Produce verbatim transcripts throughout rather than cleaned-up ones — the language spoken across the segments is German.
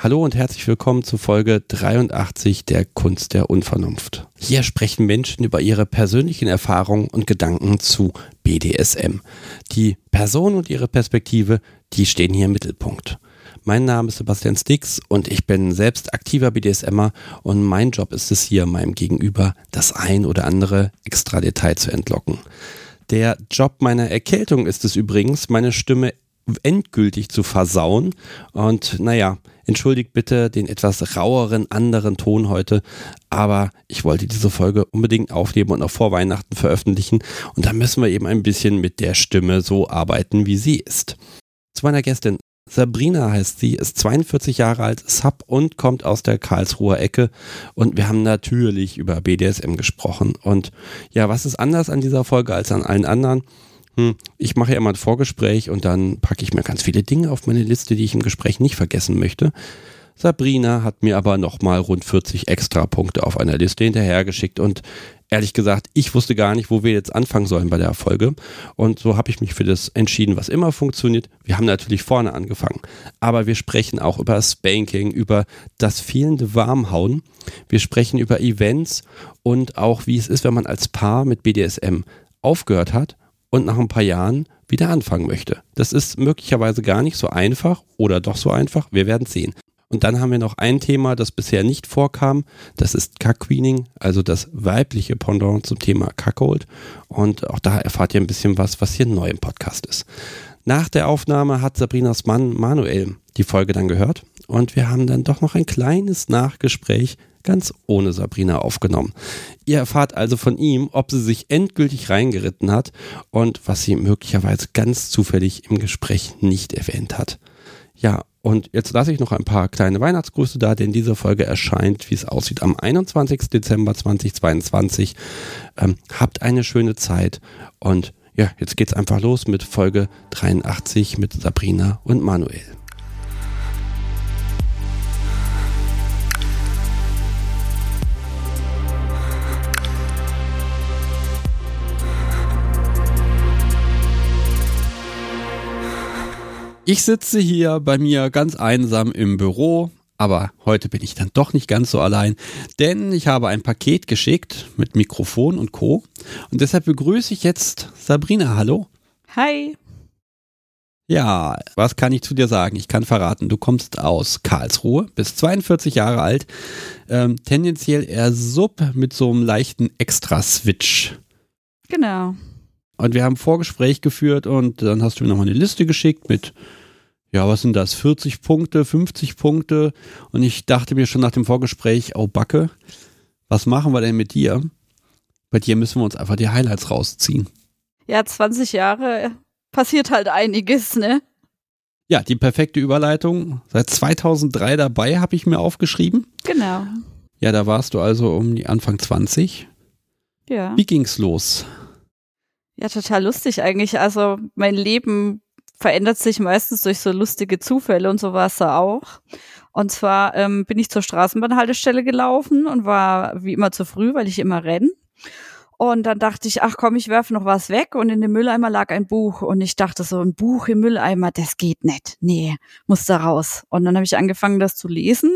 Hallo und herzlich willkommen zu Folge dreiundachtzig der Kunst der Unvernunft. Hier sprechen Menschen über ihre persönlichen Erfahrungen und Gedanken zu B D S M. Die Person und ihre Perspektive, die stehen hier im Mittelpunkt. Mein Name ist Sebastian Stix und ich bin selbst aktiver BDSMer und mein Job ist es hier, meinem Gegenüber das ein oder andere extra Detail zu entlocken. Der Job meiner Erkältung ist es übrigens, meine Stimme endgültig zu versauen und naja, entschuldigt bitte den etwas raueren anderen Ton heute, aber ich wollte diese Folge unbedingt aufnehmen und noch vor Weihnachten veröffentlichen und da müssen wir eben ein bisschen mit der Stimme so arbeiten, wie sie ist. Zu meiner Gästin, Sabrina heißt sie, ist zweiundvierzig Jahre alt, Sub und kommt aus der Karlsruher Ecke und wir haben natürlich über B D S M gesprochen und ja, was ist anders an dieser Folge als an allen anderen? Hm, ich mache ja immer ein Vorgespräch und dann packe ich mir ganz viele Dinge auf meine Liste, die ich im Gespräch nicht vergessen möchte. Sabrina hat mir aber nochmal rund vierzig extra Punkte auf einer Liste hinterhergeschickt und ehrlich gesagt, ich wusste gar nicht, wo wir jetzt anfangen sollen bei der Folge und so habe ich mich für das entschieden, was immer funktioniert. Wir haben natürlich vorne angefangen, aber wir sprechen auch über Spanking, über das fehlende Warmhauen. Wir sprechen über Events und auch, wie es ist, wenn man als Paar mit B D S M aufgehört hat und nach ein paar Jahren wieder anfangen möchte. Das ist möglicherweise gar nicht so einfach oder doch so einfach, wir werden es sehen. Und dann haben wir noch ein Thema, das bisher nicht vorkam, das ist Cuck-Queening, also das weibliche Pendant zum Thema Cuckold. Und auch da erfahrt ihr ein bisschen was, was hier neu im Podcast ist. Nach der Aufnahme hat Sabrinas Mann Manuel die Folge dann gehört und wir haben dann doch noch ein kleines Nachgespräch ganz ohne Sabrina aufgenommen. Ihr erfahrt also von ihm, ob sie sich endgültig reingeritten hat und was sie möglicherweise ganz zufällig im Gespräch nicht erwähnt hat. Ja, und jetzt lasse ich noch ein paar kleine Weihnachtsgrüße da, denn diese Folge erscheint, wie es aussieht, am einundzwanzigsten Dezember zweitausendzweiundzwanzig. Ähm, habt eine schöne Zeit und ja, jetzt geht's einfach los mit Folge dreiundachtzig mit Sabrina und Manuel. Ich sitze hier bei mir ganz einsam im Büro, aber heute bin ich dann doch nicht ganz so allein, denn ich habe ein Paket geschickt mit Mikrofon und Co. Und deshalb begrüße ich jetzt Sabrina. Hallo. Hi. Ja, was kann ich zu dir sagen? Ich kann verraten, du kommst aus Karlsruhe, bist zweiundvierzig Jahre alt, ähm, tendenziell eher Sub mit so einem leichten Extra-Switch. Genau. Und wir haben ein Vorgespräch geführt und dann hast du mir nochmal eine Liste geschickt mit, ja, was sind das, vierzig Punkte, fünfzig Punkte und ich dachte mir schon nach dem Vorgespräch, oh Backe, was machen wir denn mit dir? Bei dir müssen wir uns einfach die Highlights rausziehen. Ja, zwanzig Jahre passiert halt einiges, ne? Ja, die perfekte Überleitung. Seit zweitausenddrei dabei, habe ich mir aufgeschrieben. Genau. Ja, da warst du also um die Anfang zwanzig. Ja. Wie ging's los? Ja, total lustig eigentlich. Also mein Leben verändert sich meistens durch so lustige Zufälle und so war es da auch. Und zwar ähm, bin ich zur Straßenbahnhaltestelle gelaufen und war wie immer zu früh, weil ich immer renne. Und dann dachte ich, ach komm, ich werfe noch was weg und in dem Mülleimer lag ein Buch und ich dachte so, ein Buch im Mülleimer, das geht nicht. Nee, muss da raus. Und dann habe ich angefangen, das zu lesen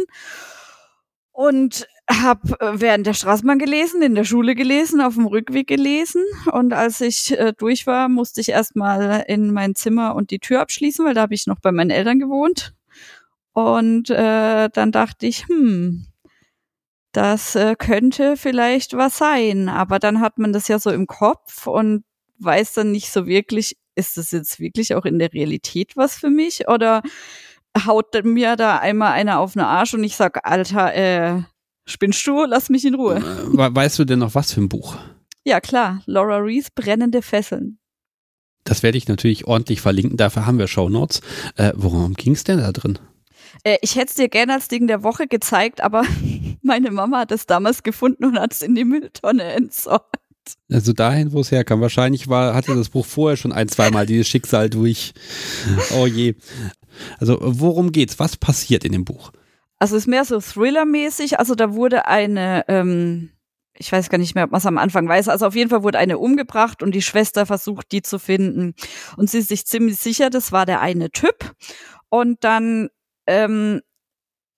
und habe während der Straßenbahn gelesen, in der Schule gelesen, auf dem Rückweg gelesen und als ich äh, durch war, musste ich erstmal in mein Zimmer und die Tür abschließen, weil da habe ich noch bei meinen Eltern gewohnt und äh, dann dachte ich, hm, das äh, könnte vielleicht was sein, aber dann hat man das ja so im Kopf und weiß dann nicht so wirklich, ist das jetzt wirklich auch in der Realität was für mich oder haut mir da einmal einer auf den Arsch und ich sag, Alter, äh, spinnst du? Lass mich in Ruhe. Weißt du denn noch was für ein Buch? Ja, klar. Laura Rees, Brennende Fesseln. Das werde ich natürlich ordentlich verlinken. Dafür haben wir Shownotes. Äh, worum ging es denn da drin? Äh, ich hätte es dir gerne als Ding der Woche gezeigt, aber meine Mama hat es damals gefunden und hat es in die Mülltonne entsorgt. Also dahin, wo es herkam. Wahrscheinlich war, hatte das Buch vorher schon ein, zweimal dieses Schicksal durch. Oh je. Also worum geht's? Was passiert in dem Buch? Also es ist mehr so Thriller-mäßig. Also da wurde eine, ähm, ich weiß gar nicht mehr, ob man es am Anfang weiß, also auf jeden Fall wurde eine umgebracht und die Schwester versucht, die zu finden. Und sie ist sich ziemlich sicher, das war der eine Typ. Und dann ähm,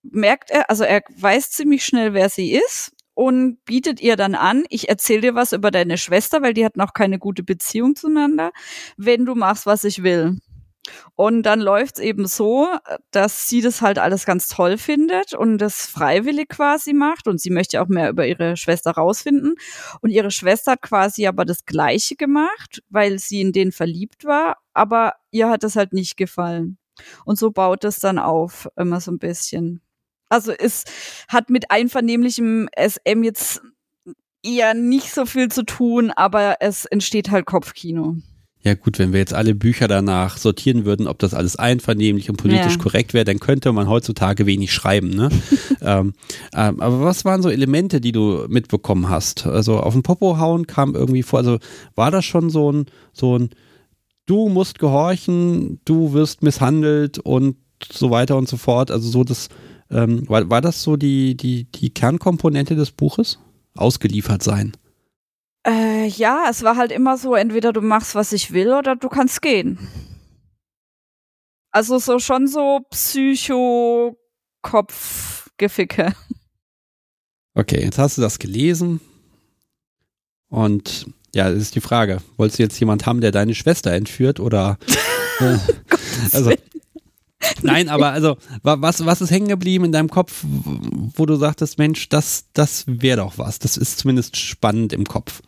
merkt er, also er weiß ziemlich schnell, wer sie ist und bietet ihr dann an, ich erzähle dir was über deine Schwester, weil die hatten auch keine gute Beziehung zueinander, wenn du machst, was ich will. Und dann läuft's eben so, dass sie das halt alles ganz toll findet und das freiwillig quasi macht und sie möchte auch mehr über ihre Schwester rausfinden. Und ihre Schwester hat quasi aber das Gleiche gemacht, weil sie in den verliebt war, aber ihr hat das halt nicht gefallen. Und so baut es dann auf, immer so ein bisschen. Also es hat mit einvernehmlichem S M jetzt eher nicht so viel zu tun, aber es entsteht halt Kopfkino. Ja gut, wenn wir jetzt alle Bücher danach sortieren würden, ob das alles einvernehmlich und politisch Ja. korrekt wäre, dann könnte man heutzutage wenig schreiben. Ne? ähm, ähm, aber was waren so Elemente, die du mitbekommen hast? Also auf den Popo hauen kam irgendwie vor, also war das schon so ein, so ein du musst gehorchen, du wirst misshandelt und so weiter und so fort. Also so das, ähm, war, war das so die, die, die Kernkomponente des Buches? Ausgeliefert sein. Äh, ja, es war halt immer so, entweder du machst, was ich will, oder du kannst gehen. Also so schon so Psycho-Kopf-Geficke. Okay, jetzt hast du das gelesen und ja, das ist die Frage, wolltest du jetzt jemand haben, der deine Schwester entführt oder äh, also nein, aber also was, was ist hängen geblieben in deinem Kopf, wo du sagtest, Mensch, das, das wäre doch was, das ist zumindest spannend im Kopf.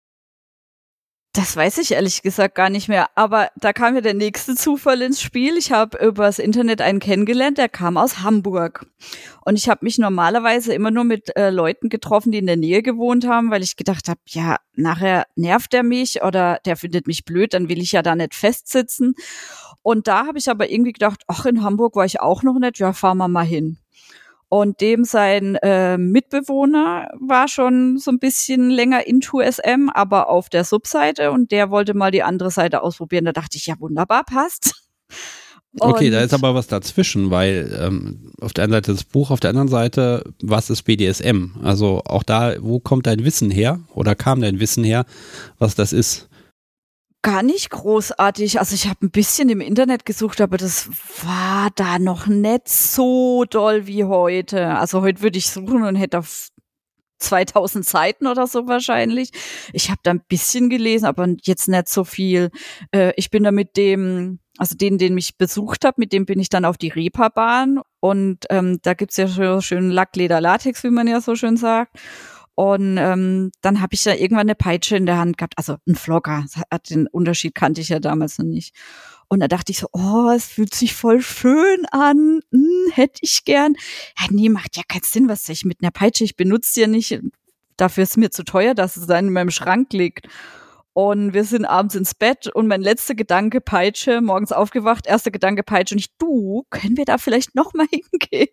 Das weiß ich ehrlich gesagt gar nicht mehr. Aber da kam ja der nächste Zufall ins Spiel. Ich habe übers Internet einen kennengelernt, der kam aus Hamburg. Und ich habe mich normalerweise immer nur mit äh, Leuten getroffen, die in der Nähe gewohnt haben, weil ich gedacht habe, ja, nachher nervt er mich oder der findet mich blöd, dann will ich ja da nicht festsitzen. Und da habe ich aber irgendwie gedacht, ach, in Hamburg war ich auch noch nicht, ja, fahren wir mal hin. Und dem sein äh, Mitbewohner war schon so ein bisschen länger into S M, aber auf der Subseite und der wollte mal die andere Seite ausprobieren. Da dachte ich, ja wunderbar, passt. Okay, Und da ist aber was dazwischen, weil ähm, auf der einen Seite das Buch, auf der anderen Seite, was ist B D S M? Also auch da, wo kommt dein Wissen her oder kam dein Wissen her, was das ist? gar nicht großartig. Also ich habe ein bisschen im Internet gesucht, aber das war da noch nicht so doll wie heute. Also heute würde ich suchen und hätte auf zweitausend Seiten oder so wahrscheinlich. Ich habe da ein bisschen gelesen, aber jetzt nicht so viel. Äh, ich bin da mit dem, also den, den ich besucht habe, mit dem bin ich dann auf die Reeperbahn und ähm, da gibt's ja so schön Lack, Leder, Latex, wie man ja so schön sagt. Und ähm, dann habe ich da irgendwann eine Peitsche in der Hand gehabt, also ein Vlogger. Den Unterschied kannte ich ja damals noch nicht. Und da dachte ich so, oh, es fühlt sich voll schön an, hm, hätte ich gern. Ja, nee, macht ja keinen Sinn, was soll ich mit einer Peitsche, ich benutze die ja nicht. Dafür ist es mir zu teuer, dass es dann in meinem Schrank liegt. Und wir sind abends ins Bett und mein letzter Gedanke, Peitsche, morgens aufgewacht, erster Gedanke, Peitsche. Und ich, du, können wir da vielleicht noch mal hingehen?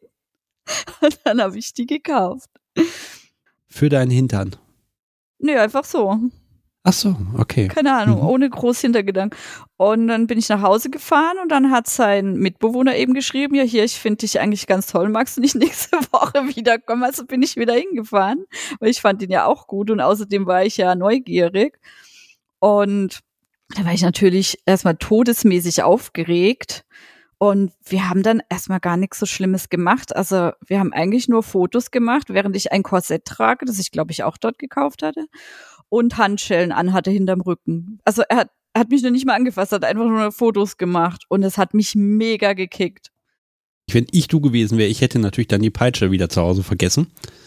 Und dann habe ich die gekauft. Für deinen Hintern? Nö, einfach so. Ach so, okay. Keine Ahnung, Mhm. ohne groß Hintergedanken. Und dann bin ich nach Hause gefahren und dann hat sein Mitbewohner eben geschrieben, ja hier, ich finde dich eigentlich ganz toll, magst du nicht nächste Woche wiederkommen? Also bin ich wieder hingefahren, weil ich fand ihn ja auch gut und außerdem war ich ja neugierig. Und da war ich natürlich erstmal todesmäßig aufgeregt. Und wir haben dann erstmal gar nichts so Schlimmes gemacht. Also wir haben eigentlich nur Fotos gemacht, während ich ein Korsett trage, das ich glaube ich auch dort gekauft hatte, und Handschellen anhatte hinterm Rücken. Also er hat, er hat mich noch nicht mal angefasst, hat einfach nur Fotos gemacht und es hat mich mega gekickt. Wenn ich du gewesen wäre, ich hätte natürlich dann die Peitsche wieder zu Hause vergessen.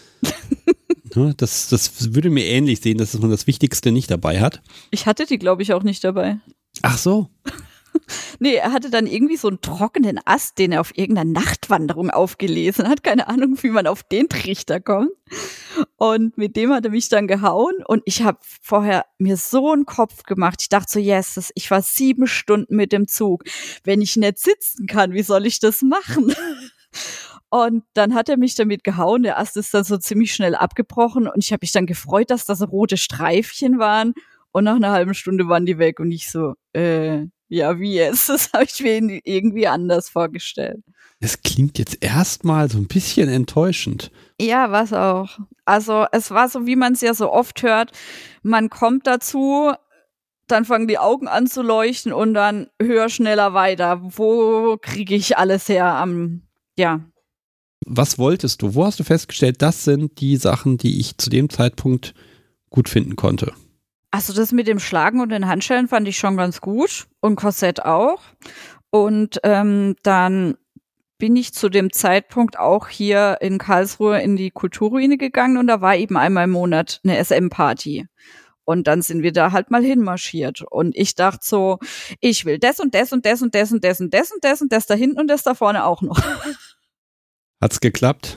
das, das würde mir ähnlich sehen, dass man das Wichtigste nicht dabei hat. Ich hatte die, glaube ich, auch nicht dabei. Ach so. Nee, er hatte dann irgendwie so einen trockenen Ast, den er auf irgendeiner Nachtwanderung aufgelesen hat. Keine Ahnung, wie man auf den Trichter kommt. Und mit dem hat er mich dann gehauen. Und ich habe vorher mir so einen Kopf gemacht. Ich dachte so, yes, das, ich war sieben Stunden mit dem Zug. Wenn ich nicht sitzen kann, wie soll ich das machen? Und dann hat er mich damit gehauen. Der Ast ist dann so ziemlich schnell abgebrochen. Und ich habe mich dann gefreut, dass das so rote Streifchen waren. Und nach einer halben Stunde waren die weg. Und ich so, äh... ja, wie jetzt? Das habe ich mir irgendwie anders vorgestellt. Es klingt jetzt erstmal so ein bisschen enttäuschend. Ja, was auch. Also es war so, wie man es ja so oft hört, man kommt dazu, dann fangen die Augen an zu leuchten und dann höher, schneller, weiter. Wo kriege ich alles her am, ja. Was wolltest du? Wo hast du festgestellt, das sind die Sachen, die ich zu dem Zeitpunkt gut finden konnte? Also das mit dem Schlagen und den Handschellen fand ich schon ganz gut und Korsett auch. Und ähm, dann bin ich zu dem Zeitpunkt auch hier in Karlsruhe in die Kulturruine gegangen und da war eben einmal im Monat eine S M-Party. Und dann sind wir da halt mal hinmarschiert. Und ich dachte so, ich will das und das und das und das und das und das und das und das da hinten und das da vorne auch noch. Hat's geklappt?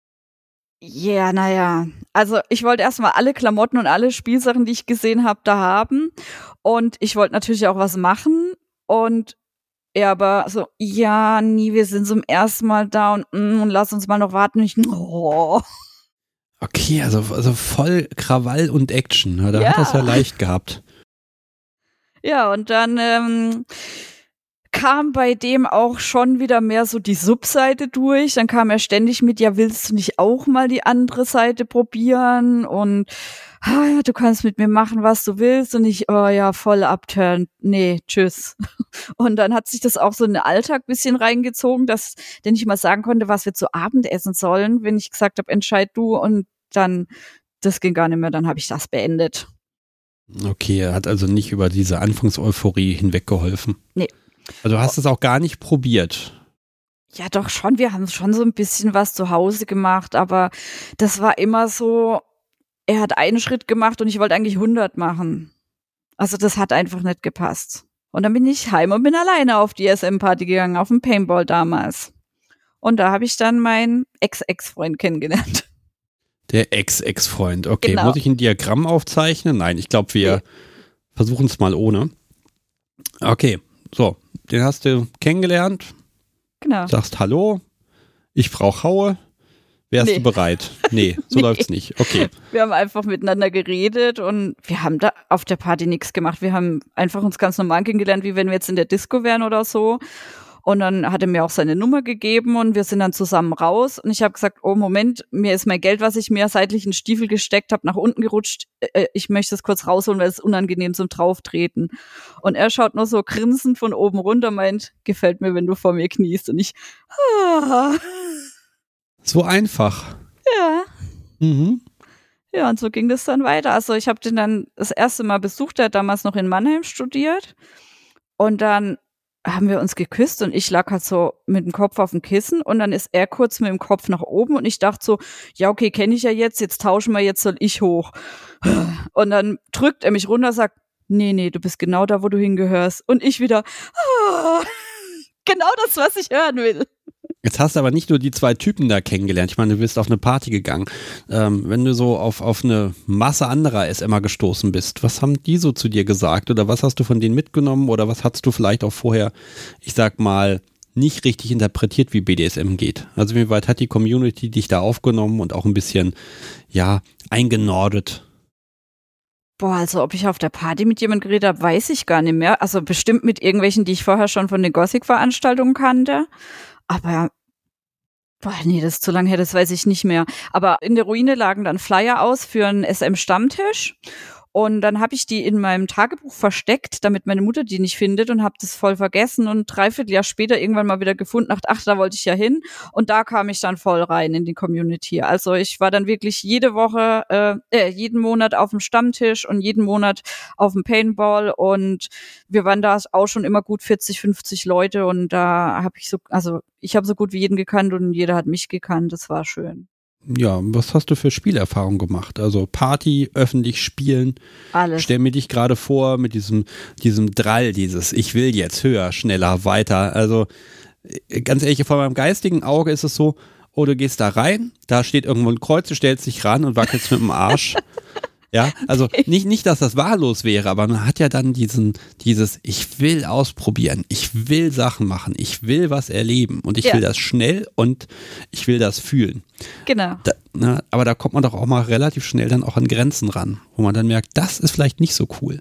Ja, yeah, naja. Also ich wollte erstmal alle Klamotten und alle Spielsachen, die ich gesehen habe, da haben. Und ich wollte natürlich auch was machen. Und er aber so, ja, nie, wir sind zum ersten Mal da und, und lass uns mal noch warten. Und ich, oh. Okay, also, also voll Krawall und Action. Da ja. hat er es ja leicht gehabt. Ja, und dann ähm, kam bei dem auch schon wieder mehr so die Subseite durch. Dann kam er ständig mit, ja, willst du nicht auch mal die andere Seite probieren? Und ah, ja, du kannst mit mir machen, was du willst. Und ich, oh ja, voll abturn. Nee, tschüss. Und dann hat sich das auch so in den Alltag ein bisschen reingezogen, dass der nicht mal sagen konnte, was wir zu Abend essen sollen, wenn ich gesagt habe, entscheid du. Und dann, das ging gar nicht mehr, dann habe ich das beendet. Okay, er hat also nicht über diese Anfangseuphorie hinweggeholfen. Nee. Also du hast es auch gar nicht probiert. Ja, doch schon, wir haben schon so ein bisschen was zu Hause gemacht, aber das war immer so, er hat einen Schritt gemacht und ich wollte eigentlich hundert machen. Also das hat einfach nicht gepasst. Und dann bin ich heim und bin alleine auf die S M-Party gegangen, auf den Paintball damals. Und da habe ich dann meinen Ex-Ex-Freund kennengelernt. Der Ex-Ex-Freund, okay. Genau. Muss ich ein Diagramm aufzeichnen? Nein, ich glaube, wir nee. versuchen es mal ohne. Okay, so, den hast du kennengelernt. Genau. Sagst Hallo, ich brauche Haue. Wärst nee. du bereit? Nee, so nee. läuft's nicht. Okay. Wir haben einfach miteinander geredet und wir haben da auf der Party nichts gemacht. Wir haben einfach uns ganz normal kennengelernt, wie wenn wir jetzt in der Disco wären oder so. Und dann hat er mir auch seine Nummer gegeben und wir sind dann zusammen raus. Und ich habe gesagt, oh Moment, mir ist mein Geld, was ich mir seitlich in den Stiefel gesteckt habe, nach unten gerutscht. Ich möchte es kurz rausholen, weil es ist unangenehm zum Drauftreten. Und er schaut nur so grinsend von oben runter, meint, gefällt mir, wenn du vor mir kniest. Und ich, ah. So einfach. Ja. Mhm. Ja, und so ging das dann weiter. Also ich habe den dann das erste Mal besucht, der hat damals noch in Mannheim studiert. Und dann haben wir uns geküsst und ich lag halt so mit dem Kopf auf dem Kissen und dann ist er kurz mit dem Kopf nach oben und ich dachte so, ja okay, kenne ich ja jetzt, jetzt tauschen wir, jetzt soll ich hoch. Und dann drückt er mich runter, sagt, nee, nee, du bist genau da, wo du hingehörst. Und ich wieder, ah, genau das, was ich hören will. Jetzt hast du aber nicht nur die zwei Typen da kennengelernt. Ich meine, du bist auf eine Party gegangen. Ähm, wenn du so auf, auf eine Masse anderer S M er gestoßen bist, was haben die so zu dir gesagt? Oder was hast du von denen mitgenommen? Oder was hast du vielleicht auch vorher, ich sag mal, nicht richtig interpretiert, wie B D S M geht? Also wie weit hat die Community dich da aufgenommen und auch ein bisschen, ja, eingenordet? Boah, also ob ich auf der Party mit jemandem geredet habe, weiß ich gar nicht mehr. Also bestimmt mit irgendwelchen, die ich vorher schon von den Gothic-Veranstaltungen kannte. Aber, boah, nee, das ist zu lange her, das weiß ich nicht mehr. Aber in der Ruine lagen dann Flyer aus für einen S M-Stammtisch. Und dann habe ich die in meinem Tagebuch versteckt, damit meine Mutter die nicht findet und habe das voll vergessen. Und dreiviertel Jahr später irgendwann mal wieder gefunden, dachte, ach, da wollte ich ja hin. Und da kam ich dann voll rein in die Community. Also ich war dann wirklich jede Woche, äh, äh jeden Monat auf dem Stammtisch und jeden Monat auf dem Paintball. Und wir waren da auch schon immer gut vierzig, fünfzig Leute. Und da habe ich so, also ich habe so gut wie jeden gekannt und jeder hat mich gekannt. Das war schön. Ja, was hast du für Spielerfahrung gemacht? Also Party, öffentlich spielen. Alles. Stell mir dich gerade vor mit diesem, diesem Drall, dieses ich will jetzt höher, schneller, weiter. Also ganz ehrlich, vor meinem geistigen Auge ist es so, oh, du gehst da rein, da steht irgendwo ein Kreuz, du stellst dich ran und wackelst mit dem Arsch. Ja, also nicht, nicht, dass das wahllos wäre, aber man hat ja dann diesen, dieses, ich will ausprobieren, ich will Sachen machen, ich will was erleben und ich ja. will das schnell und ich will das fühlen. Genau. Da, na, aber da kommt man doch auch mal relativ schnell dann auch an Grenzen ran, wo man dann merkt, das ist vielleicht nicht so cool.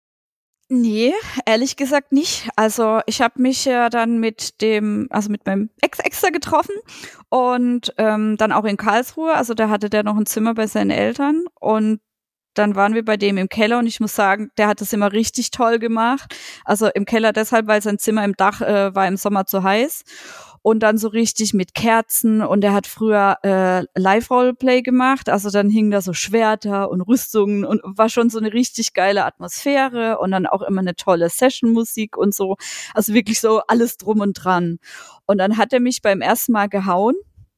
Nee, ehrlich gesagt nicht. Also ich habe mich ja dann mit dem, also mit meinem Ex-Ex getroffen und ähm, dann auch in Karlsruhe, also da hatte der noch ein Zimmer bei seinen Eltern und dann waren wir bei dem im Keller und ich muss sagen, der hat das immer richtig toll gemacht. Also im Keller deshalb, weil sein Zimmer im Dach äh, war im Sommer zu heiß. und dann so richtig mit Kerzen und er hat früher äh, Live-Roleplay gemacht, also dann hingen da so Schwerter und Rüstungen und war schon so eine richtig geile Atmosphäre und dann auch immer eine tolle Session-Musik und so, also wirklich so alles drum und dran. Und dann hat er mich beim ersten Mal gehauen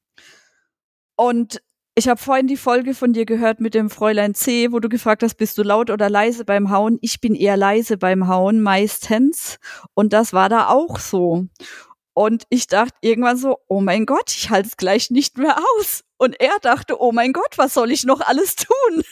und ich habe vorhin die Folge von dir gehört mit dem Fräulein C., wo du gefragt hast, bist du laut oder leise beim Hauen? Ich bin eher leise beim Hauen, meistens. Und das war da auch so. Und ich dachte irgendwann so, oh mein Gott, ich halte es gleich nicht mehr aus. Und er dachte, oh mein Gott, was soll ich noch alles tun?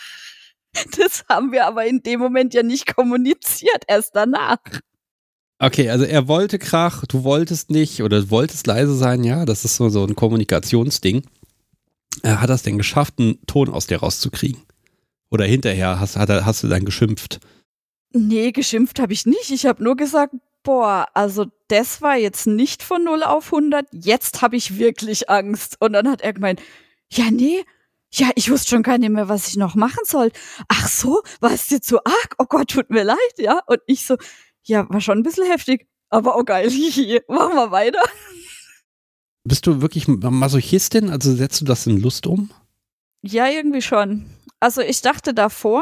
Das haben wir aber in dem Moment ja nicht kommuniziert, erst danach. Okay, also er wollte Krach, du wolltest nicht oder du wolltest leise sein, ja, das ist so, so ein Kommunikationsding. Hat er es denn geschafft, einen Ton aus dir rauszukriegen? Oder hinterher hast, hat er, hast du dann geschimpft? Nee, geschimpft habe ich nicht. Ich habe nur gesagt, boah, also das war jetzt nicht von null auf hundert, jetzt habe ich wirklich Angst. Und dann hat er gemeint, ja nee, ja, ich wusste schon gar nicht mehr, was ich noch machen soll. Ach so, war es dir zu arg? Oh Gott, tut mir leid, ja. Und ich so, ja, war schon ein bisschen heftig, aber oh geil, machen wir weiter. Bist du wirklich Masochistin? Also setzt du das in Lust um? Ja, irgendwie schon. Also ich dachte davor,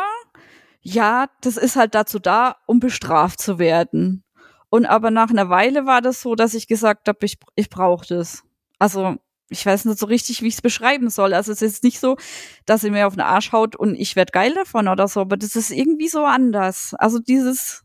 ja, das ist halt dazu da, um bestraft zu werden. Und aber nach einer Weile war das so, dass ich gesagt habe, ich, ich brauche das. Also ich weiß nicht so richtig, wie ich es beschreiben soll. Also es ist nicht so, dass sie mir auf den Arsch haut und ich werde geil davon oder so, aber das ist irgendwie so anders. Also dieses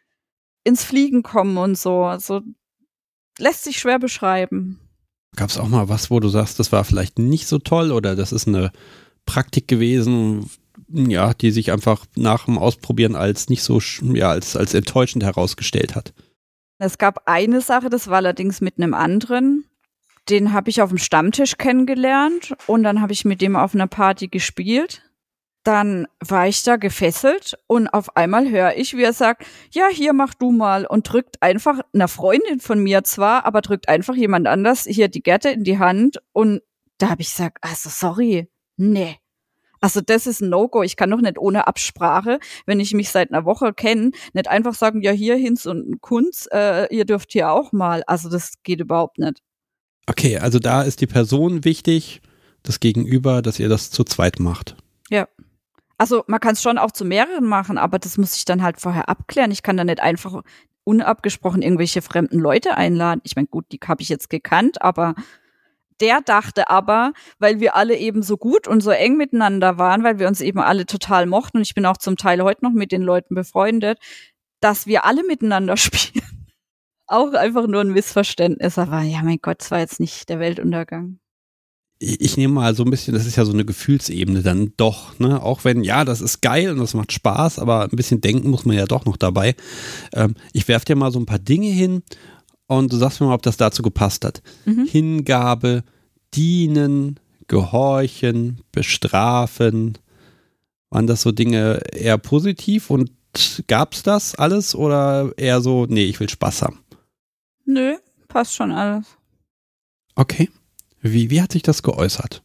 ins Fliegen kommen und so, also lässt sich schwer beschreiben. Gab es auch mal was, wo du sagst, das war vielleicht nicht so toll oder das ist eine Praktik gewesen, ja, die sich einfach nach dem Ausprobieren als nicht so, ja, als, als enttäuschend herausgestellt hat? Es gab eine Sache, das war allerdings mit einem anderen. Den habe ich auf dem Stammtisch kennengelernt und dann habe ich mit dem auf einer Party gespielt. Dann war ich da gefesselt und auf einmal höre ich, wie er sagt, ja, hier mach du mal und drückt einfach einer Freundin von mir zwar, aber drückt einfach jemand anders hier die Gerte in die Hand und da habe ich gesagt, also sorry, nee. Also das ist ein No-Go. Ich kann doch nicht ohne Absprache, wenn ich mich seit einer Woche kenne, nicht einfach sagen, ja, hier Hinz und Kunz, äh, ihr dürft hier auch mal. Also das geht überhaupt nicht. Okay, also da ist die Person wichtig, das Gegenüber, dass ihr das zu zweit macht. Ja. Also man kann es schon auch zu mehreren machen, aber das muss ich dann halt vorher abklären. Ich kann da nicht einfach unabgesprochen irgendwelche fremden Leute einladen. Ich meine, gut, die habe ich jetzt gekannt, aber der dachte aber, weil wir alle eben so gut und so eng miteinander waren, weil wir uns eben alle total mochten und ich bin auch zum Teil heute noch mit den Leuten befreundet, dass wir alle miteinander spielen. Auch einfach nur ein Missverständnis. Aber ja, mein Gott, es war jetzt nicht der Weltuntergang. Ich nehme mal so ein bisschen, das ist ja so eine Gefühlsebene dann doch, ne? Auch wenn, ja, das ist geil und das macht Spaß, aber ein bisschen denken muss man ja doch noch dabei. Ähm, ich werfe dir mal so ein paar Dinge hin und du sagst mir mal, ob das dazu gepasst hat. Mhm. Hingabe, dienen, gehorchen, bestrafen. Waren das so Dinge eher positiv und gab's das alles oder eher so, nee, ich will Spaß haben? Nö, passt schon alles. Okay. Wie, wie hat sich das geäußert?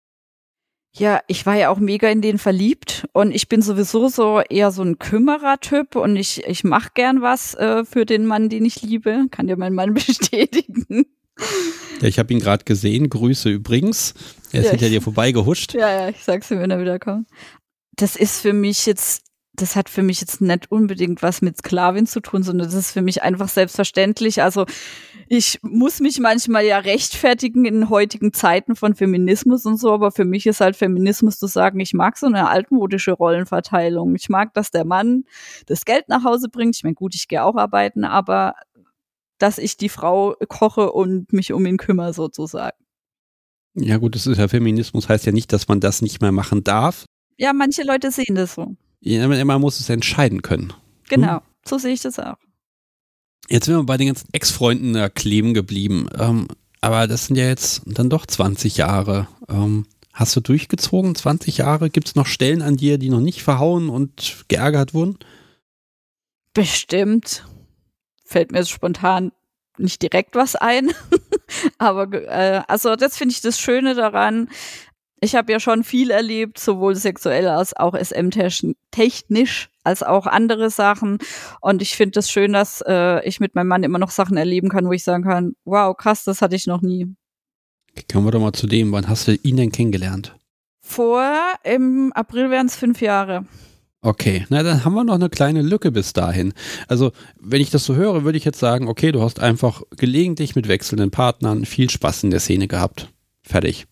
Ja, ich war ja auch mega in den verliebt und ich bin sowieso so eher so ein Kümmerer-Typ und ich, ich mache gern was äh, für den Mann, den ich liebe. Kann dir mein Mann bestätigen. Ja, ich habe ihn gerade gesehen. Grüße übrigens. Er ist ja, hinter dir vorbeigehuscht. Ja, ja, ich sag's ihm, wenn er wiederkommt. Das ist für mich jetzt, das hat für mich jetzt nicht unbedingt was mit Sklavin zu tun, sondern das ist für mich einfach selbstverständlich. Also ich muss mich manchmal ja rechtfertigen in heutigen Zeiten von Feminismus und so, aber für mich ist halt Feminismus zu sagen, ich mag so eine altmodische Rollenverteilung. Ich mag, dass der Mann das Geld nach Hause bringt. Ich meine, gut, ich gehe auch arbeiten, aber dass ich die Frau koche und mich um ihn kümmere sozusagen. Ja gut, das ist ja Feminismus, heißt ja nicht, dass man das nicht mehr machen darf. Ja, manche Leute sehen das so. Ja, man muss es entscheiden können. Genau, hm? So sehe ich das auch. Jetzt sind wir bei den ganzen Ex-Freunden da kleben geblieben. Ähm, aber das sind ja jetzt dann doch zwanzig Jahre. Ähm, hast du durchgezogen, zwanzig Jahre? Gibt es noch Stellen an dir, die noch nicht verhauen und geärgert wurden? Bestimmt. Fällt mir spontan nicht direkt was ein. Aber äh, also das finde ich das Schöne daran. Ich habe ja schon viel erlebt, sowohl sexuell als auch S M-technisch, als auch andere Sachen. Und ich finde es das schön, dass äh, ich mit meinem Mann immer noch Sachen erleben kann, wo ich sagen kann, wow, krass, das hatte ich noch nie. Kommen wir doch mal zu dem, wann hast du ihn denn kennengelernt? Vor, im April wären es fünf Jahre. Okay, na dann haben wir noch eine kleine Lücke bis dahin. Also, wenn ich das so höre, würde ich jetzt sagen, okay, du hast einfach gelegentlich mit wechselnden Partnern viel Spaß in der Szene gehabt. Fertig.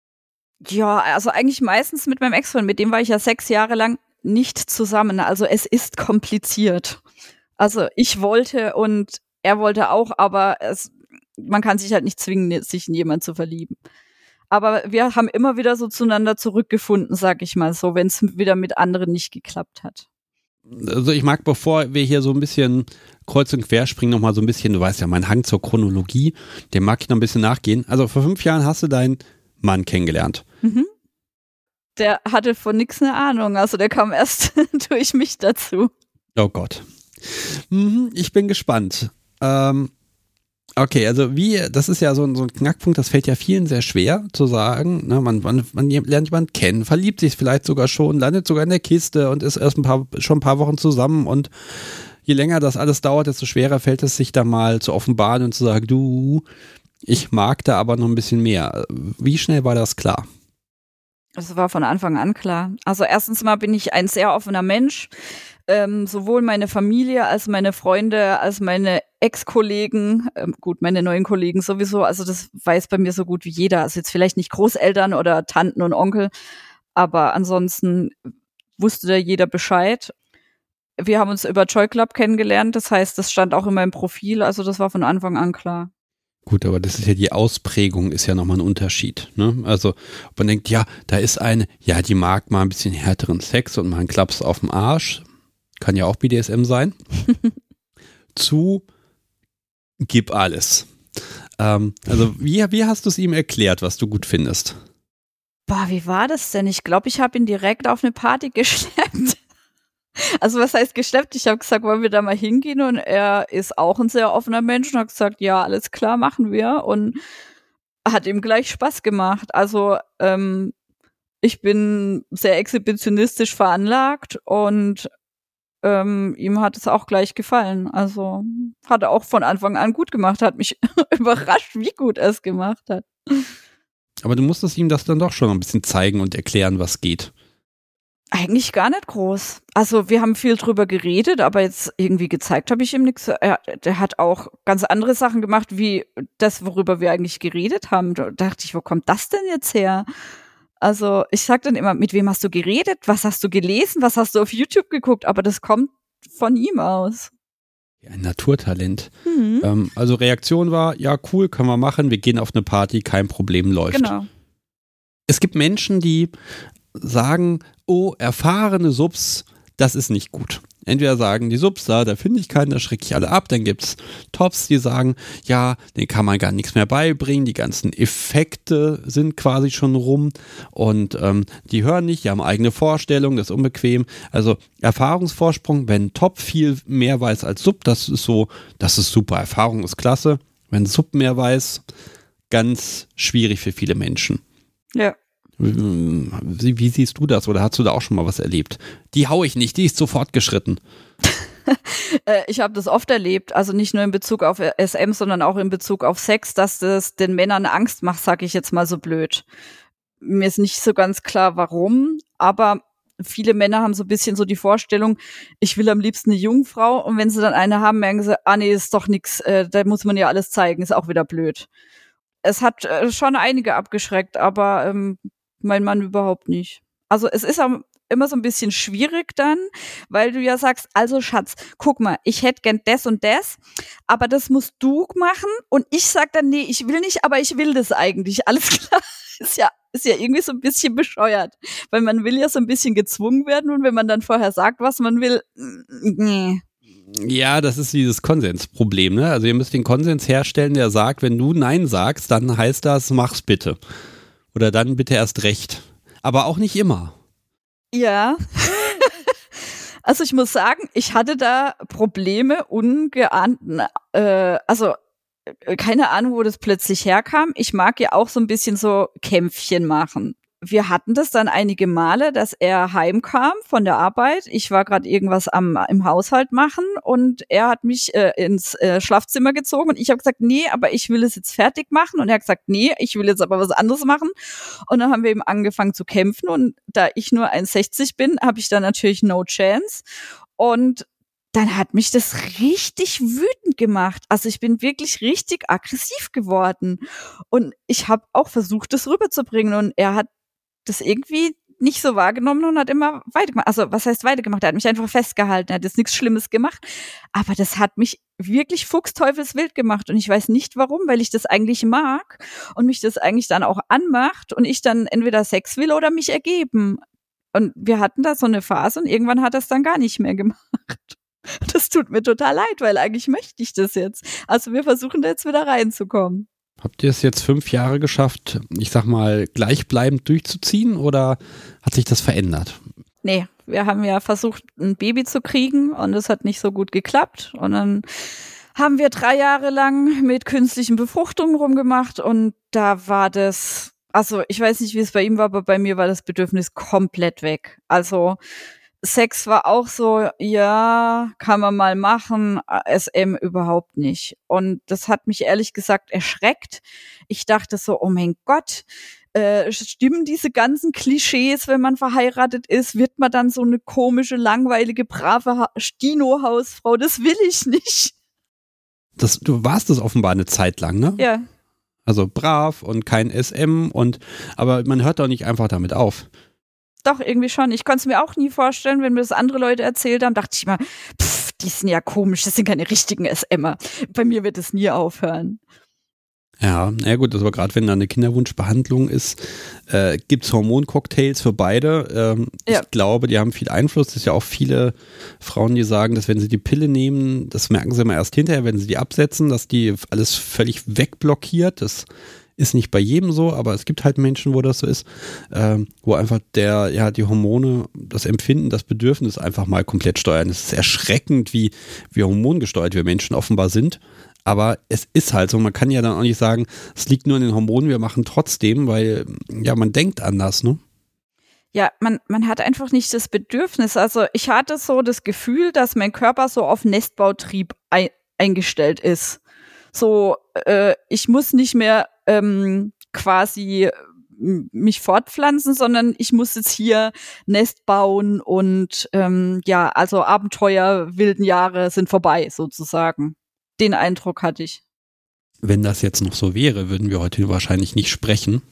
Ja, also eigentlich meistens mit meinem Ex-Freund, mit dem war ich ja sechs Jahre lang nicht zusammen. Also es ist kompliziert. Also ich wollte und er wollte auch, aber es, man kann sich halt nicht zwingen, sich in jemanden zu verlieben. Aber wir haben immer wieder so zueinander zurückgefunden, sag ich mal so, wenn es wieder mit anderen nicht geklappt hat. Also ich mag, bevor wir hier so ein bisschen kreuz und quer springen, nochmal so ein bisschen, du weißt ja, mein Hang zur Chronologie, dem mag ich noch ein bisschen nachgehen. Also vor fünf Jahren hast du deinen Mann kennengelernt. Mhm. Der hatte von nichts eine Ahnung, also der kam erst durch mich dazu. Oh Gott. Mhm, ich bin gespannt. Ähm, okay, also wie, das ist ja so ein, so ein Knackpunkt, das fällt ja vielen sehr schwer zu sagen. Ne? Man, man, man lernt jemanden kennen, verliebt sich vielleicht sogar schon, landet sogar in der Kiste und ist erst ein paar, schon ein paar Wochen zusammen und je länger das alles dauert, desto schwerer fällt es sich da mal zu offenbaren und zu sagen, du, ich mag da aber noch ein bisschen mehr. Wie schnell war das klar? Das war von Anfang an klar. Also erstens mal bin ich ein sehr offener Mensch. Ähm, sowohl meine Familie als meine Freunde, als meine Ex-Kollegen, ähm, gut, meine neuen Kollegen sowieso, also das weiß bei mir so gut wie jeder. Also jetzt vielleicht nicht Großeltern oder Tanten und Onkel, aber ansonsten wusste da jeder Bescheid. Wir haben uns über Joy Club kennengelernt, das heißt, das stand auch in meinem Profil, also das war von Anfang an klar. Gut, aber das ist ja die Ausprägung, ist ja nochmal ein Unterschied. Ne? Also, ob man denkt, ja, da ist eine, ja, die mag mal ein bisschen härteren Sex und mal einen Klaps auf dem Arsch, kann ja auch B D S M sein, zu gib alles. Ähm, also, wie, wie hast du es ihm erklärt, was du gut findest? Boah, wie war das denn? Ich glaube, ich habe ihn direkt auf eine Party geschleppt. Also was heißt geschleppt? Ich habe gesagt, wollen wir da mal hingehen? Und er ist auch ein sehr offener Mensch und hat gesagt, ja, alles klar, machen wir. Und hat ihm gleich Spaß gemacht. Also ähm, ich bin sehr exhibitionistisch veranlagt und ähm, ihm hat es auch gleich gefallen. Also hat er auch von Anfang an gut gemacht, hat mich überrascht, wie gut er es gemacht hat. Aber du musstest ihm das dann doch schon ein bisschen zeigen und erklären, was geht. Eigentlich gar nicht groß. Also wir haben viel drüber geredet, aber jetzt irgendwie gezeigt habe ich ihm nichts. Er, der hat auch ganz andere Sachen gemacht, wie das, worüber wir eigentlich geredet haben. Da dachte ich, wo kommt das denn jetzt her? Also ich sag dann immer, mit wem hast du geredet? Was hast du gelesen? Was hast du auf YouTube geguckt? Aber das kommt von ihm aus. Ja, ein Naturtalent. Mhm. Ähm, also Reaktion war, ja cool, können wir machen, wir gehen auf eine Party, kein Problem, läuft. Genau. Es gibt Menschen, die sagen, oh, erfahrene Subs, das ist nicht gut. Entweder sagen die Subs, da, da finde ich keinen, da schrecke ich alle ab. Dann gibt es Tops, die sagen, ja, den kann man gar nichts mehr beibringen. Die ganzen Effekte sind quasi schon rum und ähm, die hören nicht, die haben eigene Vorstellungen, das ist unbequem. Also Erfahrungsvorsprung, wenn Top viel mehr weiß als Sub, das ist so, das ist super. Erfahrung ist klasse. Wenn Sub mehr weiß, ganz schwierig für viele Menschen. Ja. Wie, wie siehst du das oder hast du da auch schon mal was erlebt? Die hau ich nicht, die ist sofort geschritten. Ich habe das oft erlebt, also nicht nur in Bezug auf S M, sondern auch in Bezug auf Sex, dass das den Männern Angst macht, sag ich jetzt mal so blöd. Mir ist nicht so ganz klar, warum, aber viele Männer haben so ein bisschen so die Vorstellung, ich will am liebsten eine Jungfrau und wenn sie dann eine haben, merken sie, ah nee, ist doch nix, äh, da muss man ja alles zeigen, ist auch wieder blöd. Es hat äh, schon einige abgeschreckt, aber ähm, mein Mann überhaupt nicht. Also es ist auch immer so ein bisschen schwierig dann, weil du ja sagst, also Schatz, guck mal, ich hätte gern das und das, aber das musst du machen und ich sag dann, nee, ich will nicht, aber ich will das eigentlich, alles klar. Ist ja, ist ja irgendwie so ein bisschen bescheuert, weil man will ja so ein bisschen gezwungen werden und wenn man dann vorher sagt, was man will, nee. Ja, das ist dieses Konsensproblem, ne? Also ihr müsst den Konsens herstellen, der sagt, wenn du Nein sagst, dann heißt das, mach's bitte. Oder dann bitte erst recht. Aber auch nicht immer. Ja. Also ich muss sagen, ich hatte da Probleme ungeahnten, äh, also keine Ahnung, wo das plötzlich herkam. Ich mag ja auch so ein bisschen so Kämpfchen machen. wir hatten das dann einige Male, dass er heimkam von der Arbeit. Ich war gerade irgendwas am im Haushalt machen und er hat mich äh, ins äh, Schlafzimmer gezogen und ich habe gesagt, nee, aber ich will es jetzt fertig machen. Und er hat gesagt, nee, ich will jetzt aber was anderes machen. Und dann haben wir eben angefangen zu kämpfen und da ich nur eins sechzig bin, habe ich dann natürlich no chance. Und dann hat mich das richtig wütend gemacht. Also ich bin wirklich richtig aggressiv geworden. Und ich habe auch versucht, das rüberzubringen. Und er hat das irgendwie nicht so wahrgenommen und hat immer weitergemacht. Also was heißt weitergemacht? Er hat mich einfach festgehalten. Er hat jetzt nichts Schlimmes gemacht. Aber das hat mich wirklich fuchsteufelswild gemacht. Und ich weiß nicht warum, weil ich das eigentlich mag und mich das eigentlich dann auch anmacht und ich dann entweder Sex will oder mich ergeben. Und wir hatten da so eine Phase und irgendwann hat er es dann gar nicht mehr gemacht. Das tut mir total leid, weil eigentlich möchte ich das jetzt. Also wir versuchen da jetzt wieder reinzukommen. Habt ihr es jetzt fünf Jahre geschafft, ich sag mal, gleichbleibend durchzuziehen oder hat sich das verändert? Nee, wir haben ja versucht, ein Baby zu kriegen und es hat nicht so gut geklappt. Und dann haben wir drei Jahre lang mit künstlichen Befruchtungen rumgemacht und da war das, also ich weiß nicht, wie es bei ihm war, aber bei mir war das Bedürfnis komplett weg. Also Sex war auch so, ja, kann man mal machen, S M überhaupt nicht. Und das hat mich ehrlich gesagt erschreckt. Ich dachte so, oh mein Gott, äh, stimmen diese ganzen Klischees, wenn man verheiratet ist, wird man dann so eine komische, langweilige, brave ha- Stino-Hausfrau? Das will ich nicht. Das, du warst das offenbar eine Zeit lang, ne? Ja. Also brav und kein S M und, aber man hört doch nicht einfach damit auf. Doch, irgendwie schon. Ich konnte es mir auch nie vorstellen, wenn mir das andere Leute erzählt haben, dachte ich immer, pff, die sind ja komisch, das sind keine richtigen S Mer. Bei mir wird es nie aufhören. Ja, na gut, aber gerade wenn da eine Kinderwunschbehandlung ist, äh, gibt es Hormoncocktails für beide. Ähm, ja. Ich glaube, die haben viel Einfluss. Es ist ja auch viele Frauen, die sagen, dass wenn sie die Pille nehmen, das merken sie immer erst hinterher, wenn sie die absetzen, dass die alles völlig wegblockiert. Das ist nicht bei jedem so, aber es gibt halt Menschen, wo das so ist, ähm, wo einfach der, ja, die Hormone, das Empfinden, das Bedürfnis einfach mal komplett steuern. Es ist erschreckend, wie, wie hormongesteuert wir Menschen offenbar sind. Aber es ist halt so, man kann ja dann auch nicht sagen, es liegt nur an den Hormonen, wir machen trotzdem, weil, ja, man denkt anders, ne? Ja, man, man hat einfach nicht das Bedürfnis. Also ich hatte so das Gefühl, dass mein Körper so auf Nestbautrieb ein, eingestellt ist. So, äh, ich muss nicht mehr ähm, quasi mich fortpflanzen, sondern ich muss jetzt hier Nest bauen und ähm, ja, also Abenteuer, wilden Jahre sind vorbei sozusagen. Den Eindruck hatte ich. Wenn das jetzt noch so wäre, würden wir heute wahrscheinlich nicht sprechen.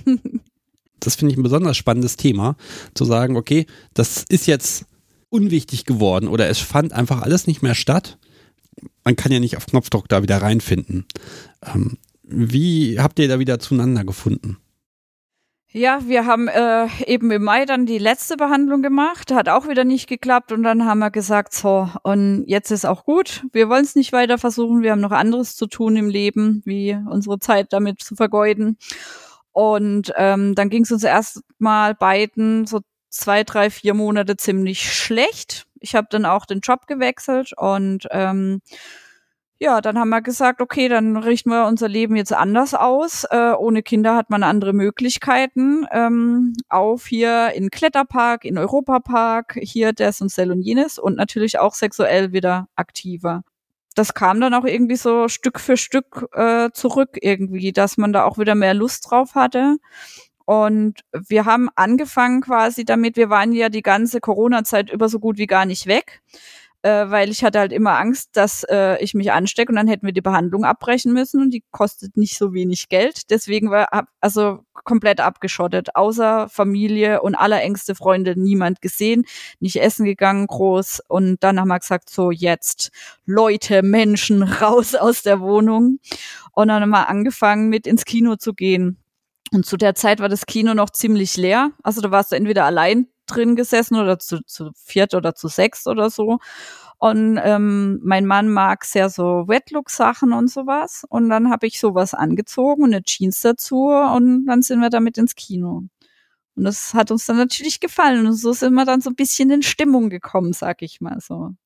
Das finde ich ein besonders spannendes Thema, zu sagen, okay, das ist jetzt unwichtig geworden oder es fand einfach alles nicht mehr statt. Man kann ja nicht auf Knopfdruck da wieder reinfinden. Ähm, wie habt ihr da wieder zueinander gefunden? Ja, wir haben äh, eben im Mai dann die letzte Behandlung gemacht, hat auch wieder nicht geklappt und dann haben wir gesagt, so, und jetzt ist auch gut, wir wollen es nicht weiter versuchen, wir haben noch anderes zu tun im Leben, wie unsere Zeit damit zu vergeuden. Und ähm, dann ging es uns erst mal beiden so zwei, drei, vier Monate ziemlich schlecht. Ich habe dann auch den Job gewechselt und ähm, ja, dann haben wir gesagt, okay, dann richten wir unser Leben jetzt anders aus. Äh, ohne Kinder hat man andere Möglichkeiten. Ähm, auf hier in Kletterpark, in Europapark, hier das und Sel und jenes und natürlich auch sexuell wieder aktiver. Das kam dann auch irgendwie so Stück für Stück äh, zurück irgendwie, dass man da auch wieder mehr Lust drauf hatte. Und wir haben angefangen quasi damit, wir waren ja die ganze Corona-Zeit über so gut wie gar nicht weg. Äh, weil ich hatte halt immer Angst, dass äh, ich mich anstecke und dann hätten wir die Behandlung abbrechen müssen und die kostet nicht so wenig Geld. Deswegen war ab, also komplett abgeschottet, außer Familie und allerengste Freunde, niemand gesehen, nicht essen gegangen groß und dann haben wir gesagt, so jetzt Leute, Menschen, raus aus der Wohnung und dann haben wir angefangen mit ins Kino zu gehen. Und zu der Zeit war das Kino noch ziemlich leer, also da warst du entweder allein drin gesessen oder zu, zu viert oder zu sechs oder so. Und ähm, mein Mann mag sehr so Wetlook-Sachen und sowas. Und dann habe ich sowas angezogen und eine Jeans dazu und dann sind wir damit ins Kino. Und das hat uns dann natürlich gefallen. Und so sind wir dann so ein bisschen in Stimmung gekommen, sag ich mal so.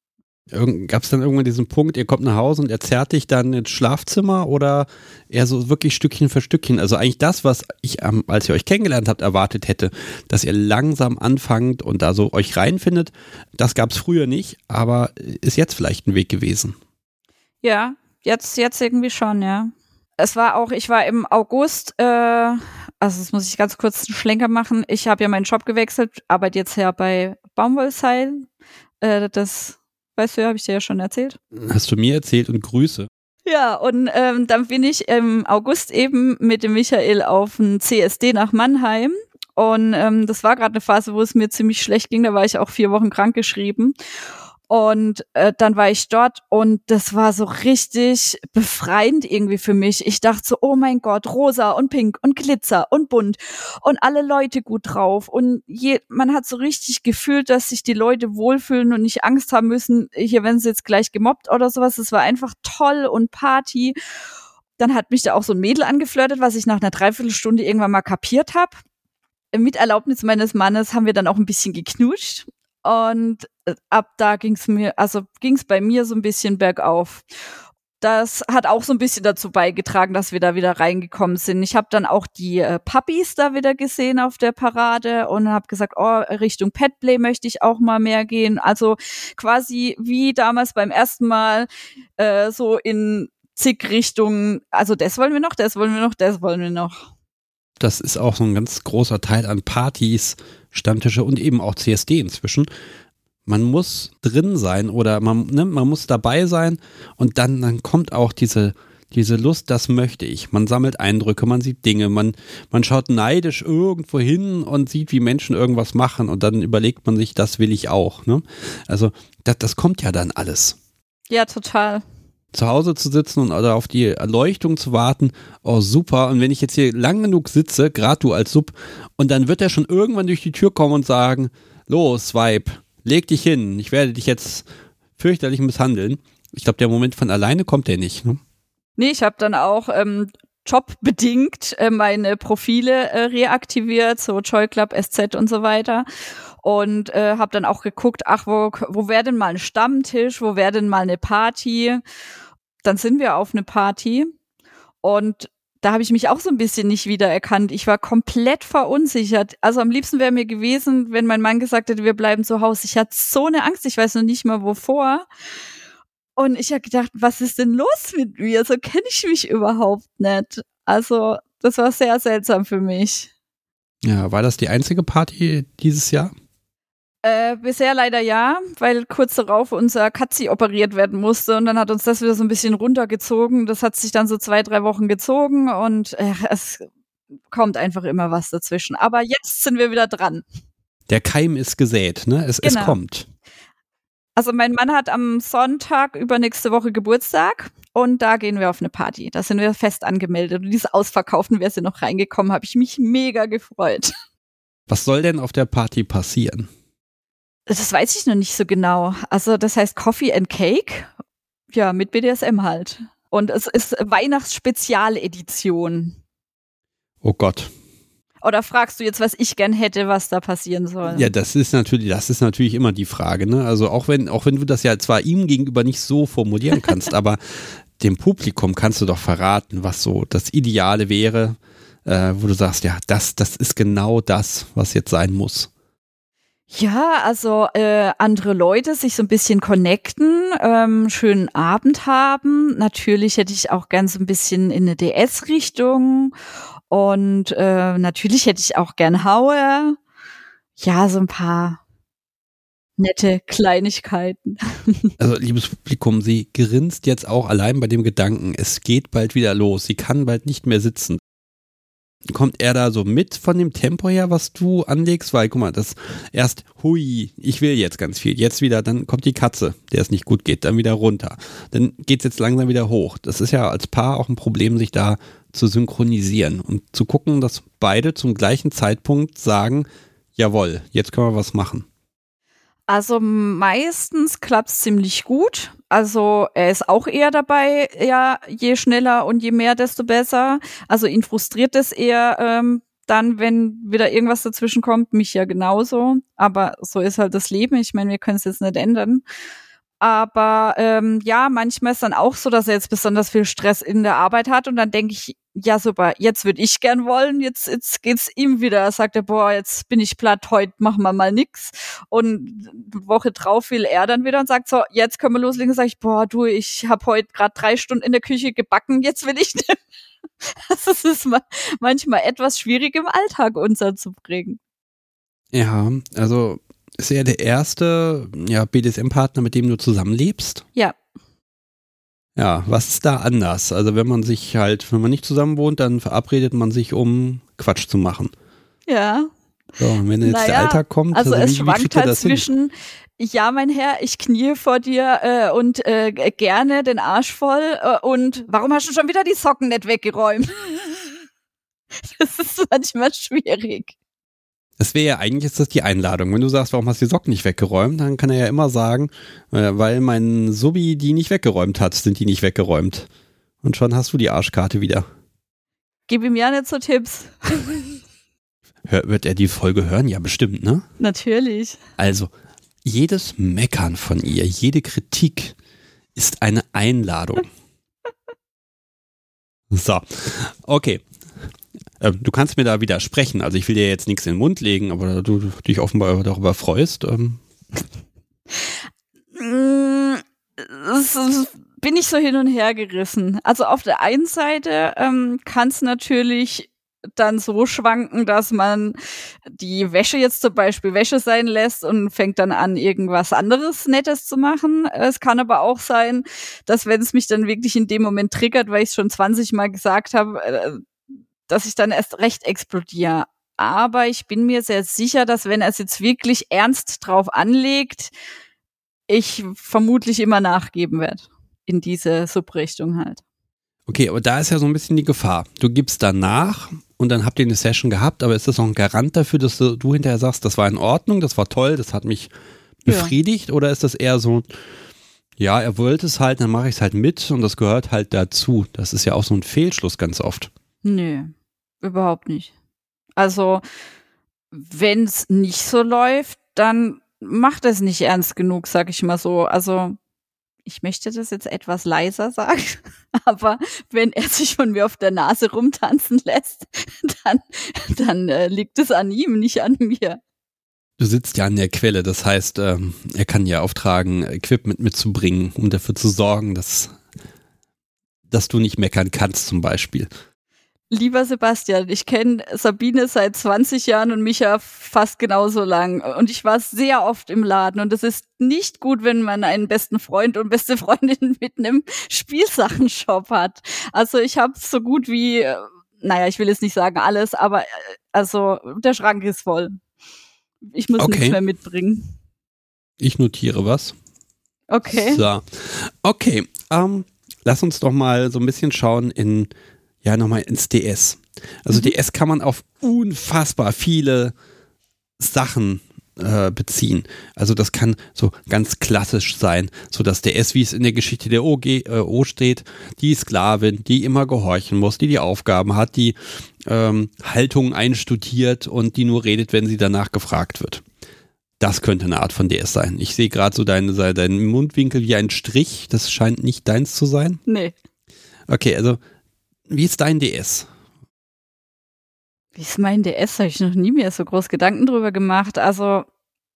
Gab es dann irgendwann diesen Punkt, ihr kommt nach Hause und er zerrt dich dann ins Schlafzimmer oder eher so wirklich Stückchen für Stückchen? Also eigentlich das, was ich, ähm, als ihr euch kennengelernt habt, erwartet hätte, dass ihr langsam anfangt und da so euch reinfindet. Das gab es früher nicht, aber ist jetzt vielleicht ein Weg gewesen. Ja, jetzt, jetzt irgendwie schon, ja. Es war auch, ich war im August, äh, also das muss ich ganz kurz einen Schlenker machen. Ich habe ja meinen Job gewechselt, arbeite jetzt ja bei Baumwollseil. Äh, das Weißt du ja, habe ich dir ja schon erzählt. Hast du mir erzählt und Grüße. Ja, und ähm, dann bin ich im August eben mit dem Michael auf ein C S D nach Mannheim. Und ähm, das war gerade eine Phase, wo es mir ziemlich schlecht ging. Da war ich auch vier Wochen krankgeschrieben. Und äh, dann war ich dort und das war so richtig befreiend irgendwie für mich. Ich dachte so, oh mein Gott, rosa und pink und Glitzer und bunt und alle Leute gut drauf. Und je, man hat so richtig gefühlt, dass sich die Leute wohlfühlen und nicht Angst haben müssen, hier werden sie jetzt gleich gemobbt oder sowas. Es war einfach toll und Party. Dann hat mich da auch so ein Mädel angeflirtet, was ich nach einer Dreiviertelstunde irgendwann mal kapiert habe. Mit Erlaubnis meines Mannes haben wir dann auch ein bisschen geknutscht. Und ab da ging's mir, also ging's bei mir so ein bisschen bergauf. Das hat auch so ein bisschen dazu beigetragen, dass wir da wieder reingekommen sind. Ich habe dann auch die äh, Puppies da wieder gesehen auf der Parade und habe gesagt, oh, Richtung Petplay möchte ich auch mal mehr gehen. Also quasi wie damals beim ersten Mal äh, so in zig Richtungen. Also das wollen wir noch, das wollen wir noch, das wollen wir noch. Das ist auch so ein ganz großer Teil an Partys, Stammtische und eben auch C S D inzwischen. Man muss drin sein oder man, ne, man muss dabei sein und dann, dann kommt auch diese, diese Lust, das möchte ich. Man sammelt Eindrücke, man sieht Dinge, man, man schaut neidisch irgendwo hin und sieht, wie Menschen irgendwas machen und dann überlegt man sich, das will ich auch. Ne? Also das, das kommt ja dann alles. Ja, total. Zu Hause zu sitzen und oder auf die Erleuchtung zu warten, oh super, und wenn ich jetzt hier lang genug sitze, gerade du als Sub, und dann wird er schon irgendwann durch die Tür kommen und sagen, los, Weib, leg dich hin, ich werde dich jetzt fürchterlich misshandeln. Ich glaube, der Moment von alleine kommt der nicht. Ne? Nee, ich habe dann auch ähm, jobbedingt äh, meine Profile äh, reaktiviert, so Joy Club, S Z und so weiter. Und äh, habe dann auch geguckt, ach, wo, wo wäre denn mal ein Stammtisch, wo wäre denn mal eine Party? Dann sind wir auf eine Party und da habe ich mich auch so ein bisschen nicht wiedererkannt. Ich war komplett verunsichert. Also am liebsten wäre mir gewesen, wenn mein Mann gesagt hätte, wir bleiben zu Hause. Ich hatte so eine Angst, ich weiß noch nicht mal wovor. Und ich habe gedacht, was ist denn los mit mir? So kenne ich mich überhaupt nicht. Also das war sehr seltsam für mich. Ja, war das die einzige Party dieses Jahr? Äh, bisher leider ja, weil kurz darauf unser Katzi operiert werden musste und dann hat uns das wieder so ein bisschen runtergezogen. Das hat sich dann so zwei, drei Wochen gezogen und äh, es kommt einfach immer was dazwischen. Aber jetzt sind wir wieder dran. Der Keim ist gesät, ne? Es, genau. es kommt. Also mein Mann hat am Sonntag übernächste Woche Geburtstag und da gehen wir auf eine Party. Da sind wir fest angemeldet und dieses Ausverkaufen, wer ist denn noch reingekommen, habe ich mich mega gefreut. Was soll denn auf der Party passieren? Das weiß ich noch nicht so genau. Also das heißt Coffee and Cake, ja, mit B D S M halt. Und es ist Weihnachtsspezialedition. Oh Gott. Oder fragst du jetzt, was ich gern hätte, was da passieren soll? Ja, das ist natürlich, das ist natürlich immer die Frage, ne? Also auch wenn, auch wenn du das ja zwar ihm gegenüber nicht so formulieren kannst, aber dem Publikum kannst du doch verraten, was so das Ideale wäre, äh, wo du sagst, ja, das, das ist genau das, was jetzt sein muss. Ja, also äh, andere Leute sich so ein bisschen connecten, ähm, schönen Abend haben. Natürlich hätte ich auch gern so ein bisschen in eine D S-Richtung und äh, natürlich hätte ich auch gern Haue. Ja, so ein paar nette Kleinigkeiten. Also liebes Publikum, sie grinst jetzt auch allein bei dem Gedanken, es geht bald wieder los, sie kann bald nicht mehr sitzen. Kommt er da so mit von dem Tempo her, was du anlegst? Weil, guck mal, das erst, hui, ich will jetzt ganz viel. Jetzt wieder, dann kommt die Katze, der es nicht gut geht, dann wieder runter. Dann geht es jetzt langsam wieder hoch. Das ist ja als Paar auch ein Problem, sich da zu synchronisieren und zu gucken, dass beide zum gleichen Zeitpunkt sagen, jawohl, jetzt können wir was machen. Also meistens klappt's ziemlich gut. Also er ist auch eher dabei, ja, je schneller und je mehr, desto besser. Also ihn frustriert es eher ähm, dann, wenn wieder irgendwas dazwischen kommt, mich ja genauso. Aber so ist halt das Leben. Ich meine, wir können es jetzt nicht ändern. Aber ähm, ja, manchmal ist dann auch so, dass er jetzt besonders viel Stress in der Arbeit hat und dann denke ich, ja super, jetzt würde ich gern wollen, jetzt jetzt geht's ihm wieder. Sagt er, boah, jetzt bin ich platt, heute machen wir mal nix. Und eine Woche drauf will er dann wieder und sagt so, jetzt können wir loslegen. Sag ich, boah, du, ich habe heute gerade drei Stunden in der Küche gebacken, jetzt will ich nicht. Also es ist manchmal etwas schwierig im Alltag unterzubringen. Ja, also ist er der erste ja, B D S M-Partner, mit dem du zusammenlebst? Ja. Ja, was ist da anders? Also wenn man sich halt, wenn man nicht zusammen wohnt, dann verabredet man sich, um Quatsch zu machen. Ja. So, und wenn jetzt naja, der Alltag kommt, also, also wie, es schwankt halt zwischen, ja mein Herr, ich knie vor dir äh, und äh, gerne den Arsch voll äh, und warum hast du schon wieder die Socken nicht weggeräumt? Das ist manchmal schwierig. Das wäre ja eigentlich ist das die Einladung. Wenn du sagst, warum hast du die Socken nicht weggeräumt, dann kann er ja immer sagen, äh, weil mein Subi die nicht weggeräumt hat, sind die nicht weggeräumt. Und schon hast du die Arschkarte wieder. Gib ihm ja nicht so Tipps. Hör, wird er die Folge hören? Ja, bestimmt, ne? Natürlich. Also, jedes Meckern von ihr, jede Kritik ist eine Einladung. So, okay. Ähm, du kannst mir da widersprechen. Also ich will dir jetzt nichts in den Mund legen, aber du, du dich offenbar darüber freust. Ähm. Das bin ich so hin und her gerissen. Also auf der einen Seite ähm, kann es natürlich dann so schwanken, dass man die Wäsche jetzt zum Beispiel Wäsche sein lässt und fängt dann an, irgendwas anderes Nettes zu machen. Es kann aber auch sein, dass wenn es mich dann wirklich in dem Moment triggert, weil ich es schon zwanzig Mal gesagt habe, äh, dass ich dann erst recht explodiere. Aber ich bin mir sehr sicher, dass wenn er es jetzt wirklich ernst drauf anlegt, ich vermutlich immer nachgeben werde. In diese Subrichtung halt. Okay, aber da ist ja so ein bisschen die Gefahr. Du gibst danach und dann habt ihr eine Session gehabt, aber ist das auch ein Garant dafür, dass du, du hinterher sagst, das war in Ordnung, das war toll, das hat mich befriedigt? Ja. Oder ist das eher so, ja, er wollte es halt, dann mache ich es halt mit und das gehört halt dazu. Das ist ja auch so ein Fehlschluss ganz oft. Nö, überhaupt nicht. Also, wenn es nicht so läuft, dann macht es nicht ernst genug, sag ich mal so. Also, ich möchte das jetzt etwas leiser sagen, aber wenn er sich von mir auf der Nase rumtanzen lässt, dann, dann äh, liegt es an ihm, nicht an mir. Du sitzt ja an der Quelle, das heißt, ähm, er kann ja auftragen, Equipment mitzubringen, um dafür zu sorgen, dass, dass du nicht meckern kannst zum Beispiel. Lieber Sebastian, ich kenne Sabine seit zwanzig Jahren und Micha fast genauso lang. Und ich war sehr oft im Laden. Und es ist nicht gut, wenn man einen besten Freund und beste Freundin mit einem Spielsachenshop hat. Also ich habe so gut wie, naja, ich will jetzt nicht sagen alles, aber also der Schrank ist voll. Ich muss okay. nichts mehr mitbringen. Ich notiere was. Okay. So. Okay, ähm, lass uns doch mal so ein bisschen schauen in Ja, nochmal ins D S. Also mhm. D S kann man auf unfassbar viele Sachen äh, beziehen. Also das kann so ganz klassisch sein, so dass D S, wie es in der Geschichte der O G, äh, O steht, die Sklavin, die immer gehorchen muss, die die Aufgaben hat, die ähm, Haltung einstudiert und die nur redet, wenn sie danach gefragt wird. Das könnte eine Art von D S sein. Ich sehe gerade so deinen dein Mundwinkel wie ein Strich. Das scheint nicht deins zu sein. Nee. Okay, also wie ist dein D S? Wie ist mein D S? Habe ich noch nie mehr so groß Gedanken drüber gemacht. Also,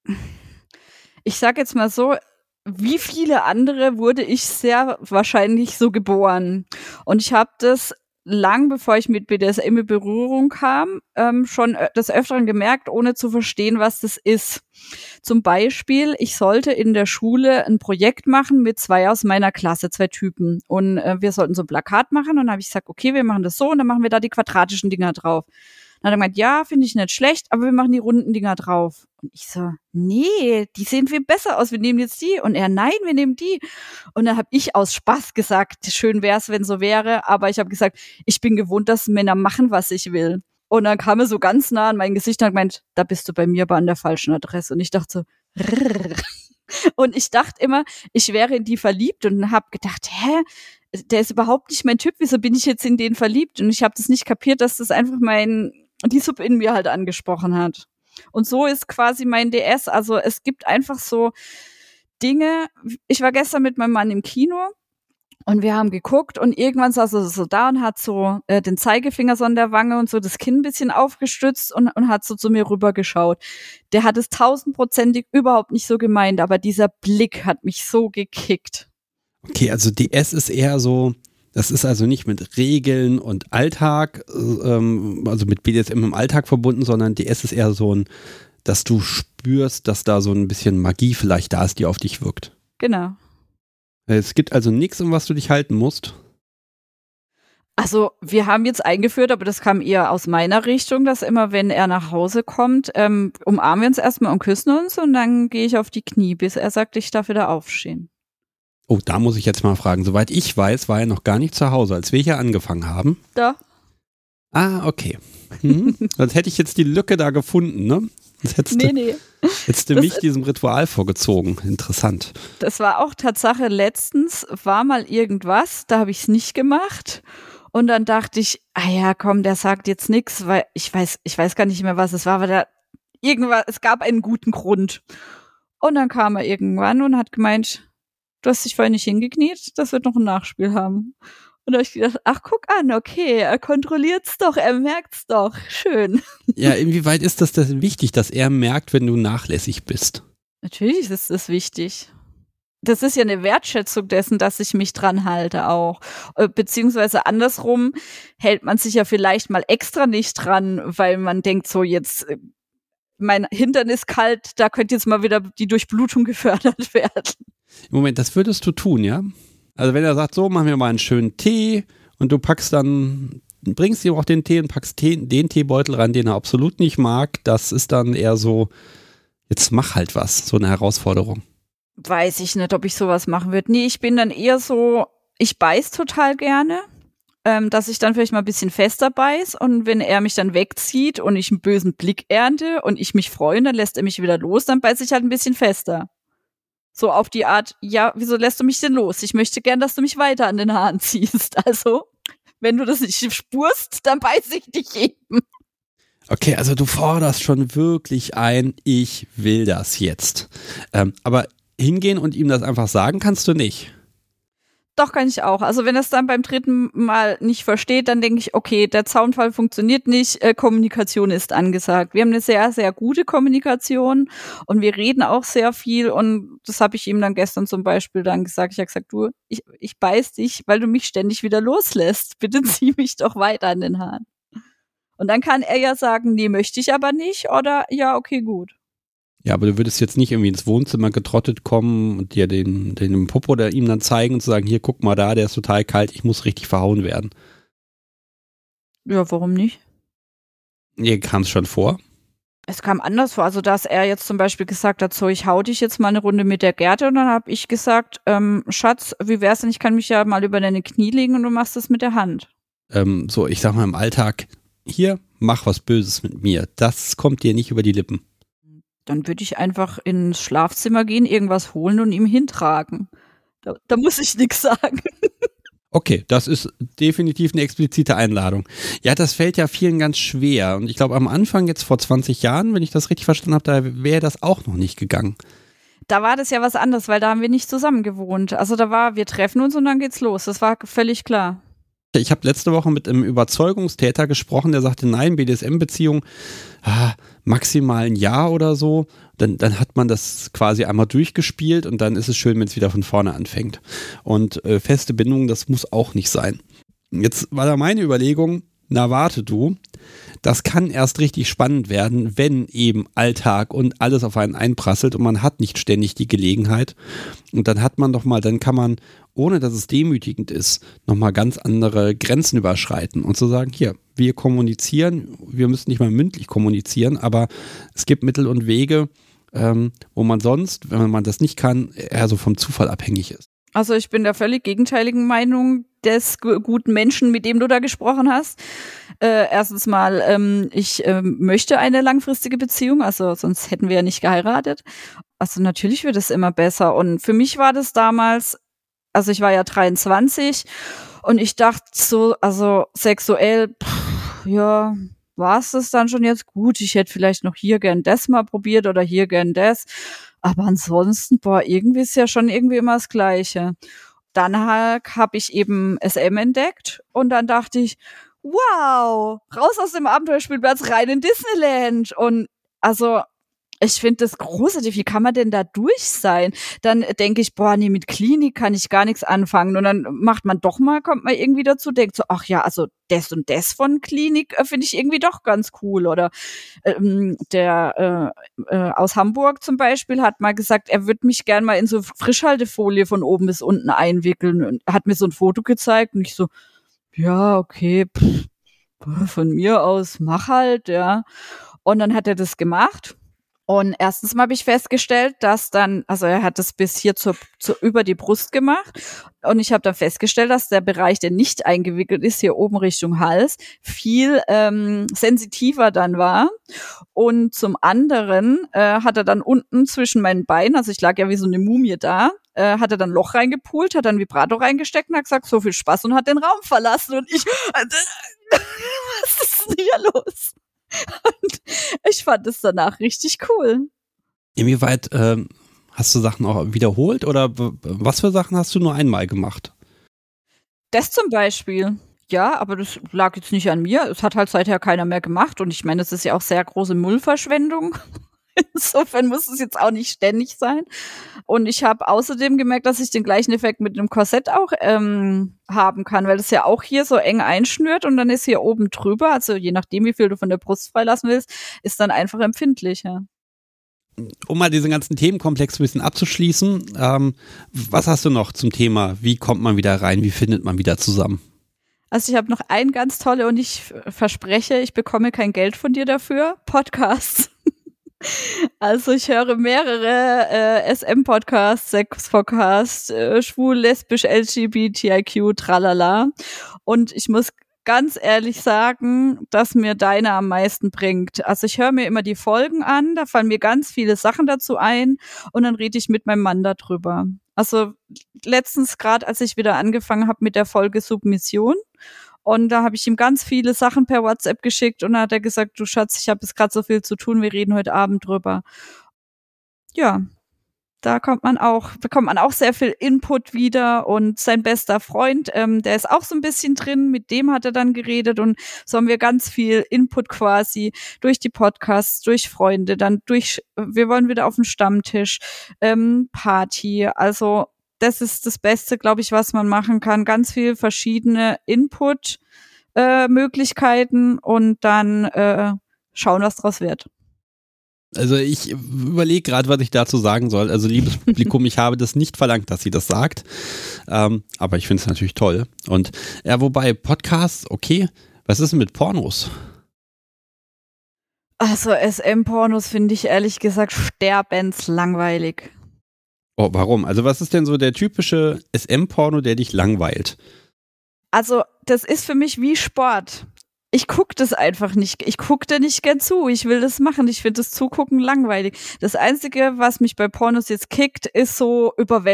ich sag jetzt mal so, wie viele andere wurde ich sehr wahrscheinlich so geboren. Und ich habe das lang, bevor ich mit B D S M in Berührung kam, ähm, schon des Öfteren gemerkt, ohne zu verstehen, was das ist. Zum Beispiel, ich sollte in der Schule ein Projekt machen mit zwei aus meiner Klasse, zwei Typen. Und äh, wir sollten so ein Plakat machen. Und dann habe ich gesagt, okay, wir machen das so und dann machen wir da die quadratischen Dinger drauf. Dann hat er gemeint, ja, finde ich nicht schlecht, aber wir machen die runden Dinger drauf. Und ich so, nee, die sehen viel besser aus, wir nehmen jetzt die. Und er, nein, wir nehmen die. Und dann habe ich aus Spaß gesagt, schön wär's, wenn so wäre. Aber ich habe gesagt, ich bin gewohnt, dass Männer machen, was ich will. Und dann kam er so ganz nah an mein Gesicht und hat gemeint, da bist du bei mir aber an der falschen Adresse. Und ich dachte so, rrr. Und ich dachte immer, ich wäre in die verliebt und habe gedacht, hä, der ist überhaupt nicht mein Typ, wieso bin ich jetzt in den verliebt? Und ich habe das nicht kapiert, dass das einfach mein, die Sub in mir halt angesprochen hat. Und so ist quasi mein D S, also es gibt einfach so Dinge, ich war gestern mit meinem Mann im Kino und wir haben geguckt und irgendwann saß er so da und hat so äh, den Zeigefinger so an der Wange und so das Kinn ein bisschen aufgestützt und, und hat so zu mir rübergeschaut. Der hat es tausendprozentig überhaupt nicht so gemeint, aber dieser Blick hat mich so gekickt. Okay, also D S ist eher so, das ist also nicht mit Regeln und Alltag, ähm, also mit B D S M im Alltag verbunden, sondern D S ist eher so ein, dass du spürst, dass da so ein bisschen Magie vielleicht da ist, die auf dich wirkt. Genau. Es gibt also nichts, um was du dich halten musst. Also wir haben jetzt eingeführt, aber das kam eher aus meiner Richtung, dass immer, wenn er nach Hause kommt, ähm, umarmen wir uns erstmal und küssen uns und dann gehe ich auf die Knie, bis er sagt, ich darf wieder aufstehen. Oh, da muss ich jetzt mal fragen. Soweit ich weiß, war er noch gar nicht zu Hause, als wir hier angefangen haben. Da. Ah, okay. Hm. Sonst hätte ich jetzt die Lücke da gefunden, ne? Sonst hättest nee, du, nee. hättest du Das- mich diesem Ritual vorgezogen. Interessant. Das war auch Tatsache, letztens war mal irgendwas, da habe ich es nicht gemacht. Und dann dachte ich, ah ja, komm, der sagt jetzt nichts, weil ich weiß, ich weiß gar nicht mehr, was es war, weil da irgendwas, es gab einen guten Grund. Und dann kam er irgendwann und hat gemeint, du hast dich vorhin nicht hingekniet, das wird noch ein Nachspiel haben. Und da habe ich gedacht, ach, guck an, okay, er kontrolliert's doch, er merkt's doch, schön. Ja, inwieweit ist das denn wichtig, dass er merkt, wenn du nachlässig bist? Natürlich ist das wichtig. Das ist ja eine Wertschätzung dessen, dass ich mich dran halte auch. Äh, Beziehungsweise andersrum hält man sich ja vielleicht mal extra nicht dran, weil man denkt so jetzt, äh, mein Hintern ist kalt, da könnte jetzt mal wieder die Durchblutung gefördert werden. Moment, das würdest du tun, ja? Also wenn er sagt, so, machen wir mal einen schönen Tee und du packst dann, bringst ihm auch den Tee und packst Tee, den Teebeutel rein, den er absolut nicht mag, das ist dann eher so, jetzt mach halt was, so eine Herausforderung. Weiß ich nicht, ob ich sowas machen würde. Nee, ich bin dann eher so, ich beiß total gerne, ähm, dass ich dann vielleicht mal ein bisschen fester beiß und wenn er mich dann wegzieht und ich einen bösen Blick ernte und ich mich freue, dann lässt er mich wieder los, dann beiß ich halt ein bisschen fester. So auf die Art, ja, wieso lässt du mich denn los? Ich möchte gern, dass du mich weiter an den Haaren ziehst. Also, wenn du das nicht spürst, dann beiß ich dich eben. Okay, also du forderst schon wirklich ein, ich will das jetzt. Ähm, aber hingehen und ihm das einfach sagen kannst du nicht. Doch, kann ich auch. Also wenn er es dann beim dritten Mal nicht versteht, dann denke ich, okay, der Zaunfall funktioniert nicht, äh, Kommunikation ist angesagt. Wir haben eine sehr, sehr gute Kommunikation und wir reden auch sehr viel und das habe ich ihm dann gestern zum Beispiel dann gesagt. Ich habe gesagt, du, ich, ich beiß dich, weil du mich ständig wieder loslässt. Bitte zieh mich doch weiter an den Haaren. Und dann kann er ja sagen, nee, möchte ich aber nicht oder ja, okay, gut. Ja, aber du würdest jetzt nicht irgendwie ins Wohnzimmer getrottet kommen und dir den, den Popo oder ihm dann zeigen und zu sagen, hier, guck mal da, der ist total kalt, ich muss richtig verhauen werden. Ja, warum nicht? Ihr kam es schon vor. Es kam anders vor, also dass er jetzt zum Beispiel gesagt hat, so ich hau dich jetzt mal eine Runde mit der Gerte und dann habe ich gesagt, ähm, Schatz, wie wär's denn, ich kann mich ja mal über deine Knie legen und du machst das mit der Hand. Ähm, so, ich sag mal im Alltag, hier, mach was Böses mit mir. Das kommt dir nicht über die Lippen. Dann würde ich einfach ins Schlafzimmer gehen, irgendwas holen und ihm hintragen. Da, da muss ich nichts sagen. Okay, das ist definitiv eine explizite Einladung. Ja, das fällt ja vielen ganz schwer. Und ich glaube, am Anfang, jetzt vor zwanzig Jahren, wenn ich das richtig verstanden habe, da wäre das auch noch nicht gegangen. Da war das ja was anderes, weil da haben wir nicht zusammen gewohnt. Also da war, wir treffen uns und dann geht's los. Das war völlig klar. Ich habe letzte Woche mit einem Überzeugungstäter gesprochen, der sagte, nein, B D S M-Beziehung, ah, maximal ein Jahr oder so. Dann, dann hat man das quasi einmal durchgespielt und dann ist es schön, wenn es wieder von vorne anfängt. Und äh, feste Bindung, das muss auch nicht sein. Jetzt war da meine Überlegung, na warte du, das kann erst richtig spannend werden, wenn eben Alltag und alles auf einen einprasselt und man hat nicht ständig die Gelegenheit. Und dann hat man doch mal, dann kann man, ohne dass es demütigend ist, nochmal ganz andere Grenzen überschreiten und zu sagen, hier, wir kommunizieren, wir müssen nicht mal mündlich kommunizieren, aber es gibt Mittel und Wege, ähm, wo man sonst, wenn man das nicht kann, eher so vom Zufall abhängig ist. Also ich bin der völlig gegenteiligen Meinung des g- guten Menschen, mit dem du da gesprochen hast. Äh, erstens mal, ähm, ich ähm, möchte eine langfristige Beziehung, also sonst hätten wir ja nicht geheiratet. Also natürlich wird es immer besser und für mich war das damals, also ich war ja dreiundzwanzig und ich dachte so, also sexuell, pff, ja, war es das dann schon jetzt gut? Ich hätte vielleicht noch hier gern das mal probiert oder hier gern das. Aber ansonsten, boah, irgendwie ist ja schon irgendwie immer das Gleiche. Dann habe ich eben S M entdeckt und dann dachte ich, wow, raus aus dem Abenteuerspielplatz, rein in Disneyland. Und also ich finde das großartig. Wie kann man denn da durch sein? Dann denke ich, boah, nee, mit Klinik kann ich gar nichts anfangen. Und dann macht man doch mal, kommt man irgendwie dazu, denkt so, ach ja, also das und das von Klinik äh, finde ich irgendwie doch ganz cool. Oder ähm, der äh, äh, aus Hamburg zum Beispiel hat mal gesagt, er würde mich gern mal in so Frischhaltefolie von oben bis unten einwickeln. Und hat mir so ein Foto gezeigt und ich so, ja, okay, pff, von mir aus, mach halt, ja. Und dann hat er das gemacht. Und erstens mal habe ich festgestellt, dass dann, also er hat das bis hier zur, zur über die Brust gemacht. Und ich habe dann festgestellt, dass der Bereich, der nicht eingewickelt ist, hier oben Richtung Hals, viel ähm, sensitiver dann war. Und zum anderen äh, hat er dann unten zwischen meinen Beinen, also ich lag ja wie so eine Mumie da, äh, hat er dann ein Loch reingepult, hat dann Vibrator reingesteckt und hat gesagt, so viel Spaß und hat den Raum verlassen. Und ich, äh, was ist denn hier los? Und ich fand es danach richtig cool. Inwieweit ähm, hast du Sachen auch wiederholt oder w- was für Sachen hast du nur einmal gemacht? Das zum Beispiel. Ja, aber das lag jetzt nicht an mir. Es hat halt seither keiner mehr gemacht. Und ich meine, das ist ja auch sehr große Müllverschwendung. Insofern muss es jetzt auch nicht ständig sein. Und ich habe außerdem gemerkt, dass ich den gleichen Effekt mit einem Korsett auch ähm, haben kann, weil das ja auch hier so eng einschnürt und dann ist hier oben drüber, also je nachdem, wie viel du von der Brust freilassen willst, ist dann einfach empfindlicher. Um mal diesen ganzen Themenkomplex ein bisschen abzuschließen, ähm, was hast du noch zum Thema? Wie kommt man wieder rein? Wie findet man wieder zusammen? Also ich habe noch ein ganz tolle und ich verspreche, ich bekomme kein Geld von dir dafür, Podcasts. Also ich höre mehrere äh, S M-Podcasts, Sex-Podcasts, äh, schwul, lesbisch, L G B T I Q, tralala. Und ich muss ganz ehrlich sagen, dass mir deine am meisten bringt. Also ich höre mir immer die Folgen an, da fallen mir ganz viele Sachen dazu ein und dann rede ich mit meinem Mann darüber. Also letztens gerade, als ich wieder angefangen habe mit der Folge Submission, und da habe ich ihm ganz viele Sachen per WhatsApp geschickt und dann hat er gesagt, du Schatz, ich habe jetzt gerade so viel zu tun, wir reden heute Abend drüber. Ja, da kommt man auch, bekommt man auch sehr viel Input wieder und sein bester Freund, ähm, der ist auch so ein bisschen drin, mit dem hat er dann geredet und so haben wir ganz viel Input quasi durch die Podcasts, durch Freunde, dann durch, wir wollen wieder auf den Stammtisch, ähm, Party, also das ist das Beste, glaube ich, was man machen kann. Ganz viel verschiedene Input-Möglichkeiten äh, und dann äh, schauen, was draus wird. Also ich überlege gerade, was ich dazu sagen soll. Also liebes Publikum, ich habe das nicht verlangt, dass sie das sagt. Ähm, aber ich finde es natürlich toll. Und ja, wobei Podcasts, okay. Was ist denn mit Pornos? Also S M-Pornos finde ich ehrlich gesagt sterbenslangweilig. Oh, warum? Also was ist denn so der typische S M-Porno, der dich langweilt? Also das ist für mich wie Sport. Ich gucke das einfach nicht. Ich gucke da nicht gern zu. Ich will das machen. Ich finde das Zugucken langweilig. Das Einzige, was mich bei Pornos jetzt kickt, ist so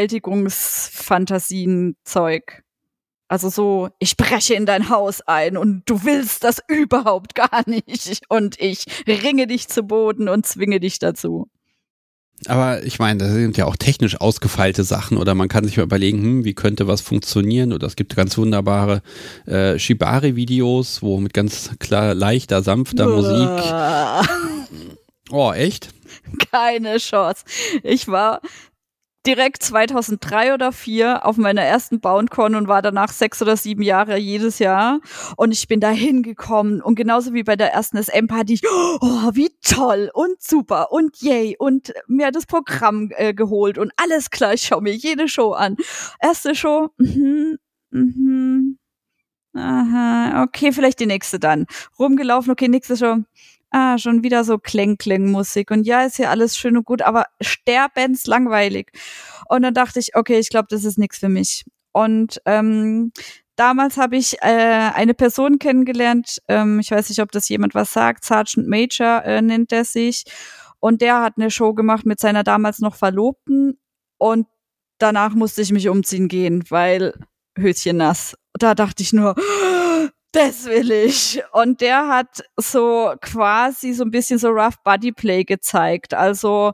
Überwältigungsfantasien-Zeug. Also so, ich breche in dein Haus ein und du willst das überhaupt gar nicht. Und ich ringe dich zu Boden und zwinge dich dazu. Aber ich meine, das sind ja auch technisch ausgefeilte Sachen oder man kann sich mal überlegen, hm, wie könnte was funktionieren, oder es gibt ganz wunderbare äh, Shibari-Videos, wo mit ganz klar leichter, sanfter Musik. Oh, echt? Keine Chance. Ich war direkt zweitausenddrei oder vier auf meiner ersten BoundCon und war danach sechs oder sieben Jahre jedes Jahr. Und ich bin da hingekommen. Und genauso wie bei der ersten S M-Party, oh, wie toll und super und yay. Und mir hat das Programm äh, geholt und alles klar, ich schaue mir jede Show an. Erste Show, mhm, mhm, aha, okay, vielleicht die nächste dann. Rumgelaufen, okay, nächste Show. Ah, schon wieder so Kläng-Kläng-Musik. Und ja, ist ja alles schön und gut, aber sterbenslangweilig. Und dann dachte ich, okay, ich glaube, das ist nichts für mich. Und ähm, damals habe ich äh, eine Person kennengelernt, ähm, ich weiß nicht, ob das jemand was sagt, Sergeant Major äh, nennt er sich. Und der hat eine Show gemacht mit seiner damals noch Verlobten. Und danach musste ich mich umziehen gehen, weil Höschen nass. Da dachte ich nur, das will ich. Und der hat so quasi so ein bisschen so Rough Buddy Play gezeigt. Also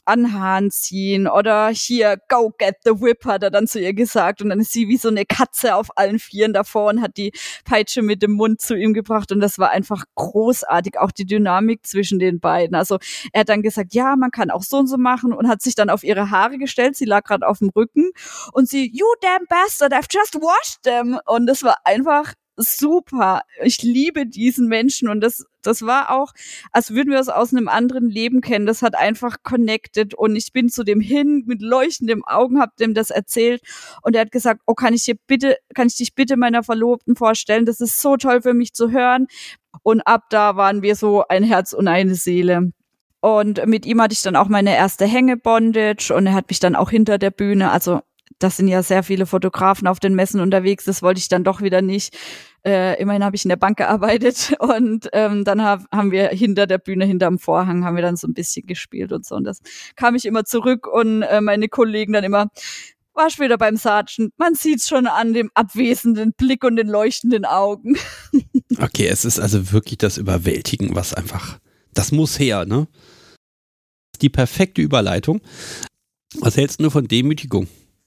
an den Haaren ziehen oder hier, go get the whip, hat er dann zu ihr gesagt. Und dann ist sie wie so eine Katze auf allen Vieren davor und hat die Peitsche mit dem Mund zu ihm gebracht. Und das war einfach großartig, auch die Dynamik zwischen den beiden. Also er hat dann gesagt, ja, man kann auch so und so machen und hat sich dann auf ihre Haare gestellt. Sie lag gerade auf dem Rücken und sie, you damn bastard, I've just washed them. Und das war einfach super. Ich liebe diesen Menschen und das das war auch, als würden wir es aus einem anderen Leben kennen. Das hat einfach connected und ich bin zu dem hin mit leuchtenden Augen, hab dem das erzählt und er hat gesagt, oh, kann ich dir bitte, kann ich dich bitte meiner Verlobten vorstellen? Das ist so toll für mich zu hören. Und ab da waren wir so ein Herz und eine Seele. Und mit ihm hatte ich dann auch meine erste Hängebondage und er hat mich dann auch hinter der Bühne, also das sind ja sehr viele Fotografen auf den Messen unterwegs, das wollte ich dann doch wieder nicht. Äh, immerhin habe ich in der Bank gearbeitet und ähm, dann hab, haben wir hinter der Bühne, hinterm Vorhang, haben wir dann so ein bisschen gespielt und so. Und das kam ich immer zurück und äh, meine Kollegen dann immer, warst wieder beim Sergeant, man sieht's schon an dem abwesenden Blick und den leuchtenden Augen. Okay, es ist also wirklich das Überwältigen, was einfach, das muss her, ne? Die perfekte Überleitung. Was hältst du von Demütigung?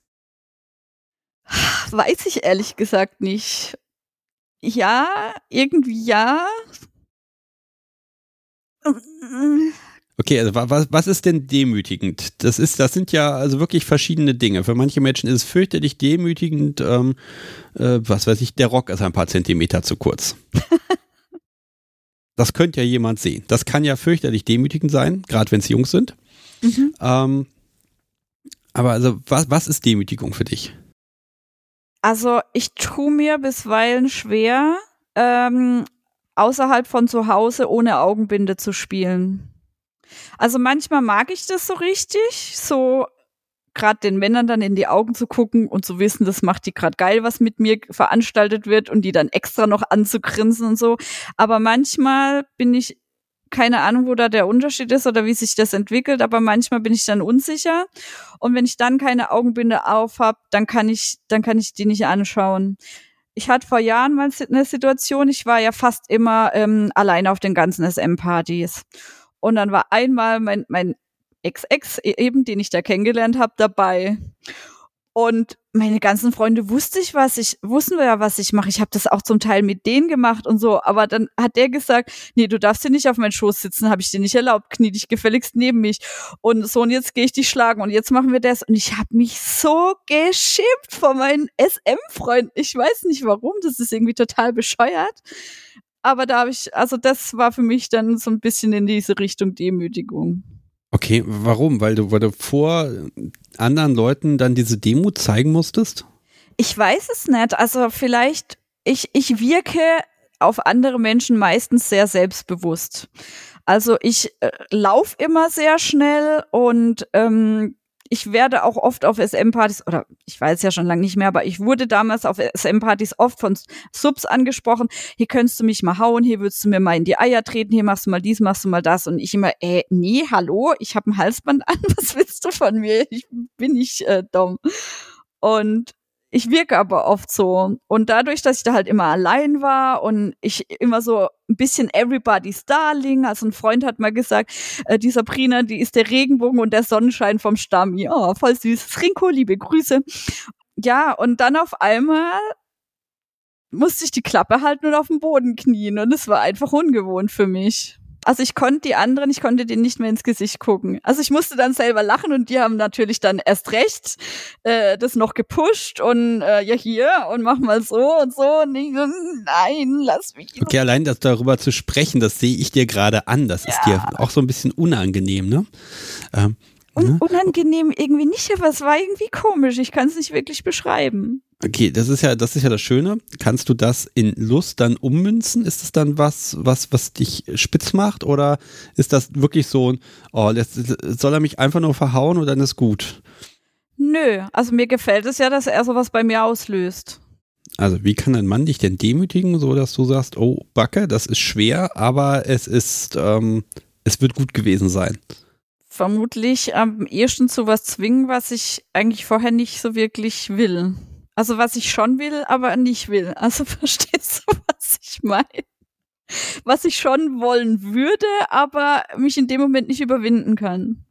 Weiß ich ehrlich gesagt nicht. Ja, irgendwie ja. Okay, also was, was ist denn demütigend? Das ist, das sind ja also wirklich verschiedene Dinge. Für manche Menschen ist es fürchterlich demütigend, ähm, äh, was weiß ich, der Rock ist ein paar Zentimeter zu kurz. Das könnte ja jemand sehen. Das kann ja fürchterlich demütigend sein, gerade wenn es Jungs sind. Mhm. Ähm, aber also, was, was ist Demütigung für dich? Also ich tue mir bisweilen schwer, ähm, außerhalb von zu Hause ohne Augenbinde zu spielen. Also manchmal mag ich das so richtig, so gerade den Männern dann in die Augen zu gucken und zu wissen, das macht die gerade geil, was mit mir veranstaltet wird und die dann extra noch anzugrinsen und so. Aber manchmal bin ich, keine Ahnung, wo da der Unterschied ist oder wie sich das entwickelt, aber manchmal bin ich dann unsicher. Und wenn ich dann keine Augenbinde auf habe, dann kann ich, dann kann ich die nicht anschauen. Ich hatte vor Jahren mal eine Situation, ich war ja fast immer ähm, alleine auf den ganzen S M-Partys. Und dann war einmal mein, mein Ex-Ex eben, den ich da kennengelernt habe, dabei. Und meine ganzen Freunde wusste ich, was ich, wussten wir ja, was ich mache. Ich habe das auch zum Teil mit denen gemacht und so. Aber dann hat der gesagt, nee, du darfst hier nicht auf meinen Schoß sitzen, habe ich dir nicht erlaubt. Knie dich gefälligst neben mich. Und so, und jetzt gehe ich dich schlagen und jetzt machen wir das. Und ich habe mich so geschimpft von meinen S M-Freunden. Ich weiß nicht warum, das ist irgendwie total bescheuert. Aber da habe ich, also das war für mich dann so ein bisschen in diese Richtung Demütigung. Okay, warum? Weil du, weil du vor anderen Leuten dann diese Demut zeigen musstest? Ich weiß es nicht. Also vielleicht, ich, ich wirke auf andere Menschen meistens sehr selbstbewusst. Also ich äh, laufe immer sehr schnell und ähm, ich werde auch oft auf S M-Partys, oder ich weiß ja schon lange nicht mehr, aber ich wurde damals auf S M-Partys oft von Subs angesprochen, hier könntest du mich mal hauen, hier würdest du mir mal in die Eier treten, hier machst du mal dies, machst du mal das. Und ich immer, äh, nee, hallo, ich habe ein Halsband an, was willst du von mir? Ich bin nicht äh, dumm. Und ich wirke aber oft so. Und dadurch, dass ich da halt immer allein war und ich immer so ein bisschen everybody's darling, also ein Freund hat mal gesagt, äh, die Sabrina, die ist der Regenbogen und der Sonnenschein vom Stamm. Ja, voll süß. Rinko, liebe Grüße. Ja, und dann auf einmal musste ich die Klappe halten und auf den Boden knien und es war einfach ungewohnt für mich. Also ich konnte die anderen, ich konnte denen nicht mehr ins Gesicht gucken. Also ich musste dann selber lachen und die haben natürlich dann erst recht äh, das noch gepusht und äh, ja hier und mach mal so und so. Und ich so, nein, lass mich. Okay, allein das darüber zu sprechen, das sehe ich dir gerade an. Das ja. ist dir auch so ein bisschen unangenehm, ne? Ähm, Un- unangenehm irgendwie nicht, aber es war irgendwie komisch. Ich kann es nicht wirklich beschreiben. Okay, das ist ja, das ist ja das Schöne. Kannst du das in Lust dann ummünzen? Ist es dann was, was, was dich spitz macht? Oder ist das wirklich so, oh, soll er mich einfach nur verhauen und dann ist gut? Nö, also mir gefällt es ja, dass er sowas bei mir auslöst. Also wie kann ein Mann dich denn demütigen, so dass du sagst, oh, Backe, das ist schwer, aber es ist, ähm, es wird gut gewesen sein? Vermutlich am ehesten zu was zwingen, was ich eigentlich vorher nicht so wirklich will. Also was ich schon will, aber nicht will. Also verstehst du, was ich meine? Was ich schon wollen würde, aber mich in dem Moment nicht überwinden kann.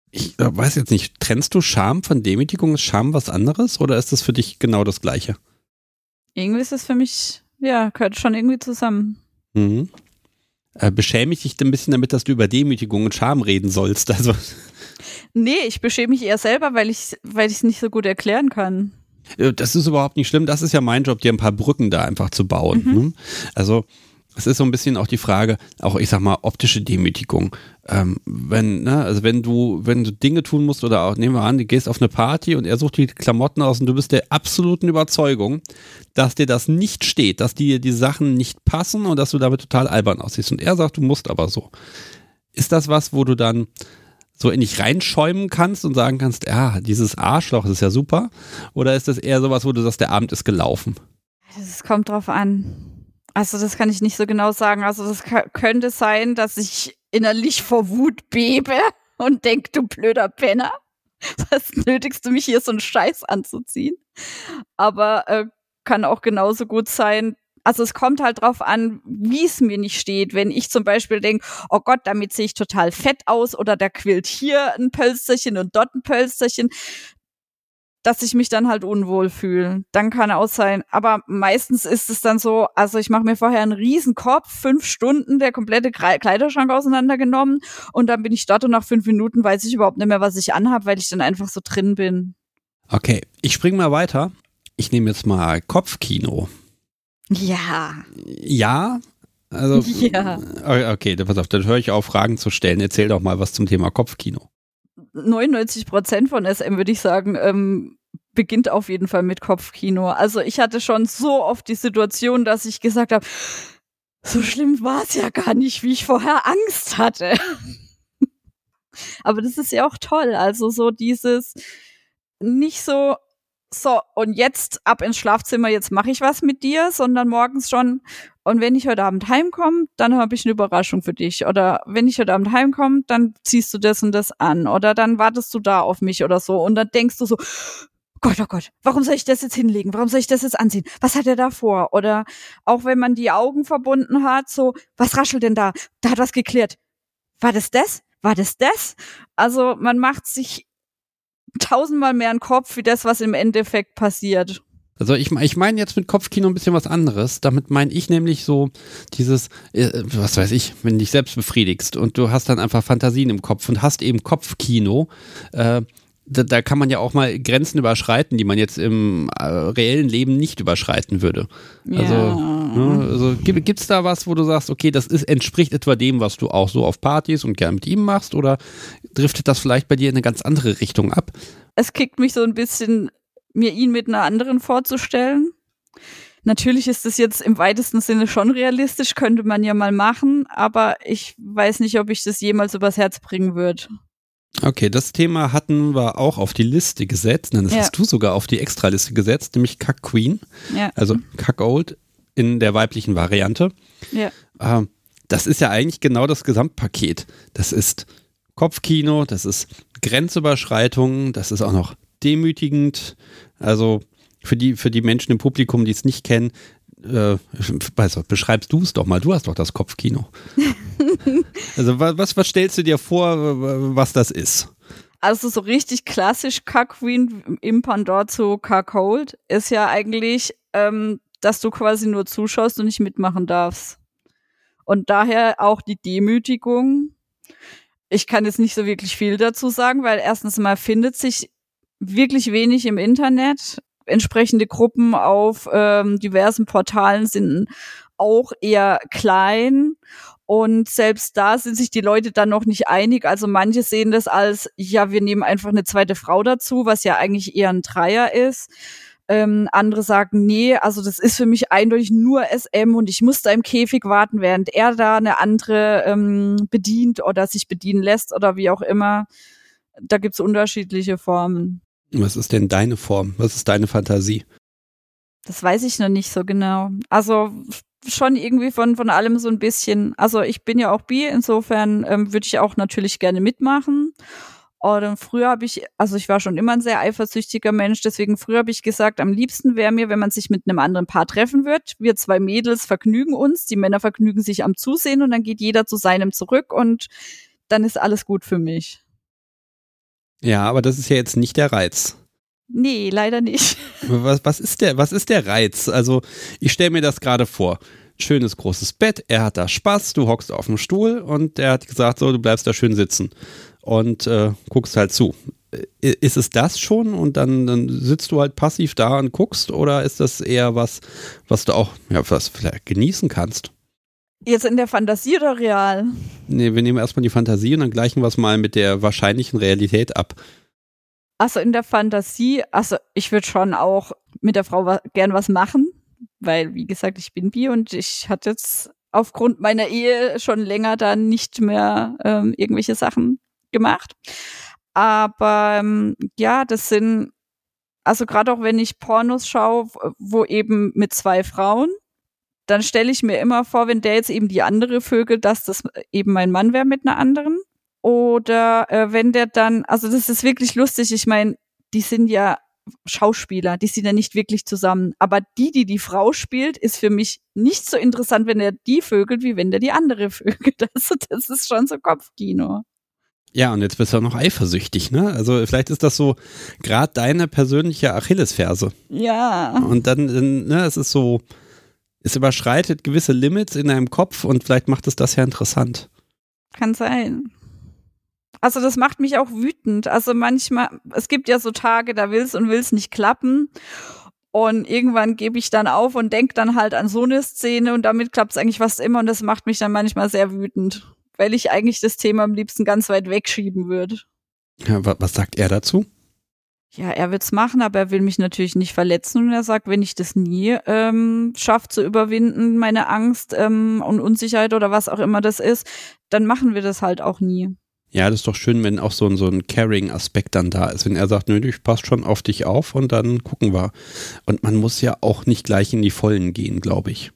Ich äh, weiß jetzt nicht, trennst du Scham von Demütigung? Ist Scham was anderes oder ist das für dich genau das Gleiche? Irgendwie ist es für mich, ja, gehört schon irgendwie zusammen. Mhm. Äh, beschäme ich dich ein bisschen damit, dass du über Demütigung und Scham reden sollst? Also Nee, ich beschäme mich eher selber, weil ich weil ich es nicht so gut erklären kann. das ist überhaupt nicht schlimm. Das ist ja mein Job, dir ein paar Brücken da einfach zu bauen. Mhm. Ne? Also es ist so ein bisschen auch die Frage, auch ich sag mal, optische Demütigung. Ähm, wenn, ne, also wenn du, wenn du Dinge tun musst oder auch, nehmen wir an, du gehst auf eine Party und er sucht die Klamotten aus und du bist der absoluten Überzeugung, dass dir das nicht steht, dass dir die Sachen nicht passen und dass du damit total albern aussiehst. Und er sagt, du musst aber so. Ist das was, wo du dann so in dich reinschäumen kannst und sagen kannst, ja, dieses Arschloch, das ist ja super? Oder ist das eher sowas, wo du sagst, der Abend ist gelaufen? Es kommt drauf an. Also das kann ich nicht so genau sagen. Also das k- könnte sein, dass ich innerlich vor Wut bebe und denk, du blöder Penner, was nötigst du mich hier so einen Scheiß anzuziehen? Aber äh, kann auch genauso gut sein, also es kommt halt drauf an, wie es mir nicht steht. Wenn ich zum Beispiel denke, oh Gott, damit sehe ich total fett aus oder da quillt hier ein Pölsterchen und dort ein Pölsterchen, dass ich mich dann halt unwohl fühle. Dann kann auch sein. Aber meistens ist es dann so, also ich mache mir vorher einen riesen Kopf, fünf Stunden, der komplette Kleiderschrank auseinandergenommen und dann bin ich dort und nach fünf Minuten weiß ich überhaupt nicht mehr, was ich anhab, weil ich dann einfach so drin bin. Okay, ich springe mal weiter. Ich nehme jetzt mal Kopfkino. Ja. Ja, also Ja. okay, pass auf, dann höre ich auf, Fragen zu stellen. Erzähl doch mal was zum Thema Kopfkino. neunundneunzig Prozent von S M, würde ich sagen, ähm, beginnt auf jeden Fall mit Kopfkino. Also ich hatte schon so oft die Situation, dass ich gesagt habe, so schlimm war es ja gar nicht, wie ich vorher Angst hatte. Aber das ist ja auch toll. Also so dieses nicht so, so und jetzt ab ins Schlafzimmer, jetzt mache ich was mit dir, sondern morgens schon, und wenn ich heute Abend heimkomme, dann habe ich eine Überraschung für dich. Oder wenn ich heute Abend heimkomme, dann ziehst du das und das an. Oder dann wartest du da auf mich oder so. Und dann denkst du so, Gott, oh Gott, warum soll ich das jetzt hinlegen? Warum soll ich das jetzt anziehen? Was hat er da vor? Oder auch wenn man die Augen verbunden hat, so, was raschelt denn da? Da hat was geklärt. War das das? War das das? Also man macht sich tausendmal mehr einen Kopf, wie das, was im Endeffekt passiert. Also ich, ich meine jetzt mit Kopfkino ein bisschen was anderes. Damit meine ich nämlich so dieses, äh, was weiß ich, wenn du dich selbst befriedigst und du hast dann einfach Fantasien im Kopf und hast eben Kopfkino. Äh, da, da kann man ja auch mal Grenzen überschreiten, die man jetzt im äh, reellen Leben nicht überschreiten würde. Ja. Also, ne, also gibt es da was, wo du sagst, okay, das ist, entspricht etwa dem, was du auch so auf Partys und gern mit ihm machst, oder driftet das vielleicht bei dir in eine ganz andere Richtung ab? Es kickt mich so ein bisschen, mir ihn mit einer anderen vorzustellen. Natürlich ist das jetzt im weitesten Sinne schon realistisch, könnte man ja mal machen, aber ich weiß nicht, ob ich das jemals übers Herz bringen würde. Okay, das Thema hatten wir auch auf die Liste gesetzt, das Ja. hast du sogar auf die Extraliste gesetzt, nämlich Cuck Queen, Ja. also Cuck Old in der weiblichen Variante. Ja. Ähm, das ist ja eigentlich genau das Gesamtpaket. Das ist Kopfkino, das ist Grenzüberschreitung, das ist auch noch demütigend. Also für die, für die Menschen im Publikum, die es nicht kennen, äh, weißt du, beschreibst du es doch mal, du hast doch das Kopfkino. Also was, was stellst du dir vor, was das ist? Also so richtig klassisch Cuck Queen im Pendant zu Cuck Old ist ja eigentlich, ähm, dass du quasi nur zuschaust und nicht mitmachen darfst. Und daher auch die Demütigung. Ich kann jetzt nicht so wirklich viel dazu sagen, weil erstens mal findet sich wirklich wenig im Internet. Entsprechende Gruppen auf ähm, diversen Portalen sind auch eher klein. Und selbst da sind sich die Leute dann noch nicht einig. Also manche sehen das als, ja, wir nehmen einfach eine zweite Frau dazu, was ja eigentlich eher ein Dreier ist. Ähm, andere sagen, nee, also das ist für mich eindeutig nur S M und ich muss da im Käfig warten, während er da eine andere ähm, bedient oder sich bedienen lässt oder wie auch immer. Da gibt's unterschiedliche Formen. Was ist denn deine Form? Was ist deine Fantasie? Das weiß ich noch nicht so genau. Also schon irgendwie von von allem so ein bisschen. Also ich bin ja auch bi, insofern ähm, würde ich auch natürlich gerne mitmachen. Und früher habe ich, also ich war schon immer ein sehr eifersüchtiger Mensch, deswegen früher habe ich gesagt, am liebsten wäre mir, wenn man sich mit einem anderen Paar treffen wird. Wir zwei Mädels vergnügen uns, die Männer vergnügen sich am Zusehen und dann geht jeder zu seinem zurück und dann ist alles gut für mich. Ja, aber das ist ja jetzt nicht der Reiz. Nee, leider nicht. Was, was, ist der, was ist der Reiz? Also ich stelle mir das gerade vor. Schönes großes Bett, er hat da Spaß, du hockst auf dem Stuhl und er hat gesagt, so, du bleibst da schön sitzen und äh, guckst halt zu. Ist es das schon und dann, dann sitzt du halt passiv da und guckst oder ist das eher was, was du auch ja, was vielleicht genießen kannst? Jetzt in der Fantasie oder real? Nee, wir nehmen erstmal die Fantasie und dann gleichen wir es mal mit der wahrscheinlichen Realität ab. Also in der Fantasie, also ich würde schon auch mit der Frau wa- gern was machen, weil, wie gesagt, ich bin bi und ich hatte jetzt aufgrund meiner Ehe schon länger dann nicht mehr ähm, irgendwelche Sachen gemacht. Aber ähm, ja, das sind, also gerade auch wenn ich Pornos schaue, wo wo eben mit zwei Frauen, dann stelle ich mir immer vor, wenn der jetzt eben die andere vögelt, dass das eben mein Mann wäre mit einer anderen. Oder äh, wenn der dann, also das ist wirklich lustig, ich meine, die sind ja Schauspieler, die sind ja nicht wirklich zusammen. Aber die, die die Frau spielt, ist für mich nicht so interessant, wenn er die vögelt, wie wenn der die andere vögelt. Also das ist schon so Kopfkino. Ja, und jetzt bist du auch noch eifersüchtig, ne? Also vielleicht ist das so gerade deine persönliche Achillesferse. Ja. Und dann, dann, ne, es ist so, es überschreitet gewisse Limits in deinem Kopf und vielleicht macht es das ja interessant. Kann sein. Also das macht mich auch wütend. Also manchmal, es gibt ja so Tage, da will's und will's nicht klappen. Und irgendwann gebe ich dann auf und denke dann halt an so eine Szene und damit klappt's eigentlich fast immer und das macht mich dann manchmal sehr wütend, weil ich eigentlich das Thema am liebsten ganz weit wegschieben würde. Ja, wa- was sagt er dazu? Ja, er wird's machen, aber er will mich natürlich nicht verletzen und er sagt, wenn ich das nie ähm, schaffe zu überwinden, meine Angst ähm, und Unsicherheit oder was auch immer das ist, dann machen wir das halt auch nie. Ja, das ist doch schön, wenn auch so ein, so ein Caring-Aspekt dann da ist. Wenn er sagt, nö, ich passe schon auf dich auf und dann gucken wir. Und man muss ja auch nicht gleich in die Vollen gehen, glaube ich.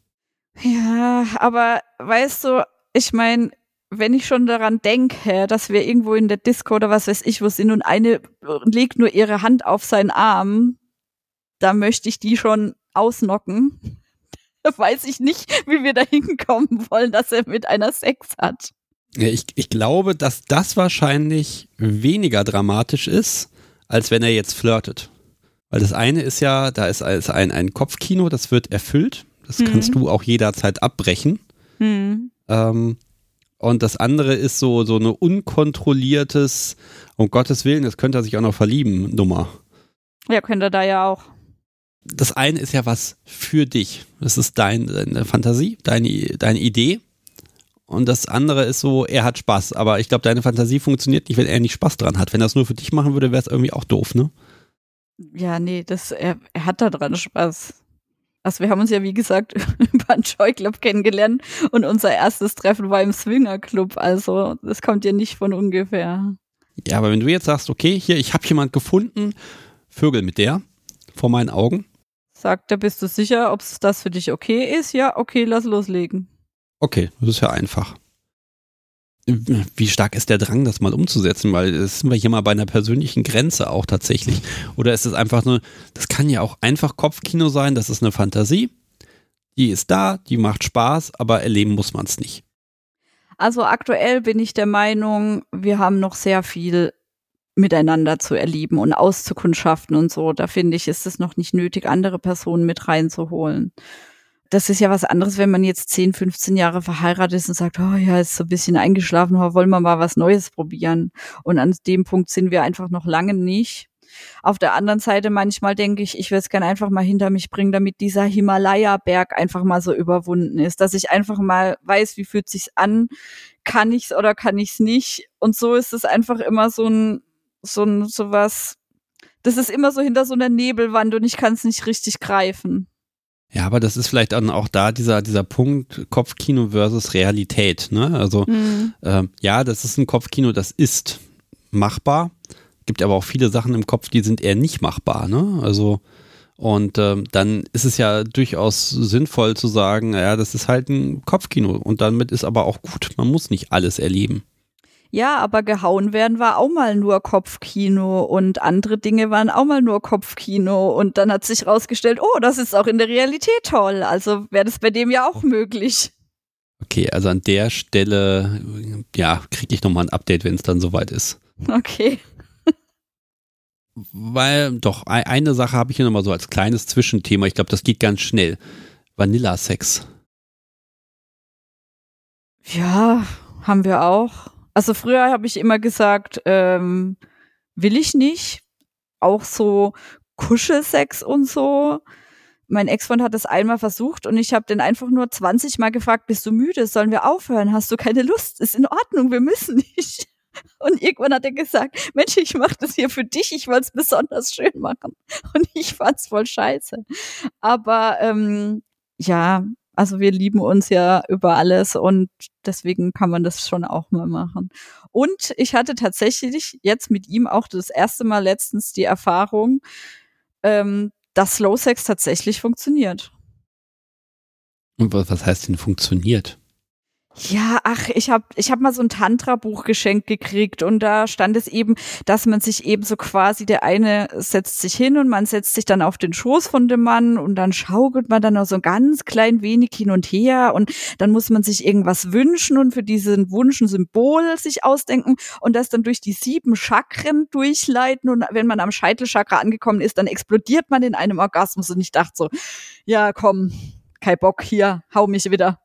Ja, aber weißt du, ich meine, wenn ich schon daran denke, dass wir irgendwo in der Disco oder was weiß ich wo sind und eine legt nur ihre Hand auf seinen Arm, da möchte ich die schon ausnocken. Da weiß ich nicht, wie wir da hinkommen wollen, dass er mit einer Sex hat. Ja, ich, ich glaube, dass das wahrscheinlich weniger dramatisch ist, als wenn er jetzt flirtet. Weil das eine ist ja, da ist ist ein, ein Kopfkino, das wird erfüllt. Das Mhm. kannst du auch jederzeit abbrechen. Hm. Ähm, und das andere ist so, so eine unkontrolliertes, um Gottes Willen, das könnte er sich auch noch verlieben, Nummer. Ja, könnte er da ja auch. Das eine ist ja was für dich. Das ist dein, deine Fantasie, deine, deine Idee. Und das andere ist so, er hat Spaß. Aber ich glaube, deine Fantasie funktioniert nicht, wenn er nicht Spaß dran hat. Wenn er es nur für dich machen würde, wäre es irgendwie auch doof, ne? Ja, nee, das, er, er hat da dran Spaß. Also wir haben uns ja, wie gesagt, über einen Joy Club kennengelernt und unser erstes Treffen war im Swinger Club. Also das kommt ja nicht von ungefähr. Ja, aber wenn du jetzt sagst, okay, hier, ich habe jemand gefunden, Vögel mit der, vor meinen Augen. Sagt er, bist du sicher, ob das für dich okay ist? Ja, okay, lass loslegen. Okay, das ist ja einfach. Wie stark ist der Drang, das mal umzusetzen? Weil das sind wir hier mal bei einer persönlichen Grenze auch tatsächlich. Oder ist es einfach nur, das kann ja auch einfach Kopfkino sein, das ist eine Fantasie, die ist da, die macht Spaß, aber erleben muss man es nicht. Also aktuell bin ich der Meinung, wir haben noch sehr viel miteinander zu erleben und auszukundschaften und so. Da finde ich, ist es noch nicht nötig, andere Personen mit reinzuholen. Das ist ja was anderes, wenn man jetzt zehn, fünfzehn Jahre verheiratet ist und sagt, oh ja, ist so ein bisschen eingeschlafen, aber wollen wir mal was Neues probieren. Und an dem Punkt sind wir einfach noch lange nicht. Auf der anderen Seite manchmal denke ich, ich würde es gerne einfach mal hinter mich bringen, damit dieser Himalaya-Berg einfach mal so überwunden ist, dass ich einfach mal weiß, wie fühlt sich's an, kann ich's oder kann ich's nicht. Und so ist es einfach immer so ein, so ein, sowas, das ist immer so hinter so einer Nebelwand und ich kann es nicht richtig greifen. Ja, aber das ist vielleicht dann auch da dieser, dieser Punkt Kopfkino versus Realität, ne? Also, Mhm. ähm, ja, das ist ein Kopfkino, das ist machbar. Gibt aber auch viele Sachen im Kopf, die sind eher nicht machbar, ne? Also, und ähm, dann ist es ja durchaus sinnvoll zu sagen, ja, das ist halt ein Kopfkino und damit ist aber auch gut. Man muss nicht alles erleben. Ja, aber gehauen werden war auch mal nur Kopfkino und andere Dinge waren auch mal nur Kopfkino und dann hat sich rausgestellt, oh, das ist auch in der Realität toll. Also wäre das bei dem ja auch möglich. Okay, also an der Stelle, ja, kriege ich nochmal ein Update, wenn es dann soweit ist. Okay. weil doch, eine Sache habe ich hier nochmal so als kleines Zwischenthema. Ich glaube, das geht ganz schnell. Vanilla-Sex. Ja, haben wir auch. Also früher habe ich immer gesagt, ähm, will ich nicht. Auch so Kuschelsex und so. Mein Ex-Freund hat das einmal versucht und ich habe den einfach nur zwanzig Mal gefragt, bist du müde? Sollen wir aufhören? Hast du keine Lust? Ist in Ordnung, wir müssen nicht. Und irgendwann hat er gesagt, Mensch, ich mache das hier für dich, ich wollte es besonders schön machen. Und ich fand's voll scheiße. Aber ähm, ja, also wir lieben uns ja über alles und deswegen kann man das schon auch mal machen. Und ich hatte tatsächlich jetzt mit ihm auch das erste Mal letztens die Erfahrung, ähm, dass Slow Sex tatsächlich funktioniert. Und was, was heißt denn funktioniert? Ja, ach, ich habe ich hab mal so ein Tantra-Buch geschenkt gekriegt und da stand es eben, dass man sich eben so quasi, der eine setzt sich hin und man setzt sich dann auf den Schoß von dem Mann und dann schaukelt man dann noch so ganz klein wenig hin und her und dann muss man sich irgendwas wünschen und für diesen Wunsch ein Symbol sich ausdenken und das dann durch die sieben Chakren durchleiten und wenn man am Scheitelchakra angekommen ist, dann explodiert man in einem Orgasmus und ich dachte so, ja komm, kein Bock, hier, hau mich wieder.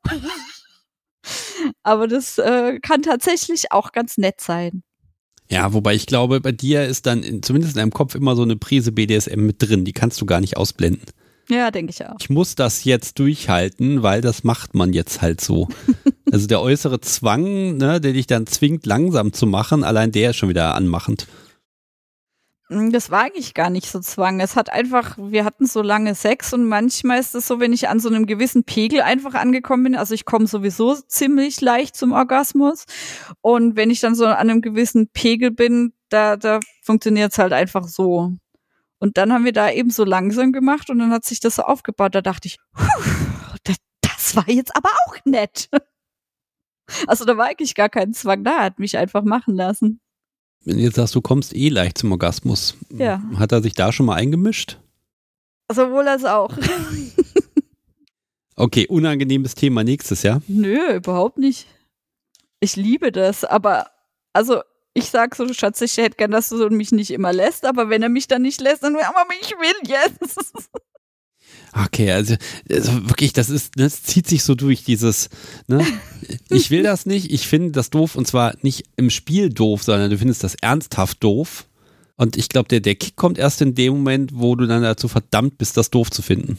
Aber das äh, kann tatsächlich auch ganz nett sein. Ja, wobei ich glaube, bei dir ist dann in, zumindest in deinem Kopf immer so eine Prise B D S M mit drin. Die kannst du gar nicht ausblenden. Ja, denke ich auch. Ich muss das jetzt durchhalten, weil das macht man jetzt halt so. Also der äußere Zwang, ne, der dich dann zwingt, langsam zu machen, allein der ist schon wieder anmachend. Das war eigentlich gar nicht so Zwang. Es hat einfach, wir hatten so lange Sex und manchmal ist es so, wenn ich an so einem gewissen Pegel einfach angekommen bin, also ich komme sowieso ziemlich leicht zum Orgasmus und wenn ich dann so an einem gewissen Pegel bin, da, da funktioniert es halt einfach so. Und dann haben wir da eben so langsam gemacht und dann hat sich das so aufgebaut. Da dachte ich, das, das war jetzt aber auch nett. Also da war eigentlich gar kein Zwang da, hat mich einfach machen lassen. Wenn du jetzt sagst, du kommst eh leicht zum Orgasmus, ja. Hat er sich da schon mal eingemischt? Sowohl als auch. Okay, unangenehmes Thema nächstes Jahr? Nö, überhaupt nicht. Ich liebe das, aber also ich sag so, Schatz, ich hätte gern, dass du mich nicht immer lässt, aber wenn er mich dann nicht lässt, dann, aber ich will jetzt. Okay, also, also wirklich, das ist, das zieht sich so durch, dieses, ne? Ich will das nicht, ich finde das doof und zwar nicht im Spiel doof, sondern du findest das ernsthaft doof. Und ich glaube, der, der Kick kommt erst in dem Moment, wo du dann dazu verdammt bist, das doof zu finden.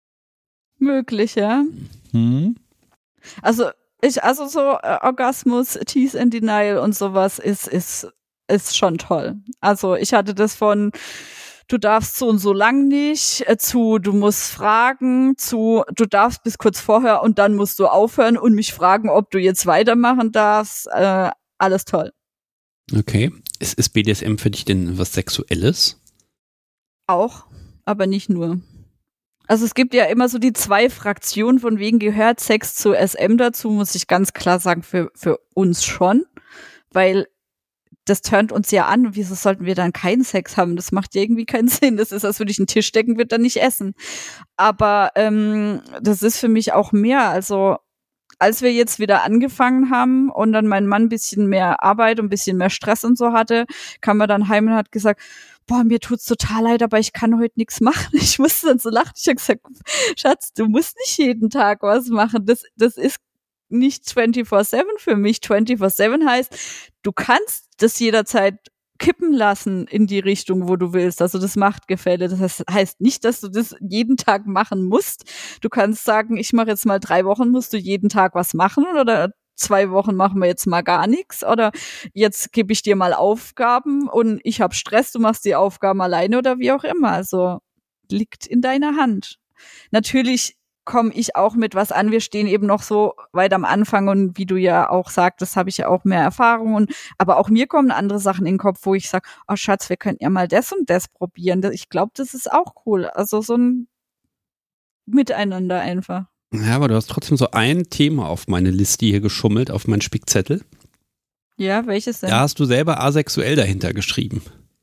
Möglich, ja. Hm? Also, ich, also so äh, Orgasmus, Tease and Denial und sowas ist, ist, ist schon toll. Also ich hatte das von du darfst so und so lang nicht, äh, zu du musst fragen, zu du darfst bis kurz vorher und dann musst du aufhören und mich fragen, ob du jetzt weitermachen darfst. Äh, alles toll. Okay. Ist, ist B D S M für dich denn was Sexuelles? Auch, aber nicht nur. Also es gibt ja immer so die zwei Fraktionen, von wegen gehört Sex zu S M dazu, muss ich ganz klar sagen, für, für uns schon, weil das turnt uns ja an. Wieso sollten wir dann keinen Sex haben? Das macht ja irgendwie keinen Sinn. Das ist, als würde ich einen Tisch decken, wird dann nicht essen. Aber ähm, das ist für mich auch mehr. Also als wir jetzt wieder angefangen haben und dann mein Mann ein bisschen mehr Arbeit und ein bisschen mehr Stress und so hatte, kam er dann heim und hat gesagt, boah, mir tut's total leid, aber ich kann heute nichts machen. Ich musste dann so lachen. Ich habe gesagt, Schatz, du musst nicht jeden Tag was machen. Das, das ist nicht vierundzwanzig sieben für mich. vierundzwanzig sieben heißt, du kannst das jederzeit kippen lassen in die Richtung, wo du willst. Also das Machtgefälle. Das heißt nicht, dass du das jeden Tag machen musst. Du kannst sagen, ich mache jetzt mal drei Wochen, musst du jeden Tag was machen oder zwei Wochen machen wir jetzt mal gar nichts oder jetzt gebe ich dir mal Aufgaben und ich habe Stress, du machst die Aufgaben alleine oder wie auch immer. Also liegt in deiner Hand. Natürlich komme ich auch mit was an. Wir stehen eben noch so weit am Anfang und wie du ja auch sagtest, habe ich ja auch mehr Erfahrung. Und, aber auch mir kommen andere Sachen in den Kopf, wo ich sage, oh Schatz, wir könnten ja mal das und das probieren. Ich glaube, das ist auch cool. Also so ein Miteinander einfach. Ja, aber du hast trotzdem so ein Thema auf meine Liste hier geschummelt, auf meinen Spickzettel. Ja, welches denn? Da hast du selber asexuell dahinter geschrieben.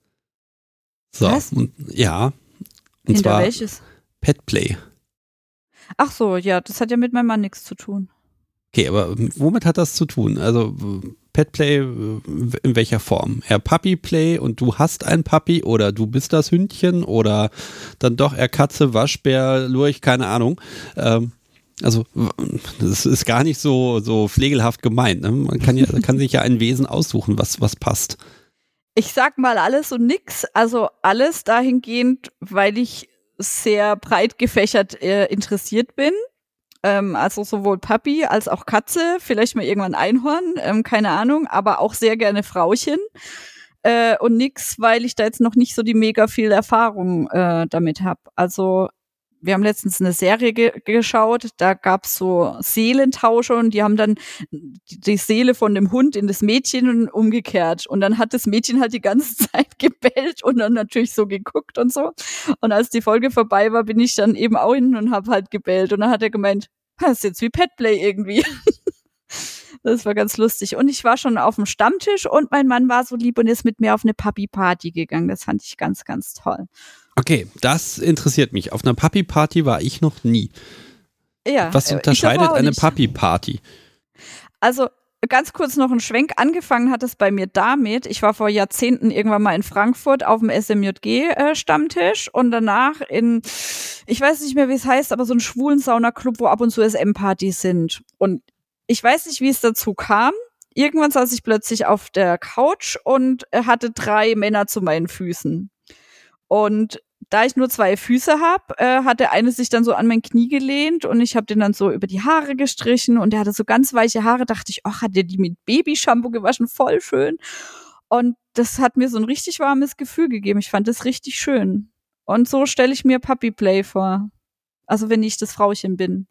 So, was? Und, ja. Und hinter zwar welches? Petplay. Ach so, ja, das hat ja mit meinem Mann nichts zu tun. Okay, aber womit hat das zu tun? Also Petplay in welcher Form? Eher Puppyplay und du hast ein Puppy oder du bist das Hündchen oder dann doch eher Katze, Waschbär, Lurch, keine Ahnung. Ähm, also das ist gar nicht so, so pflegelhaft gemeint. Ne? Man kann, ja, kann sich ja ein Wesen aussuchen, was, was passt. Ich sag mal alles und nix. Also alles dahingehend, weil ich sehr breit gefächert äh, interessiert bin. Ähm, also sowohl Papi als auch Katze, vielleicht mal irgendwann Einhorn, ähm, keine Ahnung, aber auch sehr gerne Frauchen. Äh, und nix, weil ich da jetzt noch nicht so die mega viel Erfahrung äh, damit habe. Also wir haben letztens eine Serie ge- geschaut, da gab's so Seelentausche und die haben dann die, die Seele von dem Hund in das Mädchen und umgekehrt. Und dann hat das Mädchen halt die ganze Zeit gebellt und dann natürlich so geguckt und so. Und als die Folge vorbei war, bin ich dann eben auch hin und habe halt gebellt. Und dann hat er gemeint, das ist jetzt wie Petplay irgendwie. Das war ganz lustig. Und ich war schon auf dem Stammtisch und mein Mann war so lieb und ist mit mir auf eine Papi-Party gegangen. Das fand ich ganz, ganz toll. Okay, das interessiert mich. Auf einer Papi-Party war ich noch nie. Ja, was unterscheidet eine Papi-Party? Also ganz kurz noch ein Schwenk. Angefangen hat es bei mir damit, ich war vor Jahrzehnten irgendwann mal in Frankfurt auf dem S M J G-Stammtisch und danach in, ich weiß nicht mehr, wie es heißt, aber so ein schwulen Saunaclub, wo ab und zu S M-Partys sind. Und ich weiß nicht, wie es dazu kam. Irgendwann saß ich plötzlich auf der Couch und hatte drei Männer zu meinen Füßen. Und da ich nur zwei Füße habe, äh, hat der eine sich dann so an mein Knie gelehnt und ich habe den dann so über die Haare gestrichen und der hatte so ganz weiche Haare. Dachte ich, ach, hat der die mit Babyshampoo gewaschen? Voll schön. Und das hat mir so ein richtig warmes Gefühl gegeben. Ich fand das richtig schön. Und so stelle ich mir Puppy Play vor. Also wenn ich das Frauchen bin.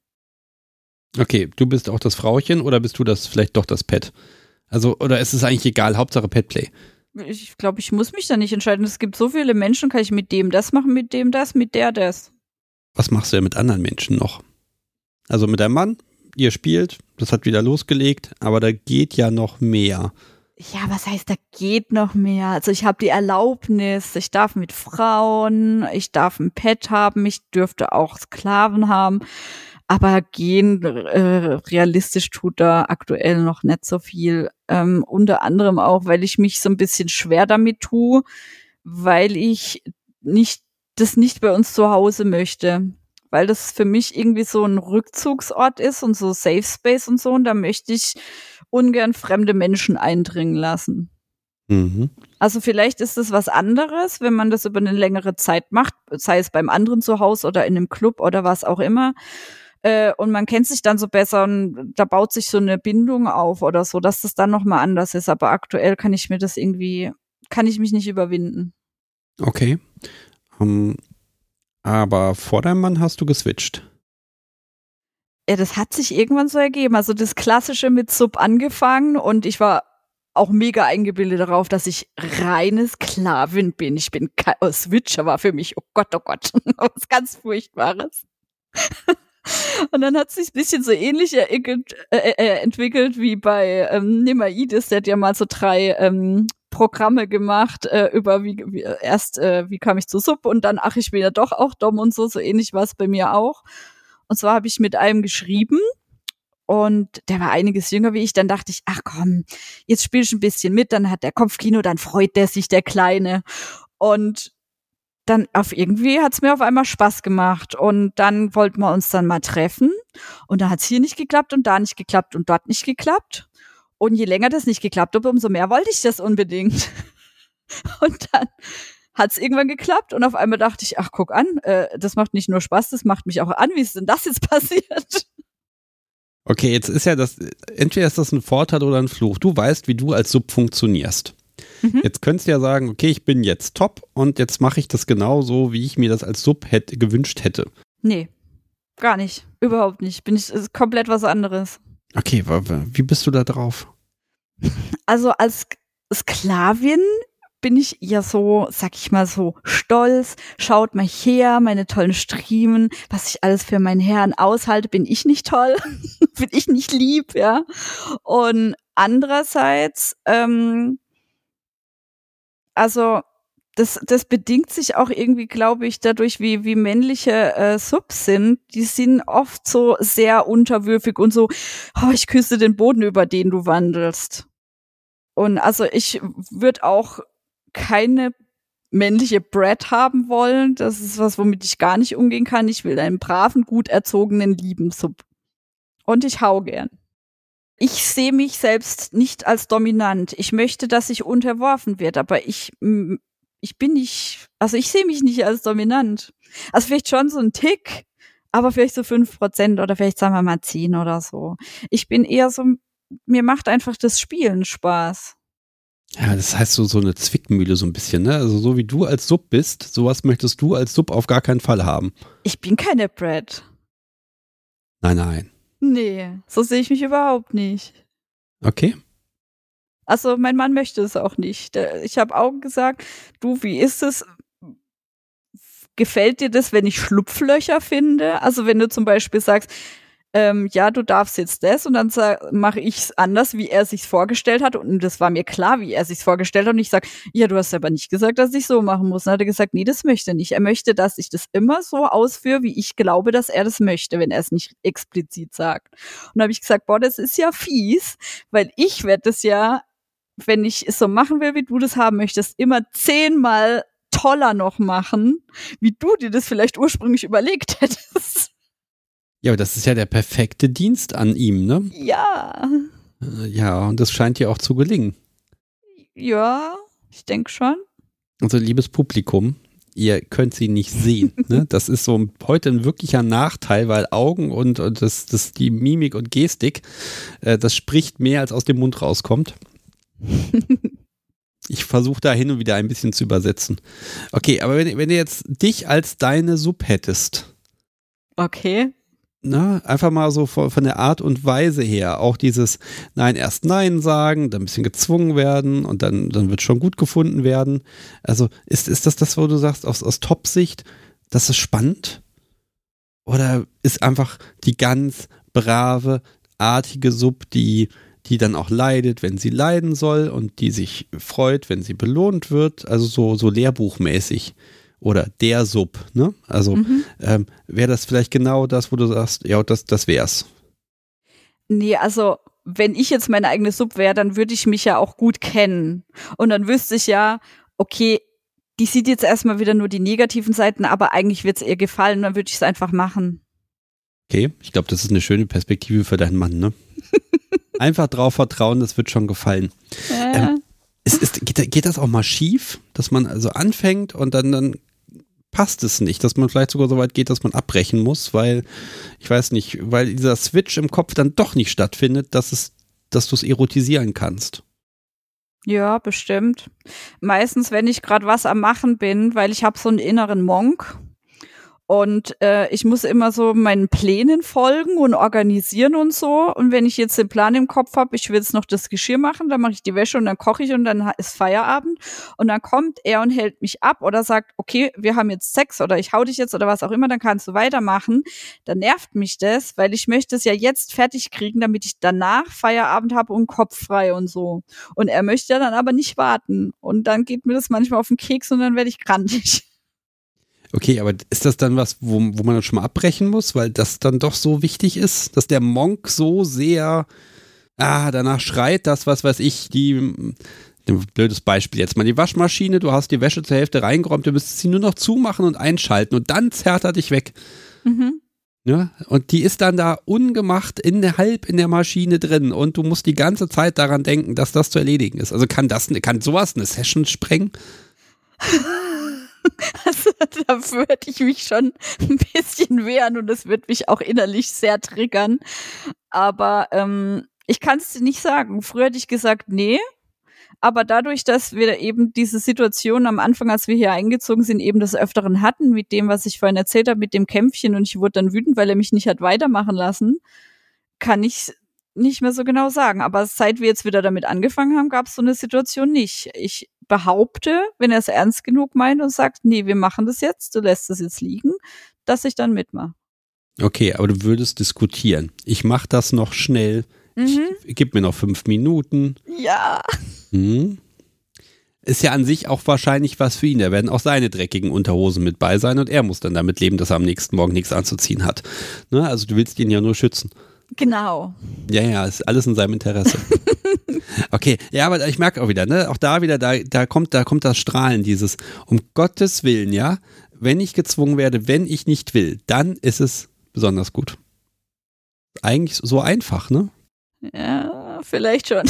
Okay, du bist auch das Frauchen oder bist du das vielleicht doch das Pet? Also, oder ist es eigentlich egal, Hauptsache Petplay? Ich glaube, ich muss mich da nicht entscheiden. Es gibt so viele Menschen, kann ich mit dem das machen, mit dem das, mit der das. Was machst du denn mit anderen Menschen noch? Also mit deinem Mann, ihr spielt, das hat wieder losgelegt, aber da geht ja noch mehr. Ja, was heißt, da geht noch mehr? Also ich habe die Erlaubnis, ich darf mit Frauen, ich darf ein Pet haben, ich dürfte auch Sklaven haben. Aber gehen äh, realistisch tut da aktuell noch nicht so viel. Ähm, unter anderem auch, weil ich mich so ein bisschen schwer damit tue, weil ich nicht das nicht bei uns zu Hause möchte. Weil das für mich irgendwie so ein Rückzugsort ist und so Safe Space und so. Und da möchte ich ungern fremde Menschen eindringen lassen. Mhm. Also vielleicht ist es was anderes, wenn man das über eine längere Zeit macht, sei es beim anderen zu Hause oder in einem Club oder was auch immer. Und man kennt sich dann so besser und da baut sich so eine Bindung auf oder so, dass das dann nochmal anders ist. Aber aktuell kann ich mir das irgendwie, kann ich mich nicht überwinden. Okay. Um, aber vor deinem Mann hast du geswitcht. Ja, das hat sich irgendwann so ergeben. Also das Klassische mit Sub angefangen und ich war auch mega eingebildet darauf, dass ich reine Sklavin bin. Ich bin kein oh, Switcher war für mich, oh Gott, oh Gott, was ganz Furchtbares. Und dann hat es sich ein bisschen so ähnlich entwickelt, äh, äh, entwickelt wie bei ähm, Nemaidis, der hat ja mal so drei ähm, Programme gemacht äh, über wie, wie erst äh, wie kam ich zu Sub und dann ach ich bin ja doch auch Dom und so, so ähnlich war es bei mir auch. Und zwar habe ich mit einem geschrieben und der war einiges jünger wie ich, dann dachte ich, ach komm, jetzt spiel ich ein bisschen mit, dann hat der Kopfkino, dann freut der sich, der Kleine. Und dann auf irgendwie hat's mir auf einmal Spaß gemacht und dann wollten wir uns dann mal treffen und dann hat's hier nicht geklappt und da nicht geklappt und dort nicht geklappt und je länger das nicht geklappt hat, umso mehr wollte ich das unbedingt und dann hat's irgendwann geklappt und auf einmal dachte ich, ach guck an, äh, das macht nicht nur Spaß, das macht mich auch an, wie ist denn das jetzt passiert? Okay, jetzt ist ja das, entweder ist das ein Vorteil oder ein Fluch. Du weißt, wie du als Sub funktionierst. Mhm. Jetzt könntest du ja sagen, okay, ich bin jetzt top und jetzt mache ich das genauso, wie ich mir das als Sub hätte, gewünscht hätte. Nee, gar nicht. Überhaupt nicht. Bin ich ist komplett was anderes. Okay, wie bist du da drauf? Also als Sklavin bin ich ja so, sag ich mal so, stolz. Schaut mal her, meine tollen Striemen, was ich alles für meinen Herrn aushalte. Bin ich nicht toll? Bin ich nicht lieb, ja? Und andererseits, ähm, also das, das bedingt sich auch irgendwie, glaube ich, dadurch, wie, wie männliche äh, Subs sind. Die sind oft so sehr unterwürfig und so, oh, ich küsse den Boden, über den du wandelst. Und also ich würde auch keine männliche Brat haben wollen. Das ist was, womit ich gar nicht umgehen kann. Ich will einen braven, gut erzogenen, lieben Sub. Und ich hau gern. Ich sehe mich selbst nicht als dominant. Ich möchte, dass ich unterworfen wird, aber ich, ich bin nicht, also ich sehe mich nicht als dominant. Also vielleicht schon so ein Tick, aber vielleicht so fünf Prozent oder vielleicht sagen wir mal zehn oder so. Ich bin eher so, mir macht einfach das Spielen Spaß. Ja, das heißt so, so eine Zwickmühle so ein bisschen, ne? Also so wie du als Sub bist, sowas möchtest du als Sub auf gar keinen Fall haben. Ich bin keine Brat. Nein, nein. Nee, so sehe ich mich überhaupt nicht. Okay. Also mein Mann möchte es auch nicht. Ich habe auch gesagt, du, wie ist es? Gefällt dir das, wenn ich Schlupflöcher finde? Also wenn du zum Beispiel sagst, ähm, ja, du darfst jetzt das und dann mache ich es anders, wie er sich's vorgestellt hat und das war mir klar, wie er sich's vorgestellt hat und ich sage, ja, du hast aber nicht gesagt, dass ich so machen muss. Und dann hat er gesagt, nee, das möchte er nicht. Er möchte, dass ich das immer so ausführe, wie ich glaube, dass er das möchte, wenn er es nicht explizit sagt. Und dann habe ich gesagt, boah, das ist ja fies, weil ich werde das ja, wenn ich es so machen will, wie du das haben möchtest, immer zehnmal toller noch machen, wie du dir das vielleicht ursprünglich überlegt hättest. Ja, aber das ist ja der perfekte Dienst an ihm, ne? Ja. Ja, und das scheint dir auch zu gelingen. Ja, ich denke schon. Also, liebes Publikum, ihr könnt sie nicht sehen, ne? Das ist so heute ein wirklicher Nachteil, weil Augen und, und das, das, die Mimik und Gestik, äh, das spricht mehr, als aus dem Mund rauskommt. Ich versuche da hin und wieder ein bisschen zu übersetzen. Okay, aber wenn, wenn du jetzt dich als deine Sub hättest. Okay. Na, einfach mal so von, von der Art und Weise her, auch dieses Nein, erst Nein sagen, dann ein bisschen gezwungen werden und dann, dann wird schon gut gefunden werden. Also ist, ist das das, wo du sagst, aus, aus Top-Sicht, das ist spannend? Oder ist einfach die ganz brave, artige Sub, die, die dann auch leidet, wenn sie leiden soll und die sich freut, wenn sie belohnt wird? Also so, so lehrbuchmäßig. Oder der Sub, ne? Also mhm. ähm, wäre das vielleicht genau das, wo du sagst, ja, das, das wär's. Nee, also wenn ich jetzt meine eigene Sub wäre, dann würde ich mich ja auch gut kennen. Und dann wüsste ich ja, okay, die sieht jetzt erstmal wieder nur die negativen Seiten, aber eigentlich wird es ihr gefallen, dann würde ich es einfach machen. Okay, ich glaube, das ist eine schöne Perspektive für deinen Mann, ne? Einfach drauf vertrauen, das wird schon gefallen. Ja. Ähm, ist, ist, geht, geht das auch mal schief, dass man also anfängt und dann, dann passt es nicht, dass man vielleicht sogar so weit geht, dass man abbrechen muss, weil, ich weiß nicht, weil dieser Switch im Kopf dann doch nicht stattfindet, dass es, dass du es erotisieren kannst. Ja, bestimmt. Meistens, wenn ich gerade was am Machen bin, weil ich habe so einen inneren Monk und äh, ich muss immer so meinen Plänen folgen und organisieren und so. Und wenn ich jetzt den Plan im Kopf habe, ich will jetzt noch das Geschirr machen, dann mache ich die Wäsche und dann koche ich und dann ist Feierabend. Und dann kommt er und hält mich ab oder sagt, okay, wir haben jetzt Sex oder ich hau dich jetzt oder was auch immer, dann kannst du weitermachen. Dann nervt mich das, weil ich möchte es ja jetzt fertig kriegen, damit ich danach Feierabend habe und Kopf frei und so. Und er möchte ja dann aber nicht warten. Und dann geht mir das manchmal auf den Keks und dann werde ich grantig. Okay, aber ist das dann was, wo, wo man dann schon mal abbrechen muss, weil das dann doch so wichtig ist, dass der Monk so sehr ah, danach schreit, dass, was weiß ich, die, ein blödes Beispiel jetzt mal, die Waschmaschine, du hast die Wäsche zur Hälfte reingeräumt, du müsstest sie nur noch zumachen und einschalten und dann zerrt er dich weg. Mhm. Ja, und die ist dann da ungemacht in der, halb in der Maschine drin und du musst die ganze Zeit daran denken, dass das zu erledigen ist. Also kann das, kann sowas eine Session sprengen? Also da würde ich mich schon ein bisschen wehren und es wird mich auch innerlich sehr triggern. Aber ähm, ich kann es dir nicht sagen. Früher hätte ich gesagt, nee. Aber dadurch, dass wir eben diese Situation am Anfang, als wir hier eingezogen sind, eben des Öfteren hatten mit dem, was ich vorhin erzählt habe, mit dem Kämpfchen und ich wurde dann wütend, weil er mich nicht hat weitermachen lassen, kann ich nicht mehr so genau sagen. Aber seit wir jetzt wieder damit angefangen haben, gab es so eine Situation nicht. Ich behaupte, wenn er es ernst genug meint und sagt, nee, wir machen das jetzt, du lässt es jetzt liegen, dass ich dann mitmache. Okay, aber du würdest diskutieren. Ich mache das noch schnell. Mhm. Ich, gib mir noch fünf Minuten. Ja. Hm. Ist ja an sich auch wahrscheinlich was für ihn. Da werden auch seine dreckigen Unterhosen mit bei sein und er muss dann damit leben, dass er am nächsten Morgen nichts anzuziehen hat. Ne? Also du willst ihn ja nur schützen. Genau. Ja, ja, ist alles in seinem Interesse. Okay, ja, aber ich merke auch wieder, ne, auch da wieder, da, da kommt, da kommt das Strahlen, dieses, um Gottes Willen, ja, wenn ich gezwungen werde, wenn ich nicht will, dann ist es besonders gut. Eigentlich so einfach, ne? Ja, vielleicht schon.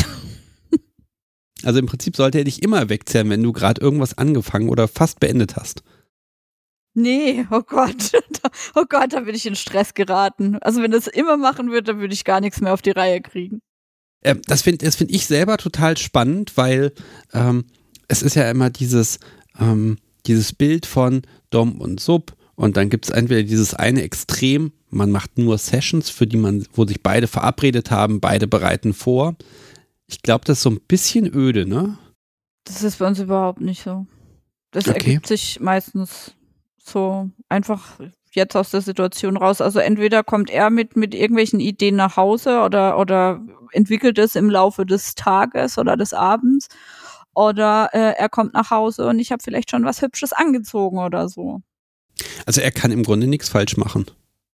Also im Prinzip sollte er dich immer wegzerren, wenn du gerade irgendwas angefangen oder fast beendet hast. Nee, oh Gott. Oh Gott, da bin ich in Stress geraten. Also wenn das immer machen würde, dann würde ich gar nichts mehr auf die Reihe kriegen. Ähm, das finde das find ich selber total spannend, weil ähm, es ist ja immer dieses, ähm, dieses Bild von Dom und Sub und dann gibt es entweder dieses eine Extrem, man macht nur Sessions, für die man, wo sich beide verabredet haben, beide bereiten vor. Ich glaube, das ist so ein bisschen öde, ne? Das ist bei uns überhaupt nicht so. Das Okay. ergibt sich meistens so einfach jetzt aus der Situation raus. Also entweder kommt er mit, mit irgendwelchen Ideen nach Hause oder, oder entwickelt es im Laufe des Tages oder des Abends oder äh, er kommt nach Hause und ich habe vielleicht schon was Hübsches angezogen oder so. Also er kann im Grunde nichts falsch machen.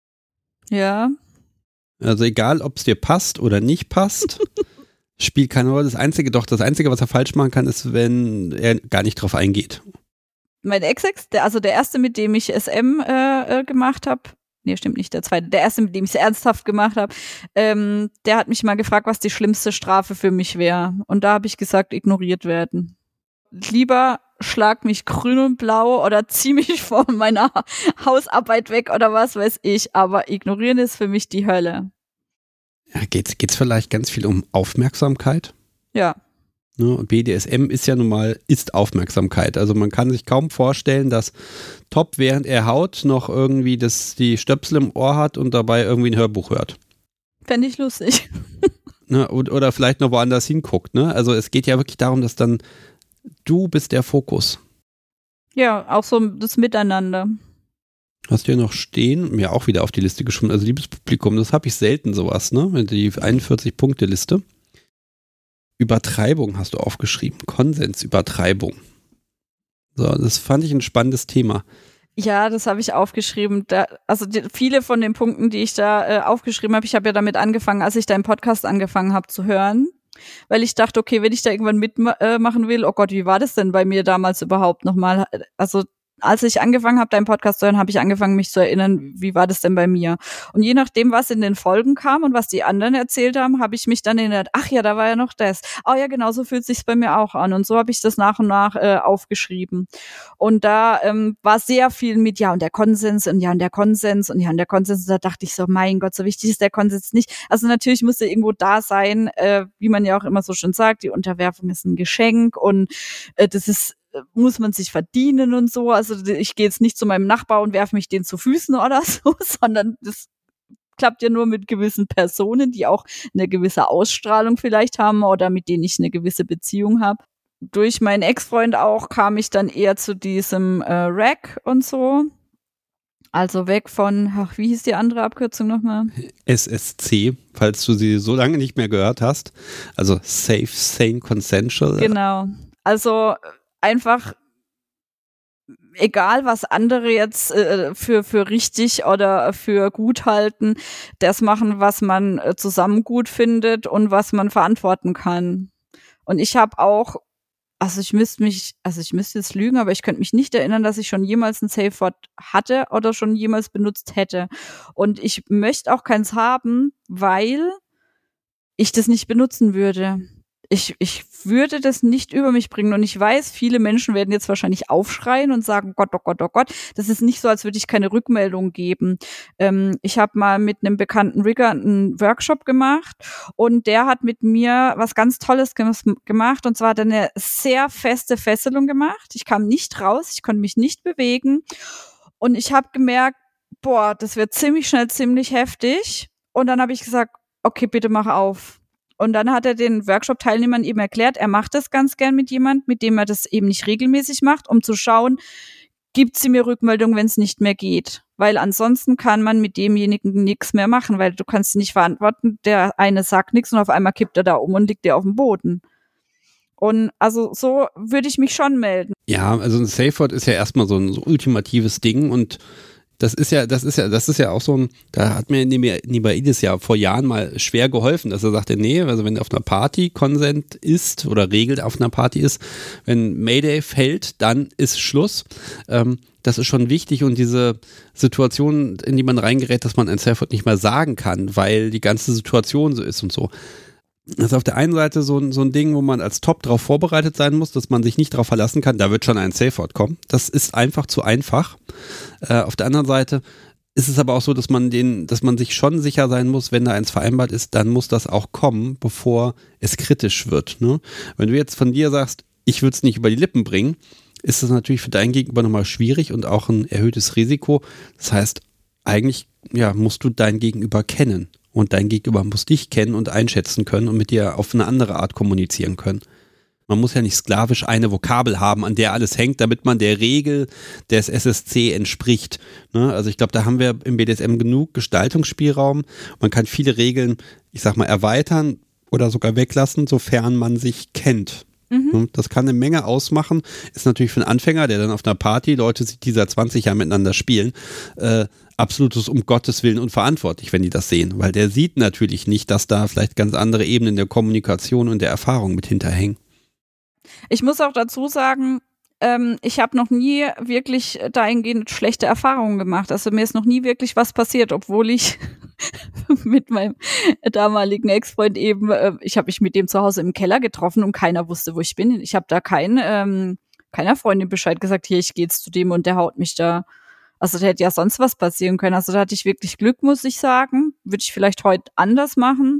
Ja. Also egal, ob es dir passt oder nicht passt, spielt keine Rolle. Das Einzige, doch, das Einzige, was er falsch machen kann, ist, wenn er gar nicht drauf eingeht. Mein Ex-Ex, der, also der erste, mit dem ich S M äh, äh, gemacht habe, nee, stimmt nicht, der zweite, der erste, mit dem ich es ernsthaft gemacht habe, ähm, der hat mich mal gefragt, was die schlimmste Strafe für mich wäre. Und da habe ich gesagt, ignoriert werden. Lieber schlag mich grün und blau oder zieh mich von meiner Hausarbeit weg oder was weiß ich, aber ignorieren ist für mich die Hölle. Ja, geht's, geht's vielleicht ganz viel um Aufmerksamkeit? Ja. Ne, und B D S M ist ja nun mal, ist Aufmerksamkeit. Also man kann sich kaum vorstellen, dass Top, während er haut, noch irgendwie das, die Stöpsel im Ohr hat und dabei irgendwie ein Hörbuch hört. Fände ich lustig. Ne, und, oder vielleicht noch woanders hinguckt. Ne? Also es geht ja wirklich darum, dass dann du bist der Fokus. Ja, auch so das Miteinander. Hast du ja noch stehen, mir auch wieder auf die Liste geschrieben, also liebes Publikum, das habe ich selten sowas, ne? Die einundvierzig-Punkte-Liste. Übertreibung hast du aufgeschrieben, Konsensübertreibung. So, das fand ich ein spannendes Thema. Ja, das habe ich aufgeschrieben. Da, also die, viele von den Punkten, die ich da äh, aufgeschrieben habe, ich habe ja damit angefangen, als ich deinen Podcast angefangen habe zu hören, weil ich dachte, okay, wenn ich da irgendwann mitmachen äh, will, oh Gott, wie war das denn bei mir damals überhaupt nochmal? Also als ich angefangen habe, deinen Podcast zu hören, habe ich angefangen, mich zu erinnern, wie war das denn bei mir? Und je nachdem, was in den Folgen kam und was die anderen erzählt haben, habe ich mich dann erinnert, ach ja, da war ja noch das. Oh ja, genau, so fühlt sich's bei mir auch an. Und so habe ich das nach und nach äh, aufgeschrieben. Und da ähm, war sehr viel mit, ja, und der Konsens und ja, und der Konsens und ja, und der Konsens. Und da dachte ich so, mein Gott, so wichtig ist der Konsens nicht. Also natürlich musste irgendwo da sein, äh, wie man ja auch immer so schön sagt, die Unterwerfung ist ein Geschenk und äh, das ist muss man sich verdienen und so. Also ich gehe jetzt nicht zu meinem Nachbar und werfe mich den zu Füßen oder so, sondern das klappt ja nur mit gewissen Personen, die auch eine gewisse Ausstrahlung vielleicht haben oder mit denen ich eine gewisse Beziehung habe. Durch meinen Ex-Freund auch kam ich dann eher zu diesem äh, Rack und so. Also weg von, ach, wie hieß die andere Abkürzung nochmal? S S C, falls du sie so lange nicht mehr gehört hast. Also Safe, Sane, Consensual. Genau. Also einfach, egal was andere jetzt äh, für für richtig oder für gut halten, das machen, was man äh, zusammen gut findet und was man verantworten kann. Und ich habe auch, also ich müsste mich, also ich müsste jetzt lügen, aber ich könnte mich nicht erinnern, dass ich schon jemals ein Safe Word hatte oder schon jemals benutzt hätte. Und ich möchte auch keins haben, weil ich das nicht benutzen würde. Ich, ich würde das nicht über mich bringen. Und ich weiß, viele Menschen werden jetzt wahrscheinlich aufschreien und sagen, Gott, oh Gott, oh Gott. Das ist nicht so, als würde ich keine Rückmeldung geben. Ähm, ich habe mal mit einem bekannten Rigger einen Workshop gemacht und der hat mit mir was ganz Tolles ge- gemacht. Und zwar hat er eine sehr feste Fesselung gemacht. Ich kam nicht raus, ich konnte mich nicht bewegen. Und ich habe gemerkt, boah, das wird ziemlich schnell ziemlich heftig. Und dann habe ich gesagt, okay, bitte mach auf. Und dann hat er den Workshop-Teilnehmern eben erklärt, er macht das ganz gern mit jemand, mit dem er das eben nicht regelmäßig macht, um zu schauen, gibt sie mir Rückmeldung, wenn es nicht mehr geht. Weil ansonsten kann man mit demjenigen nichts mehr machen, weil du kannst nicht verantworten, der eine sagt nichts und auf einmal kippt er da um und liegt dir auf dem Boden. Und also so würde ich mich schon melden. Ja, also ein Safe Word ist ja erstmal so ein so ultimatives Ding und Das ist ja, das ist ja, das ist ja auch so ein, da hat mir Nibaides ja vor Jahren mal schwer geholfen, dass er sagte, nee, also wenn auf einer Party Konsent ist oder regelt auf einer Party ist, wenn Mayday fällt, dann ist Schluss. Ähm, das ist schon wichtig und diese Situation, in die man reingerät, dass man ein Safe Word nicht mehr sagen kann, weil die ganze Situation so ist und so. Das ist auf der einen Seite so ein, so ein Ding, wo man als Top drauf vorbereitet sein muss, dass man sich nicht darauf verlassen kann, da wird schon ein Safe Word kommen. Das ist einfach zu einfach. Äh, auf der anderen Seite ist es aber auch so, dass man den, dass man sich schon sicher sein muss, wenn da eins vereinbart ist, dann muss das auch kommen, bevor es kritisch wird. Ne? Wenn du jetzt von dir sagst, ich würde es nicht über die Lippen bringen, ist das natürlich für dein Gegenüber nochmal schwierig und auch ein erhöhtes Risiko. Das heißt, eigentlich ja, musst du dein Gegenüber kennen. Und dein Gegenüber muss dich kennen und einschätzen können und mit dir auf eine andere Art kommunizieren können. Man muss ja nicht sklavisch eine Vokabel haben, an der alles hängt, damit man der Regel des S S C entspricht. Ne? Also ich glaube, da haben wir im B D S M genug Gestaltungsspielraum. Man kann viele Regeln, ich sag mal, erweitern oder sogar weglassen, sofern man sich kennt. Mhm. Das kann eine Menge ausmachen. Ist natürlich für einen Anfänger, der dann auf einer Party Leute sieht, die seit zwanzig Jahren miteinander spielen, äh, absolutes um Gottes Willen unverantwortlich, wenn die das sehen. Weil der sieht natürlich nicht, dass da vielleicht ganz andere Ebenen der Kommunikation und der Erfahrung mit hinterhängen. Ich muss auch dazu sagen, ähm, ich habe noch nie wirklich dahingehend schlechte Erfahrungen gemacht. Also mir ist noch nie wirklich was passiert, obwohl ich mit meinem damaligen Ex-Freund eben, äh, ich habe mich mit dem zu Hause im Keller getroffen und keiner wusste, wo ich bin. Ich habe da kein, ähm, keiner Freundin Bescheid gesagt, hier, ich gehe jetzt zu dem und der haut mich da. Also da hätte ja sonst was passieren können. Also da hatte ich wirklich Glück, muss ich sagen. Würde ich vielleicht heute anders machen.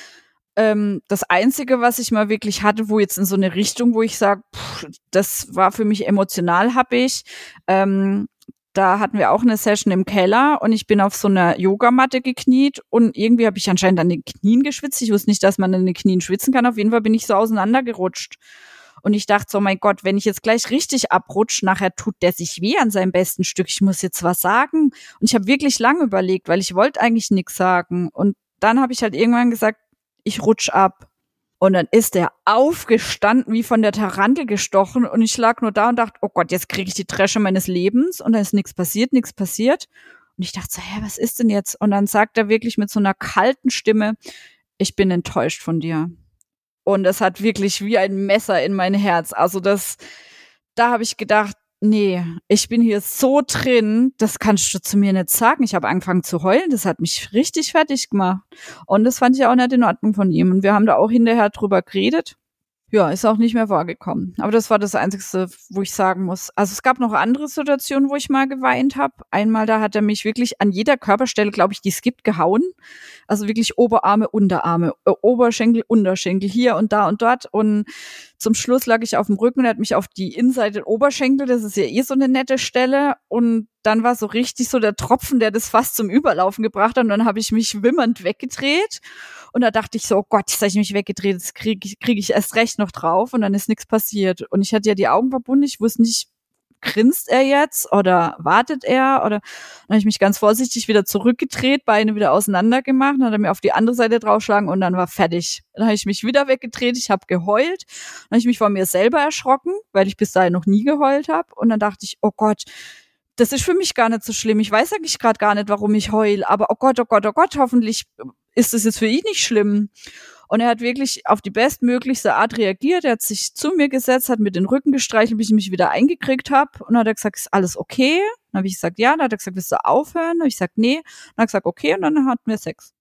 Ähm, das Einzige, was ich mal wirklich hatte, wo jetzt in so eine Richtung, wo ich sage, das war für mich emotional happig, ähm, da hatten wir auch eine Session im Keller und ich bin auf so einer Yogamatte gekniet und irgendwie habe ich anscheinend an den Knien geschwitzt. Ich wusste nicht, dass man an den Knien schwitzen kann. Auf jeden Fall bin ich so auseinandergerutscht. Und ich dachte so, mein Gott, wenn ich jetzt gleich richtig abrutsche, nachher tut der sich weh an seinem besten Stück. Ich muss jetzt was sagen. Und ich habe wirklich lange überlegt, weil ich wollte eigentlich nichts sagen. Und dann habe ich halt irgendwann gesagt, ich rutsch ab. Und dann ist der aufgestanden, wie von der Tarantel gestochen. Und ich lag nur da und dachte, oh Gott, jetzt kriege ich die Tresche meines Lebens. Und dann ist nichts passiert, nichts passiert. Und ich dachte so, hä, was ist denn jetzt? Und dann sagt er wirklich mit so einer kalten Stimme, ich bin enttäuscht von dir. Und es hat wirklich wie ein Messer in mein Herz. Also das, da habe ich gedacht, nee, ich bin hier so drin, das kannst du zu mir nicht sagen. Ich habe angefangen zu heulen, das hat mich richtig fertig gemacht. Und das fand ich auch nicht in Ordnung von ihm. Und wir haben da auch hinterher drüber geredet. Ja, ist auch nicht mehr vorgekommen. Aber das war das Einzige, wo ich sagen muss. Also es gab noch andere Situationen, wo ich mal geweint habe. Einmal, da hat er mich wirklich an jeder Körperstelle, glaube ich, die es gibt, gehauen. Also wirklich Oberarme, Unterarme, Oberschenkel, Unterschenkel, hier und da und dort. Und zum Schluss lag ich auf dem Rücken und er hat mich auf die Innenseite Oberschenkel, das ist ja eh so eine nette Stelle. Und dann war so richtig so der Tropfen, der das fast zum Überlaufen gebracht hat. Und dann habe ich mich wimmernd weggedreht. Und da dachte ich so, oh Gott, jetzt habe ich mich weggedreht, jetzt kriege ich, krieg ich erst recht noch drauf. Und dann ist nichts passiert. Und ich hatte ja die Augen verbunden, ich wusste nicht, grinst er jetzt oder wartet er? Oder dann habe ich mich ganz vorsichtig wieder zurückgedreht, Beine wieder auseinander gemacht, dann hat er mir auf die andere Seite draufschlagen und dann war fertig. Dann habe ich mich wieder weggedreht, ich habe geheult. Dann habe ich mich von mir selber erschrocken, weil ich bis dahin noch nie geheult habe. Und dann dachte ich, oh Gott, das ist für mich gar nicht so schlimm. Ich weiß eigentlich gerade gar nicht, warum ich heul. Aber oh Gott, oh Gott, oh Gott, hoffentlich ist das jetzt für ihn nicht schlimm. Und er hat wirklich auf die bestmöglichste Art reagiert. Er hat sich zu mir gesetzt, hat mir den Rücken gestreichelt, bis ich mich wieder eingekriegt habe. Und dann hat er gesagt, ist alles okay? Dann habe ich gesagt, ja. Dann hat er gesagt, willst du aufhören? Dann habe ich gesagt, nee. Dann hat er gesagt, okay. Und dann hatten wir Sex.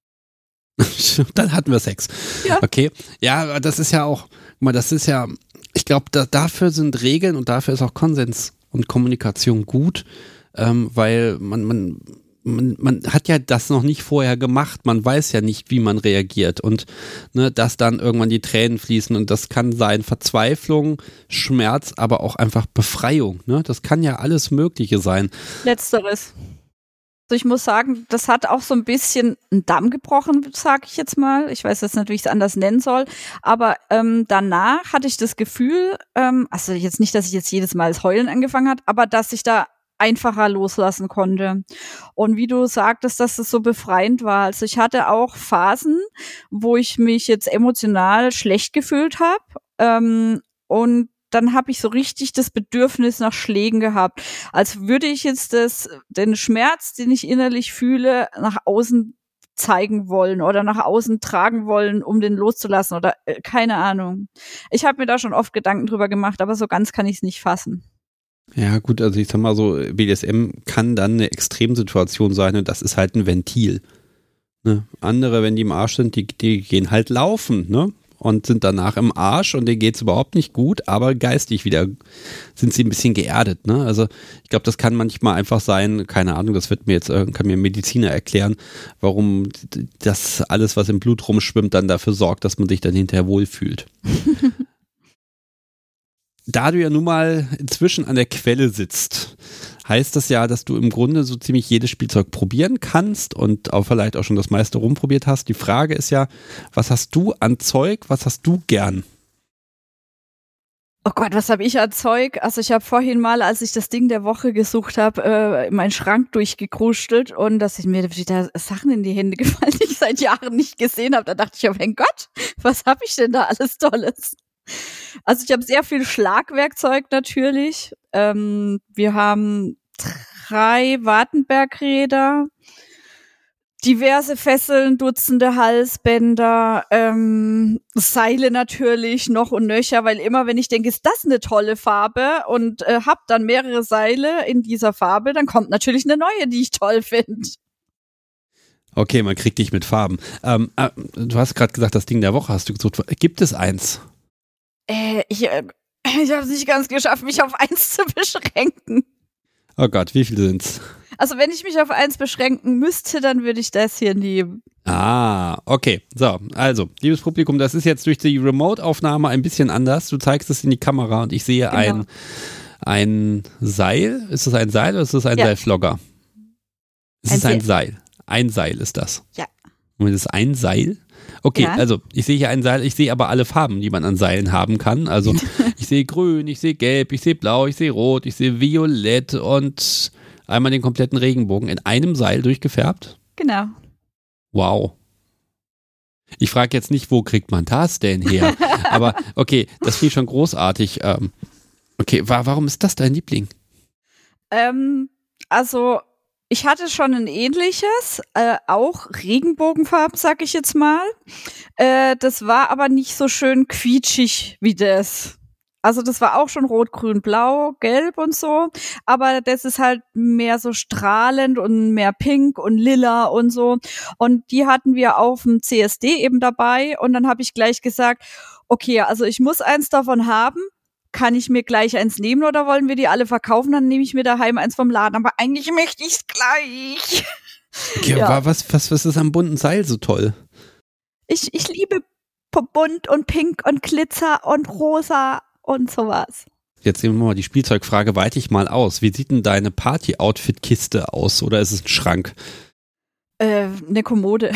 Dann hatten wir Sex. Ja. Okay. Ja, das ist ja auch, guck mal, das ist ja, ich glaube, da, dafür sind Regeln und dafür ist auch Konsens und Kommunikation gut, ähm, weil man, man, Man, man hat ja das noch nicht vorher gemacht, man weiß ja nicht, wie man reagiert und ne, dass dann irgendwann die Tränen fließen und das kann sein Verzweiflung, Schmerz, aber auch einfach Befreiung, ne? Das kann ja alles Mögliche sein. Letzteres. Also ich muss sagen, das hat auch so ein bisschen einen Damm gebrochen, sage ich jetzt mal. Ich weiß jetzt nicht, wie ich es anders nennen soll, aber ähm, danach hatte ich das Gefühl, ähm, also jetzt nicht, dass ich jetzt jedes Mal das Heulen angefangen hat, aber dass ich da einfacher loslassen konnte. Und wie du sagtest, dass es so befreiend war. Also ich hatte auch Phasen, wo ich mich jetzt emotional schlecht gefühlt habe. Ähm, und dann habe ich so richtig das Bedürfnis nach Schlägen gehabt. Als würde ich jetzt das, den Schmerz, den ich innerlich fühle, nach außen zeigen wollen oder nach außen tragen wollen, um den loszulassen oder äh, keine Ahnung. Ich habe mir da schon oft Gedanken drüber gemacht, aber so ganz kann ich es nicht fassen. Ja gut, also ich sag mal so, B D S M kann dann eine Extremsituation sein und das ist halt ein Ventil. Ne? Andere, wenn die im Arsch sind, die, die gehen halt laufen, ne? Und sind danach im Arsch und denen geht's überhaupt nicht gut, aber geistig wieder sind sie ein bisschen geerdet, ne? Also ich glaube, das kann manchmal einfach sein, keine Ahnung, das wird mir jetzt, kann mir ein Mediziner erklären, warum das alles, was im Blut rumschwimmt, dann dafür sorgt, dass man sich dann hinterher wohlfühlt. Da du ja nun mal inzwischen an der Quelle sitzt, heißt das ja, dass du im Grunde so ziemlich jedes Spielzeug probieren kannst und auch vielleicht auch schon das meiste rumprobiert hast. Die Frage ist ja, was hast du an Zeug, was hast du gern? Oh Gott, was habe ich an Zeug? Also ich habe vorhin mal, als ich das Ding der Woche gesucht habe, äh, meinen Schrank durchgekrustelt und dass ich mir wieder Sachen in die Hände gefallen, die ich seit Jahren nicht gesehen habe. Da dachte ich, oh mein Gott, was habe ich denn da alles Tolles? Also ich habe sehr viel Schlagwerkzeug natürlich. Ähm, wir haben drei Wartenbergräder, diverse Fesseln, Dutzende Halsbänder, ähm, Seile natürlich noch und nöcher, weil immer, wenn ich denke, ist das eine tolle Farbe und äh, hab dann mehrere Seile in dieser Farbe, dann kommt natürlich eine neue, die ich toll finde. Okay, man kriegt dich mit Farben. Ähm, äh, du hast gerade gesagt, das Ding der Woche hast du gesucht. Gibt es eins? Äh, ich äh, ich habe es nicht ganz geschafft, mich auf eins zu beschränken. Oh Gott, wie viele sind's? Also wenn ich mich auf eins beschränken müsste, dann würde ich das hier nehmen. Ah, okay. So, also, liebes Publikum, das ist jetzt durch die Remote-Aufnahme ein bisschen anders. Du zeigst es in die Kamera und ich sehe genau. ein, ein Seil. Ist das ein Seil oder ist das ein ja. Seilflogger? Es ein ist ein Seil. Ein Seil ist das. Ja. Und das ist ein Seil? Okay, ja. Also ich sehe hier ein Seil, ich sehe aber alle Farben, die man an Seilen haben kann. Also ich sehe grün, ich sehe gelb, ich sehe blau, ich sehe rot, ich sehe violett und einmal den kompletten Regenbogen in einem Seil durchgefärbt. Genau. Wow. Ich frage jetzt nicht, wo kriegt man das denn her? Aber okay, das finde ich schon großartig. Ähm, okay, wa- warum ist das dein Liebling? Ähm, also ich hatte schon ein ähnliches, äh, auch Regenbogenfarben, sag ich jetzt mal. Äh, das war aber nicht so schön quietschig wie das. Also das war auch schon rot, grün, blau, gelb und so. Aber das ist halt mehr so strahlend und mehr pink und lila und so. Und die hatten wir auf dem C S D eben dabei. Und dann habe ich gleich gesagt, okay, also ich muss eins davon haben. Kann ich mir gleich eins nehmen oder wollen wir die alle verkaufen? Dann nehme ich mir daheim eins vom Laden. Aber eigentlich möchte ich es gleich. Okay, ja. was, was, was ist am bunten Seil so toll? Ich, ich liebe bunt und pink und Glitzer und rosa und sowas. Jetzt nehmen wir mal die Spielzeugfrage, weite ich mal aus. Wie sieht denn deine Party-Outfit-Kiste aus oder ist es ein Schrank? Äh, eine Kommode.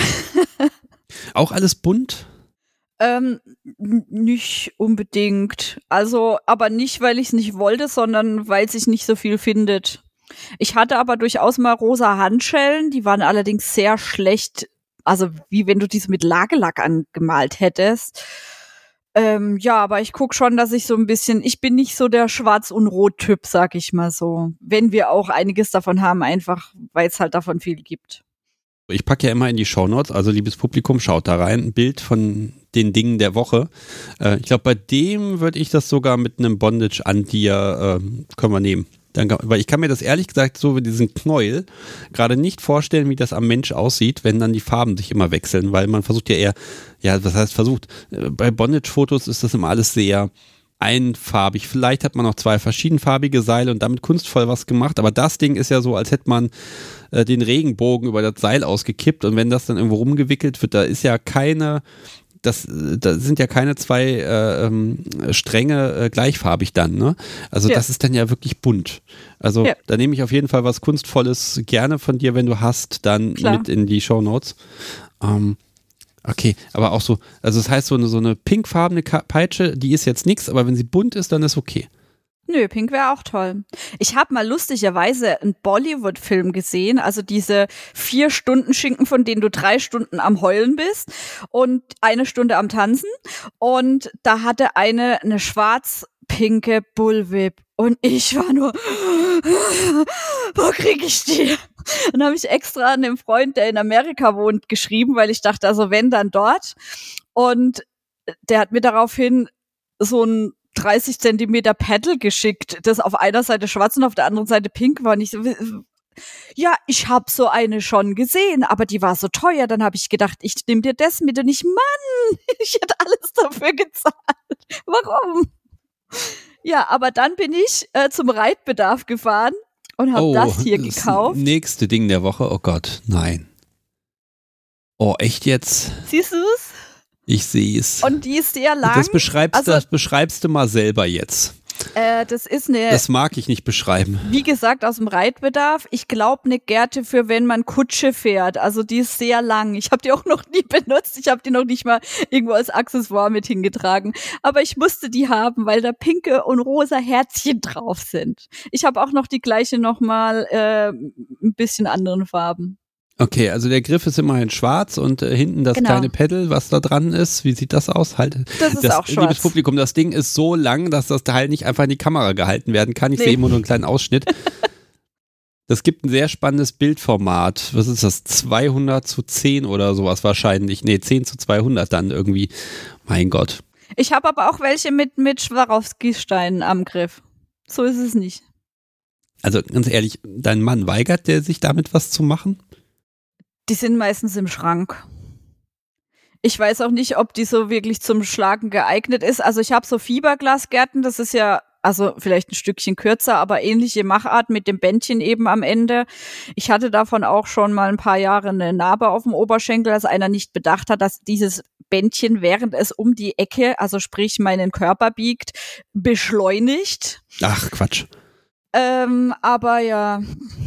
Auch alles bunt? Ähm, nicht unbedingt. Also, aber nicht, weil ich es nicht wollte, sondern weil sich nicht so viel findet. Ich hatte aber durchaus mal rosa Handschellen, die waren allerdings sehr schlecht, also wie wenn du diese mit Lagerlack angemalt hättest. Ähm, ja, aber ich guck schon, dass ich so ein bisschen, ich bin nicht so der Schwarz- und Rot-Typ, sag ich mal so. Wenn wir auch einiges davon haben, einfach weil es halt davon viel gibt. Ich packe ja immer in die Shownotes, also liebes Publikum, schaut da rein, ein Bild von den Dingen der Woche. Äh, ich glaube, bei dem würde ich das sogar mit einem Bondage an dir äh, können wir nehmen. Dann, weil ich kann mir das ehrlich gesagt so wie diesen Knäuel gerade nicht vorstellen, wie das am Mensch aussieht, wenn dann die Farben sich immer wechseln, weil man versucht ja eher, ja, was heißt versucht, bei Bondage-Fotos ist das immer alles sehr einfarbig. Vielleicht hat man noch zwei verschiedenfarbige Seile und damit kunstvoll was gemacht, aber das Ding ist ja so, als hätte man äh, den Regenbogen über das Seil ausgekippt und wenn das dann irgendwo rumgewickelt wird, da ist ja keine, das, da sind ja keine zwei äh, ähm, Stränge äh, gleichfarbig dann, ne? Also ja. Das ist dann ja wirklich bunt. Also ja. Da nehme ich auf jeden Fall was Kunstvolles gerne von dir, wenn du hast, dann Klar. mit in die Shownotes. Ähm, Okay, aber auch so, also das heißt so eine, so eine pinkfarbene Peitsche, die ist jetzt nichts, aber wenn sie bunt ist, dann ist okay. Nö, pink wäre auch toll. Ich habe mal lustigerweise einen Bollywood-Film gesehen, also diese vier Stunden Schinken, von denen du drei Stunden am Heulen bist und eine Stunde am Tanzen. Und da hatte eine eine schwarz pinke Bullwhip. Und ich war nur, wo kriege ich die? Und habe ich extra an dem Freund, der in Amerika wohnt, geschrieben, weil ich dachte, also wenn, dann dort. Und der hat mir daraufhin so ein dreißig Zentimeter Paddle geschickt, das auf einer Seite schwarz und auf der anderen Seite pink war. Und ich so, ja, ich habe so eine schon gesehen, aber die war so teuer. Dann habe ich gedacht, ich nehme dir das mit. Und ich, Mann, ich hätte alles dafür gezahlt. Warum? Ja, aber dann bin ich äh, zum Reitbedarf gefahren und habe oh, das hier gekauft. Das nächste Ding der Woche, oh Gott, nein. Oh, echt jetzt? Siehst du es? Ich sehe es. Und die ist sehr lang. Das beschreibst, also, das beschreibst du mal selber jetzt. Äh, das ist eine. Das mag ich nicht beschreiben. Wie gesagt, aus dem Reitbedarf. Ich glaube, eine Gerte für, wenn man Kutsche fährt. Also die ist sehr lang. Ich habe die auch noch nie benutzt. Ich habe die noch nicht mal irgendwo als Accessoire mit hingetragen. Aber ich musste die haben, weil da pinke und rosa Herzchen drauf sind. Ich habe auch noch die gleiche nochmal äh, ein bisschen anderen Farben. Okay, also der Griff ist immerhin schwarz und äh, hinten das genau. kleine Pedal, was da dran ist. Wie sieht das aus? Halt, das ist das, auch schwarz. Liebes Publikum, das Ding ist so lang, dass das Teil nicht einfach in die Kamera gehalten werden kann. Ich nee. sehe immer nur einen kleinen Ausschnitt. Das gibt ein sehr spannendes Bildformat. Was ist das? zweihundert zu zehn oder sowas wahrscheinlich. Nee, zehn zu zweihundert dann irgendwie. Mein Gott. Ich habe aber auch welche mit, mit Swarovski-Steinen am Griff. So ist es nicht. Also ganz ehrlich, dein Mann, weigert der sich damit was zu machen? Die sind meistens im Schrank. Ich weiß auch nicht, ob die so wirklich zum Schlagen geeignet ist. Also ich habe so Fiberglasgärten, das ist ja, also vielleicht ein Stückchen kürzer, aber ähnliche Machart mit dem Bändchen eben am Ende. Ich hatte davon auch schon mal ein paar Jahre eine Narbe auf dem Oberschenkel, dass einer nicht bedacht hat, dass dieses Bändchen, während es um die Ecke, also sprich meinen Körper biegt, beschleunigt. Ach, Quatsch. Ähm, aber ja...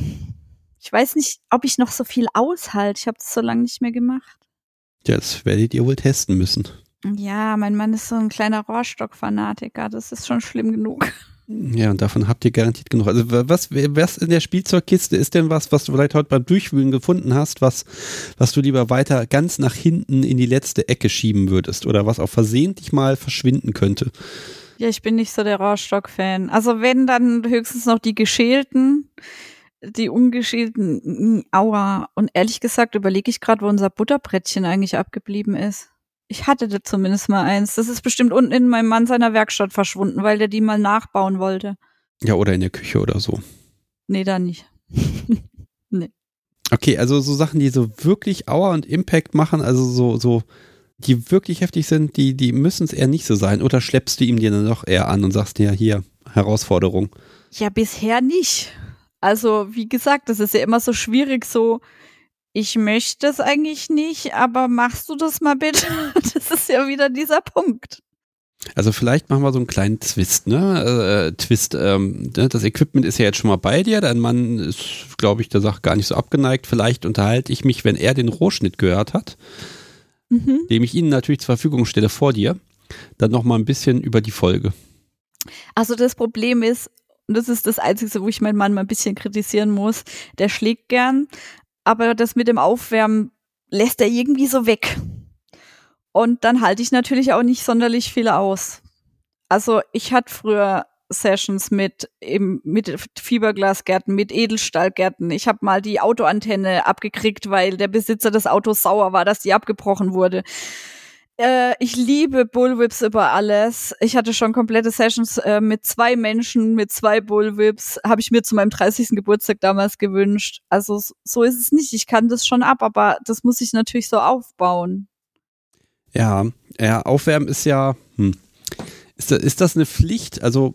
Ich weiß nicht, ob ich noch so viel aushalte. Ich habe das so lange nicht mehr gemacht. Ja, das werdet ihr wohl testen müssen. Ja, mein Mann ist so ein kleiner Rohrstock-Fanatiker. Das ist schon schlimm genug. Ja, und davon habt ihr garantiert genug. Also was, was in der Spielzeugkiste ist denn was, was du vielleicht heute beim Durchwühlen gefunden hast, was, was du lieber weiter ganz nach hinten in die letzte Ecke schieben würdest oder was auch versehentlich mal verschwinden könnte? Ja, ich bin nicht so der Rohrstock-Fan. Also wenn, dann höchstens noch die geschälten. Die ungeschälten, aua. Und ehrlich gesagt überlege ich gerade, wo unser Butterbrettchen eigentlich abgeblieben ist. Ich hatte da zumindest mal eins. Das ist bestimmt unten in meinem Mann seiner Werkstatt verschwunden, weil der die mal nachbauen wollte. Ja, oder in der Küche oder so. Nee, da nicht. Nee. Okay, also so Sachen, die so wirklich Aua und Impact machen, also so, so, die wirklich heftig sind, die, die müssen es eher nicht so sein. Oder schleppst du ihm die dann doch eher an und sagst dir, hier, Herausforderung. Ja, bisher nicht. Also, wie gesagt, das ist ja immer so schwierig, so, ich möchte es eigentlich nicht, aber machst du das mal bitte? Das ist ja wieder dieser Punkt. Also vielleicht machen wir so einen kleinen Twist, ne? Äh, Twist, ähm, das Equipment ist ja jetzt schon mal bei dir, dein Mann ist, glaube ich, der Sache gar nicht so abgeneigt. Vielleicht unterhalte ich mich, wenn er den Rohschnitt gehört hat, mhm. dem ich Ihnen natürlich zur Verfügung stelle vor dir, dann nochmal ein bisschen über die Folge. Also das Problem ist, und das ist das Einzige, wo ich meinen Mann mal ein bisschen kritisieren muss. Der schlägt gern, aber das mit dem Aufwärmen lässt er irgendwie so weg. Und dann halte ich natürlich auch nicht sonderlich viel aus. Also ich hatte früher Sessions mit eben mit Fiberglasgärten, mit Edelstahlgärten. Ich habe mal die Autoantenne abgekriegt, weil der Besitzer des Autos sauer war, dass die abgebrochen wurde. Äh, ich liebe Bullwhips über alles. Ich hatte schon komplette Sessions äh, mit zwei Menschen, mit zwei Bullwhips. Habe ich mir zu meinem dreißigsten Geburtstag damals gewünscht. Also so ist es nicht. Ich kann das schon ab, aber das muss ich natürlich so aufbauen. Ja, ja, Aufwärmen ist ja, hm. ist, das, ist das eine Pflicht? Also,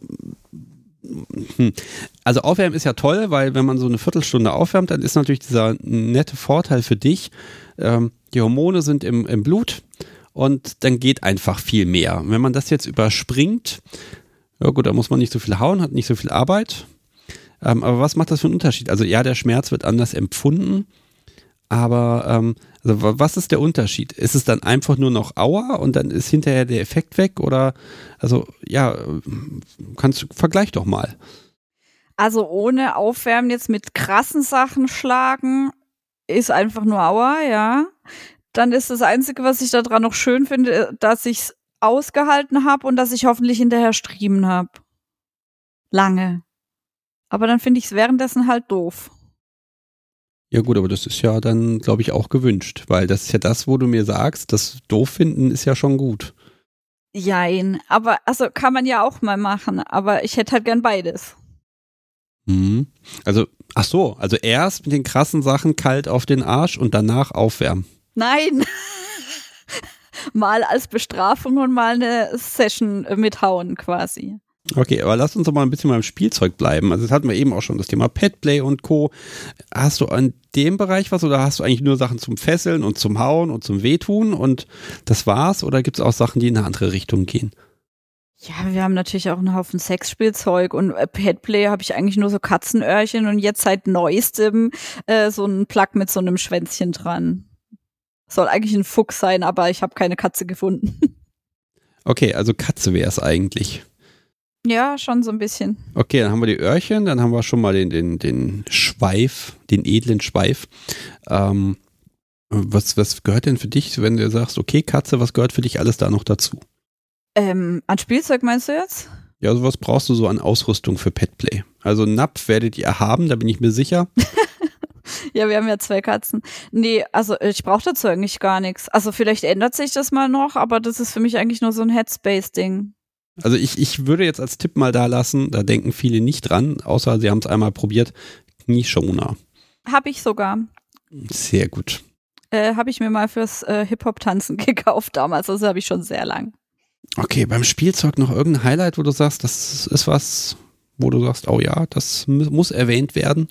hm. also Aufwärmen ist ja toll, weil wenn man so eine Viertelstunde aufwärmt, dann ist natürlich dieser nette Vorteil für dich. Ähm, die Hormone sind im, im Blut. Und dann geht einfach viel mehr. Wenn man das jetzt überspringt, ja gut, da muss man nicht so viel hauen, hat nicht so viel Arbeit. Ähm, aber was macht das für einen Unterschied? Also ja, der Schmerz wird anders empfunden, aber ähm, also was ist der Unterschied? Ist es dann einfach nur noch Aua und dann ist hinterher der Effekt weg? Oder, also ja, kannst du, vergleich doch mal. Also ohne Aufwärmen jetzt mit krassen Sachen schlagen, ist einfach nur Aua, ja. Dann ist das Einzige, was ich daran noch schön finde, dass ich es ausgehalten habe und dass ich hoffentlich hinterher striemen habe. Lange. Aber dann finde ich es währenddessen halt doof. Ja gut, aber das ist ja dann, glaube ich, auch gewünscht, weil das ist ja das, wo du mir sagst, das doof finden ist ja schon gut. Jein, aber also kann man ja auch mal machen, aber ich hätte halt gern beides. Mhm. Also, ach so, also erst mit den krassen Sachen kalt auf den Arsch und danach aufwärmen. Nein! Mal als Bestrafung und mal eine Session mithauen quasi. Okay, aber lass uns doch mal ein bisschen beim Spielzeug bleiben. Also das hatten wir eben auch schon, das Thema Petplay und Co. Hast du an dem Bereich was oder hast du eigentlich nur Sachen zum Fesseln und zum Hauen und zum Wehtun und das war's? Oder gibt es auch Sachen, die in eine andere Richtung gehen? Ja, wir haben natürlich auch einen Haufen Sexspielzeug und Petplay habe ich eigentlich nur so Katzenöhrchen und jetzt seit neuestem äh, so ein Plug mit so einem Schwänzchen dran. Soll eigentlich ein Fuchs sein, aber ich habe keine Katze gefunden. Okay, also Katze wäre es eigentlich. Ja, schon so ein bisschen. Okay, dann haben wir die Öhrchen, dann haben wir schon mal den, den, den Schweif, den edlen Schweif. Ähm, was, was gehört denn für dich, wenn du sagst, okay, Katze, was gehört für dich alles da noch dazu? Ähm, an Spielzeug meinst du jetzt? Ja, also was brauchst du so an Ausrüstung für Petplay? Also einen Napf werdet ihr haben, da bin ich mir sicher. Ja, wir haben ja zwei Katzen. Nee, also ich brauche dazu eigentlich gar nichts. Also vielleicht ändert sich das mal noch, aber das ist für mich eigentlich nur so ein Headspace-Ding. Also ich, ich würde jetzt als Tipp mal da lassen, da denken viele nicht dran, außer sie haben es einmal probiert, Knieschoner. Hab ich sogar. Sehr gut. Äh, habe ich mir mal fürs äh, Hip-Hop-Tanzen gekauft damals, also habe ich schon sehr lang. Okay, beim Spielzeug noch irgendein Highlight, wo du sagst, das ist was, wo du sagst, oh ja, das muss erwähnt werden?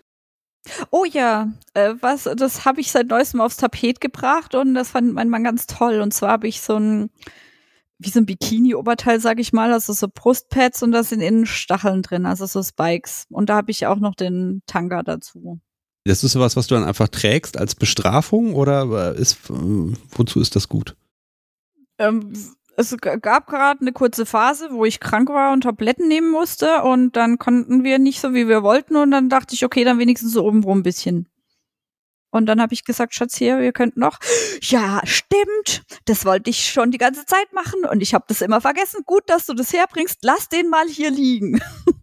Oh ja, äh, was, das habe ich seit neuestem aufs Tapet gebracht und das fand mein Mann ganz toll. Und zwar habe ich so ein, wie so ein Bikini-Oberteil, sag ich mal, also so Brustpads und da sind innen Stacheln drin, also so Spikes. Und da habe ich auch noch den Tanga dazu. Das ist sowas, was du dann einfach trägst als Bestrafung oder ist, wozu ist das gut? Ähm, es gab gerade eine kurze Phase, wo ich krank war und Tabletten nehmen musste und dann konnten wir nicht so, wie wir wollten und dann dachte ich, okay, dann wenigstens so obenrum ein bisschen. Und dann habe ich gesagt, Schatz, hier, wir könnten noch. Ja, stimmt, das wollte ich schon die ganze Zeit machen und ich habe das immer vergessen. Gut, dass du das herbringst, lass den mal hier liegen.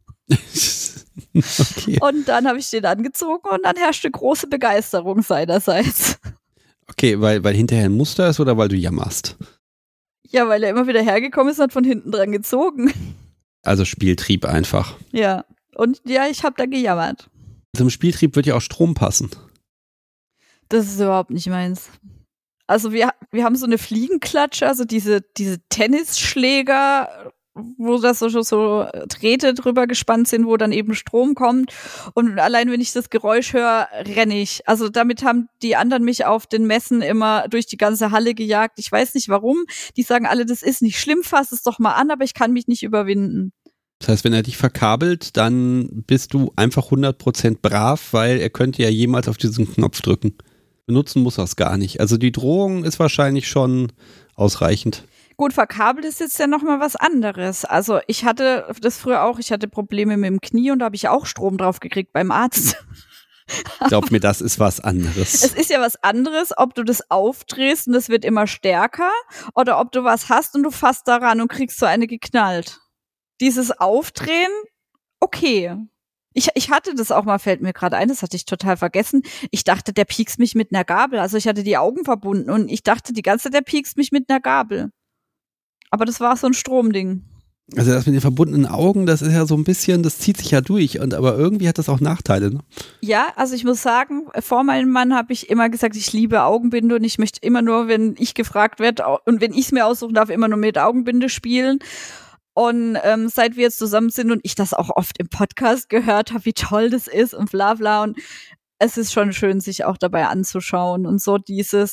Okay. Und dann habe ich den angezogen und dann herrschte große Begeisterung seinerseits. Okay, weil, weil hinterher ein Muster ist oder weil du jammerst? Ja, weil er immer wieder hergekommen ist und hat von hinten dran gezogen. Also Spieltrieb einfach. Ja, und ja, ich habe da gejammert. Zum Spieltrieb wird ja auch Strom passen. Das ist überhaupt nicht meins. Also wir, wir haben so eine Fliegenklatsche, also diese, diese Tennisschläger, wo das so, so Drähte drüber gespannt sind, wo dann eben Strom kommt. Und allein wenn ich das Geräusch höre, renne ich. Also damit haben die anderen mich auf den Messen immer durch die ganze Halle gejagt. Ich weiß nicht warum. Die sagen alle, das ist nicht schlimm, fass es doch mal an, aber ich kann mich nicht überwinden. Das heißt, wenn er dich verkabelt, dann bist du einfach hundert Prozent brav, weil er könnte ja jemals auf diesen Knopf drücken. Benutzen muss er es gar nicht. Also die Drohung ist wahrscheinlich schon ausreichend. Gut, verkabelt ist jetzt ja nochmal was anderes. Also ich hatte das früher auch, ich hatte Probleme mit dem Knie und da habe ich auch Strom drauf gekriegt beim Arzt. Glaub mir, das ist was anderes. Es ist ja was anderes, ob du das aufdrehst und das wird immer stärker oder ob du was hast und du fasst daran und kriegst so eine geknallt. Dieses Aufdrehen, okay. Ich, ich hatte das auch mal, fällt mir gerade ein, das hatte ich total vergessen. Ich dachte, der piekst mich mit einer Gabel. Also ich hatte die Augen verbunden und ich dachte die ganze Zeit, der piekst mich mit einer Gabel. Aber das war so ein Stromding. Also das mit den verbundenen Augen, das ist ja so ein bisschen, das zieht sich ja durch. Und aber irgendwie hat das auch Nachteile, ne? Ja, also ich muss sagen, vor meinem Mann habe ich immer gesagt, ich liebe Augenbinde und ich möchte immer nur, wenn ich gefragt werde und wenn ich es mir aussuchen darf, immer nur mit Augenbinde spielen. Und ähm, seit wir jetzt zusammen sind und ich das auch oft im Podcast gehört habe, wie toll das ist und bla bla. Und es ist schon schön, sich auch dabei anzuschauen. Und so dieses,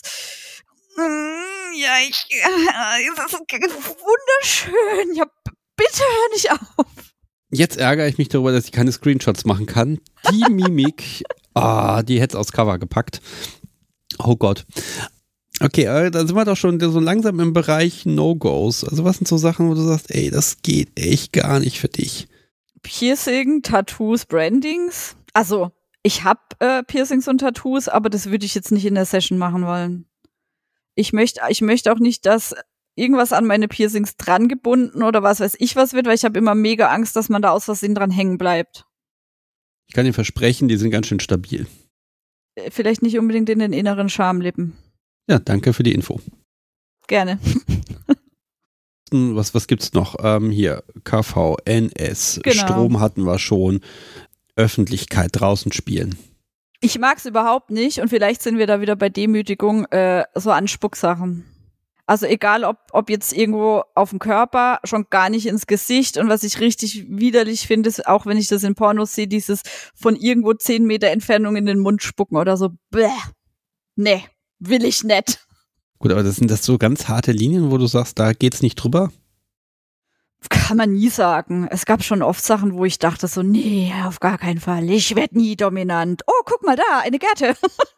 mm, ja, ich, äh, das ist wunderschön. Ja, bitte hör nicht auf. Jetzt ärgere ich mich darüber, dass ich keine Screenshots machen kann. Die Mimik, ah, die hätte es aufs Cover gepackt. Oh Gott. Okay, äh, da sind wir doch schon so langsam im Bereich No-Gos. Also was sind so Sachen, wo du sagst, ey, das geht echt gar nicht für dich? Piercing, Tattoos, Brandings. Also ich habe äh, Piercings und Tattoos, aber das würde ich jetzt nicht in der Session machen wollen. Ich möchte, ich möchte auch nicht, dass irgendwas an meine Piercings dran gebunden oder was weiß ich was wird, weil ich habe immer mega Angst, dass man da aus Versehen dran hängen bleibt. Ich kann dir versprechen, die sind ganz schön stabil. Vielleicht nicht unbedingt in den inneren Schamlippen. Ja, danke für die Info. Gerne. Was, was gibt's noch? Ähm, hier, K V, N S, genau. Strom hatten wir schon, Öffentlichkeit, draußen spielen. Ich mag's überhaupt nicht und vielleicht sind wir da wieder bei Demütigung, äh, so an Spucksachen. Also egal, ob, ob jetzt irgendwo auf dem Körper, schon gar nicht ins Gesicht und was ich richtig widerlich finde, ist, auch wenn ich das in Pornos sehe, dieses von irgendwo zehn Meter Entfernung in den Mund spucken oder so. Bäh. Nee, will ich nicht. Gut, aber das sind das so ganz harte Linien, wo du sagst, da geht's nicht drüber? Kann man nie sagen. Es gab schon oft Sachen, wo ich dachte so, nee, auf gar keinen Fall. Ich werde nie dominant. Oh, guck mal da, eine Gerte.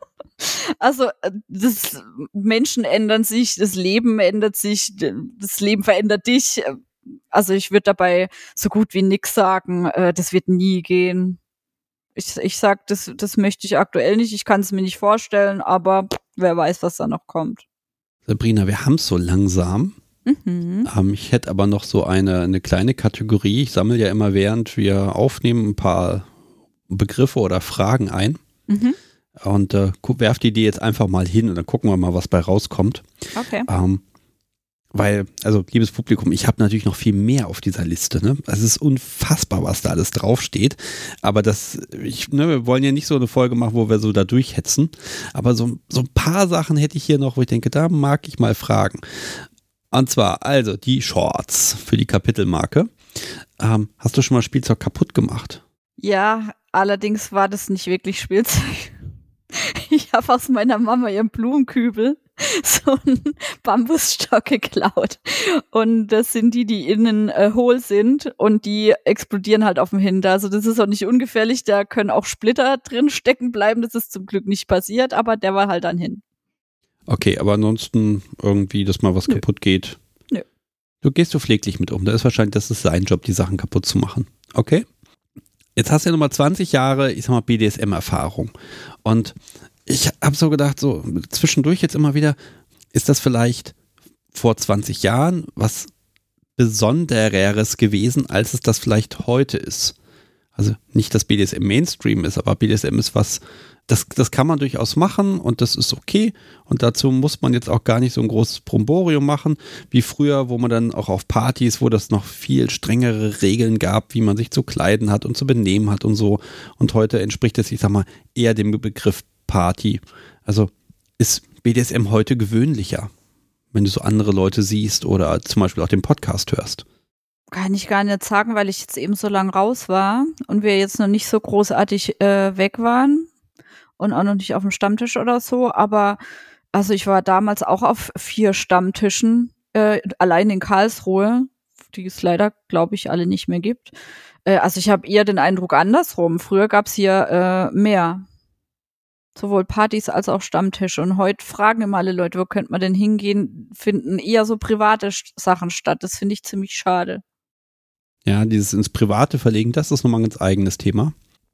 Also das Menschen ändern sich, das Leben ändert sich, das Leben verändert dich. Also ich würde dabei so gut wie nix sagen. Das wird nie gehen. Ich, ich sag, das, das möchte ich aktuell nicht. Ich kann es mir nicht vorstellen, aber wer weiß, was da noch kommt. Sabrina, wir haben es so langsam. Mhm. Ähm, ich hätte aber noch so eine, eine kleine Kategorie. Ich sammle ja immer, während wir aufnehmen, ein paar Begriffe oder Fragen ein. Mhm. Und äh, werf die dir jetzt einfach mal hin und dann gucken wir mal, was bei rauskommt. Okay. Ähm, weil, also liebes Publikum, ich habe natürlich noch viel mehr auf dieser Liste. Ne? Also es ist unfassbar, was da alles draufsteht. Aber das, ich, ne, wir wollen ja nicht so eine Folge machen, wo wir so da durchhetzen. Aber so, so ein paar Sachen hätte ich hier noch, wo ich denke, da mag ich mal fragen. Und zwar, also die Shorts für die Kapitelmarke. Ähm, hast du schon mal Spielzeug kaputt gemacht? Ja, allerdings war das nicht wirklich Spielzeug. Ich habe aus meiner Mama ihren Blumenkübel so einen Bambusstock geklaut. Und das sind die, die innen äh, hohl sind und die explodieren halt auf dem Hinter. Also das ist auch nicht ungefährlich, da können auch Splitter drin stecken bleiben. Das ist zum Glück nicht passiert, aber der war halt dann hin. Okay, aber ansonsten irgendwie, dass mal was Nö. kaputt geht. Nö. Du gehst du pfleglich mit um. Da ist wahrscheinlich, das ist sein Job, die Sachen kaputt zu machen. Okay? Jetzt hast du ja nochmal zwanzig Jahre, ich sag mal, B D S M-Erfahrung. Und ich habe so gedacht, so zwischendurch jetzt immer wieder, ist das vielleicht vor zwanzig Jahren was Besondereres gewesen, als es das vielleicht heute ist? Also nicht, dass B D S M Mainstream ist, aber B D S M ist was, das, das kann man durchaus machen und das ist okay. Und dazu muss man jetzt auch gar nicht so ein großes Bromborium machen, wie früher, wo man dann auch auf Partys, wo das noch viel strengere Regeln gab, wie man sich zu kleiden hat und zu benehmen hat und so. Und heute entspricht es, ich sag mal, eher dem Begriff Party. Also ist B D S M heute gewöhnlicher, wenn du so andere Leute siehst oder zum Beispiel auch den Podcast hörst? Kann ich gar nicht sagen, weil ich jetzt eben so lang raus war und wir jetzt noch nicht so großartig äh, weg waren und auch noch nicht auf dem Stammtisch oder so. Aber also ich war damals auch auf vier Stammtischen, äh, allein in Karlsruhe, die es leider, glaube ich, alle nicht mehr gibt. Äh, also ich habe eher den Eindruck andersrum. Früher gab es hier äh, mehr. Sowohl Partys als auch Stammtische. Und heute fragen immer alle Leute, wo könnte man denn hingehen, finden eher so private Sachen statt. Das finde ich ziemlich schade. Ja, dieses ins Private verlegen, das ist nochmal ein ganz eigenes Thema.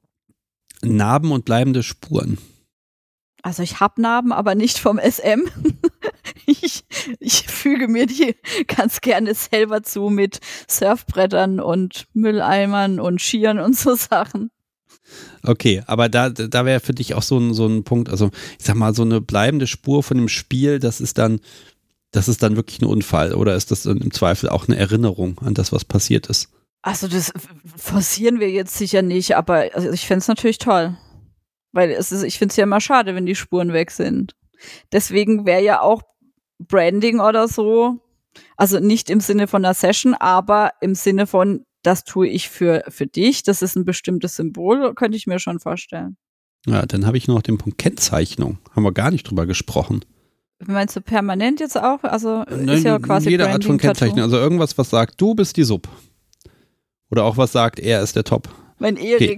Narben und bleibende Spuren. Also ich habe Narben, aber nicht vom S M. ich, ich füge mir die ganz gerne selber zu mit Surfbrettern und Mülleimern und Skiern und so Sachen. Okay, aber da, da wäre für dich auch so ein, so ein Punkt, also ich sag mal, so eine bleibende Spur von dem Spiel, das ist dann, das ist dann wirklich ein Unfall oder ist das dann im Zweifel auch eine Erinnerung an das, was passiert ist? Also das forcieren wir jetzt sicher nicht, aber also ich fände es natürlich toll. Weil es ist, ich finde es ja immer schade, wenn die Spuren weg sind. Deswegen wäre ja auch Branding oder so, also nicht im Sinne von einer Session, aber im Sinne von, das tue ich für, für dich, das ist ein bestimmtes Symbol, könnte ich mir schon vorstellen. Ja, dann habe ich noch den Punkt Kennzeichnung. Haben wir gar nicht drüber gesprochen. Meinst du permanent jetzt auch? Also Nein, ist ja quasi jede Art von Kennzeichnung. Also irgendwas, was sagt, du bist die Sub. Oder auch was sagt, er ist der Top. Mein Ehering.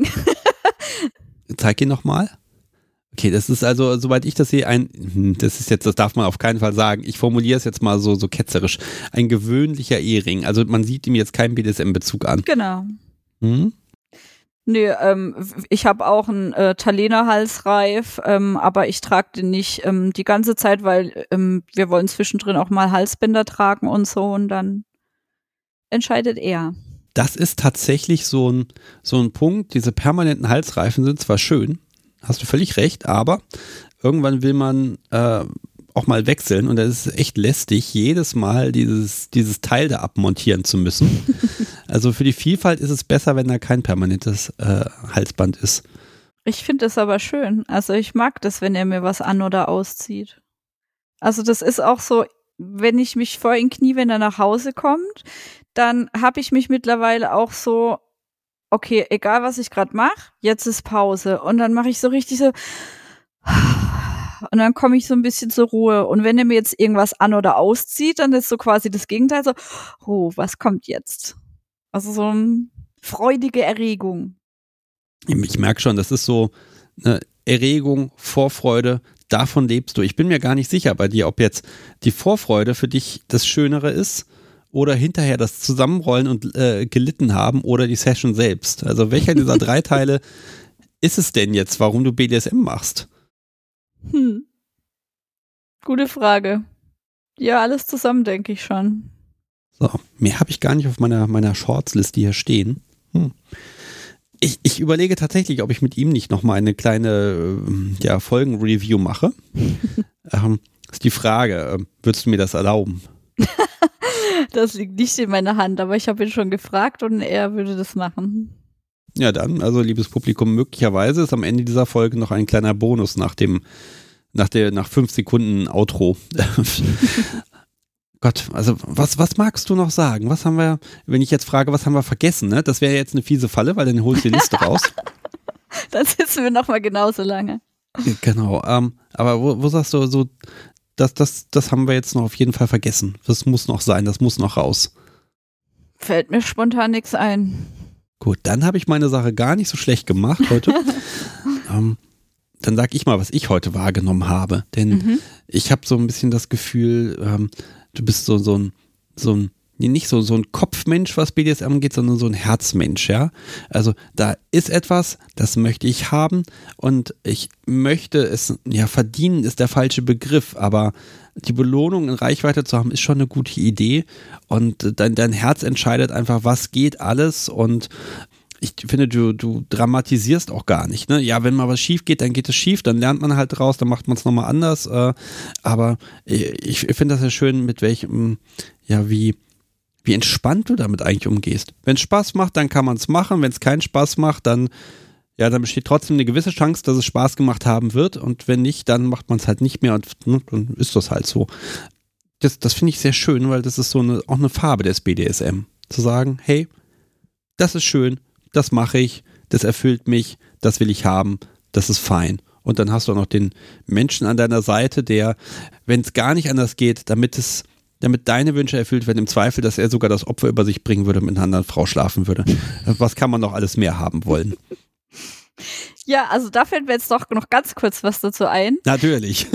Okay. Zeig ihn nochmal. Okay, das ist also, soweit ich das sehe, ein, das ist jetzt, das darf man auf keinen Fall sagen, ich formuliere es jetzt mal so, so ketzerisch, ein gewöhnlicher Ehering. Also man sieht ihm jetzt keinen B D S M-Bezug an. Genau. Hm? Nee, ähm, ich habe auch einen äh, Talena Halsreif, ähm, aber ich trage den nicht ähm, die ganze Zeit, weil ähm, wir wollen zwischendrin auch mal Halsbänder tragen und so und dann entscheidet er. Das ist tatsächlich so ein, so ein Punkt, diese permanenten Halsreifen sind zwar schön, hast du völlig recht, aber irgendwann will man äh, auch mal wechseln und das ist echt lästig, jedes Mal dieses, dieses Teil da abmontieren zu müssen. Also für die Vielfalt ist es besser, wenn da kein permanentes äh, Halsband ist. Ich finde das aber schön. Also ich mag das, wenn er mir was an- oder auszieht. Also das ist auch so, wenn ich mich vor ihn knie, wenn er nach Hause kommt, dann habe ich mich mittlerweile auch so, okay, egal was ich gerade mache, jetzt ist Pause. Und dann mache ich so richtig so und dann komme ich so ein bisschen zur Ruhe. Und wenn er mir jetzt irgendwas an- oder auszieht, dann ist so quasi das Gegenteil so, oh, was kommt jetzt? Also so eine freudige Erregung. Ich merke schon, das ist so eine Erregung, Vorfreude, davon lebst du. Ich bin mir gar nicht sicher bei dir, ob jetzt die Vorfreude für dich das Schönere ist oder hinterher das Zusammenrollen und äh, gelitten haben oder die Session selbst. Also welcher dieser drei Teile ist es denn jetzt, warum du B D S M machst? Hm. Gute Frage. Ja, alles zusammen, denke ich schon. So, mehr habe ich gar nicht auf meiner, meiner Shorts-Liste hier stehen. Hm. Ich, ich überlege tatsächlich, ob ich mit ihm nicht nochmal eine kleine ja, Folgen-Review mache. ähm, ist die Frage, würdest du mir das erlauben? Das liegt nicht in meiner Hand, aber ich habe ihn schon gefragt und er würde das machen. Ja dann, also liebes Publikum, möglicherweise ist am Ende dieser Folge noch ein kleiner Bonus nach dem, nach der, nach fünf Sekunden Outro. Gott, also was, was magst du noch sagen? Was haben wir, wenn ich jetzt frage, was haben wir vergessen, ne? Das wäre jetzt eine fiese Falle, weil dann holst du die Liste raus. Dann sitzen wir nochmal genauso lange. Genau, ähm, aber wo, wo sagst du so, das, das, das haben wir jetzt noch auf jeden Fall vergessen. Das muss noch sein, das muss noch raus. Fällt mir spontan nichts ein. Gut, dann habe ich meine Sache gar nicht so schlecht gemacht heute. ähm, dann sag ich mal, was ich heute wahrgenommen habe. Denn mhm. ich habe so ein bisschen das Gefühl, ähm, du bist so, so ein, so ein, nicht so, so ein Kopfmensch, was B D S M angeht, sondern so ein Herzmensch, ja. Also da ist etwas, das möchte ich haben und ich möchte es, ja, verdienen ist der falsche Begriff, aber die Belohnung in Reichweite zu haben, ist schon eine gute Idee und dein, dein Herz entscheidet einfach, was geht alles und ich finde, du, du dramatisierst auch gar nicht, ne? Ja, wenn mal was schief geht, dann geht es schief, dann lernt man halt draus, dann macht man es nochmal anders, äh, aber ich, ich finde das ja schön, mit welchem, ja, wie wie entspannt du damit eigentlich umgehst. Wenn es Spaß macht, dann kann man es machen. Wenn es keinen Spaß macht, dann, ja, dann besteht trotzdem eine gewisse Chance, dass es Spaß gemacht haben wird. Und wenn nicht, dann macht man es halt nicht mehr und ne, dann ist das halt so. Das, das finde ich sehr schön, weil das ist so eine, auch eine Farbe des B D S M. Zu sagen, hey, das ist schön, das mache ich, das erfüllt mich, das will ich haben, das ist fein. Und dann hast du auch noch den Menschen an deiner Seite, der, wenn es gar nicht anders geht, damit es damit deine Wünsche erfüllt werden, im Zweifel, dass er sogar das Opfer über sich bringen würde und mit einer anderen Frau schlafen würde. Was kann man noch alles mehr haben wollen? Ja, also da fällt mir jetzt doch noch ganz kurz was dazu ein. Natürlich.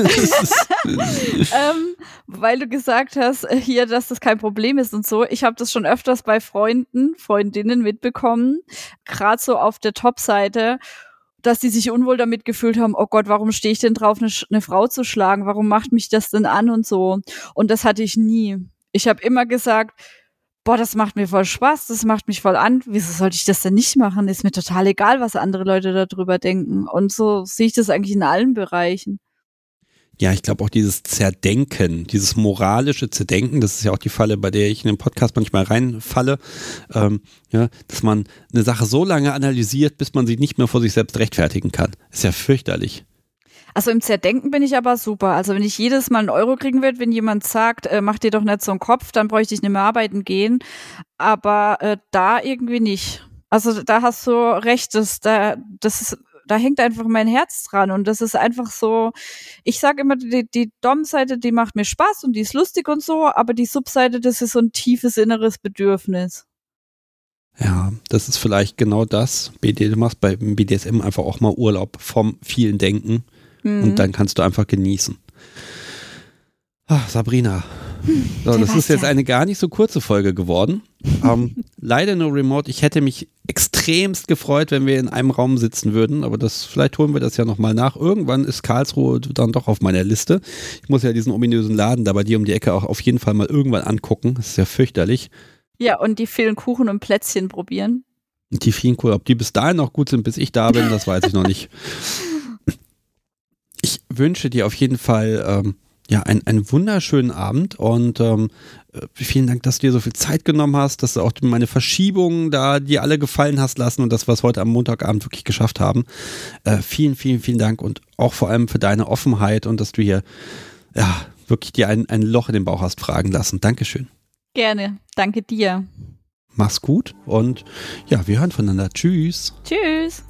ähm, weil du gesagt hast, hier, dass das kein Problem ist und so. Ich habe das schon öfters bei Freunden, Freundinnen mitbekommen, gerade so auf der Top-Seite, dass die sich unwohl damit gefühlt haben, oh Gott, warum stehe ich denn drauf, eine, eine Frau zu schlagen? Warum macht mich das denn an und so? Und das hatte ich nie. Ich habe immer gesagt, boah, das macht mir voll Spaß, das macht mich voll an. Wieso sollte ich das denn nicht machen? Ist mir total egal, was andere Leute darüber denken. Und so sehe ich das eigentlich in allen Bereichen. Ja, ich glaube auch dieses Zerdenken, dieses moralische Zerdenken, das ist ja auch die Falle, bei der ich in den Podcast manchmal reinfalle, ähm, ja, dass man eine Sache so lange analysiert, bis man sie nicht mehr vor sich selbst rechtfertigen kann. Ist ja fürchterlich. Also im Zerdenken bin ich aber super. Also wenn ich jedes Mal einen Euro kriegen würde, wenn jemand sagt, äh, mach dir doch nicht so einen Kopf, dann bräuchte ich nicht mehr arbeiten gehen. Aber äh, da irgendwie nicht. Also da hast du recht, das, da, das ist, da hängt einfach mein Herz dran und das ist einfach so, ich sage immer, die, die Dom-Seite, die macht mir Spaß und die ist lustig und so, aber die Sub-Seite, das ist so ein tiefes inneres Bedürfnis. Ja, das ist vielleicht genau das. B D, du machst bei B D S M einfach auch mal Urlaub vom vielen Denken mhm. und dann kannst du einfach genießen. Ach, Sabrina, So, das ist jetzt eine gar nicht so kurze Folge geworden. Ähm, leider nur remote. Ich hätte mich extremst gefreut, wenn wir in einem Raum sitzen würden, aber das, vielleicht holen wir das ja nochmal nach. Irgendwann ist Karlsruhe dann doch auf meiner Liste. Ich muss ja diesen ominösen Laden da bei dir um die Ecke auch auf jeden Fall mal irgendwann angucken. Das ist ja fürchterlich. Ja, und die vielen Kuchen und Plätzchen probieren. Die vielen Kuchen, ob die bis dahin noch gut sind, bis ich da bin, das weiß ich noch nicht. Ich wünsche dir auf jeden Fall ähm, ja, ein, einen wunderschönen Abend und ähm, vielen Dank, dass du dir so viel Zeit genommen hast, dass du auch meine Verschiebungen da dir alle gefallen hast lassen und das, was wir heute am Montagabend wirklich geschafft haben. Äh, vielen, vielen, vielen Dank und auch vor allem für deine Offenheit und dass du hier ja, wirklich dir ein, ein Loch in den Bauch hast fragen lassen. Dankeschön. Gerne. Danke dir. Mach's gut und ja, wir hören voneinander. Tschüss. Tschüss.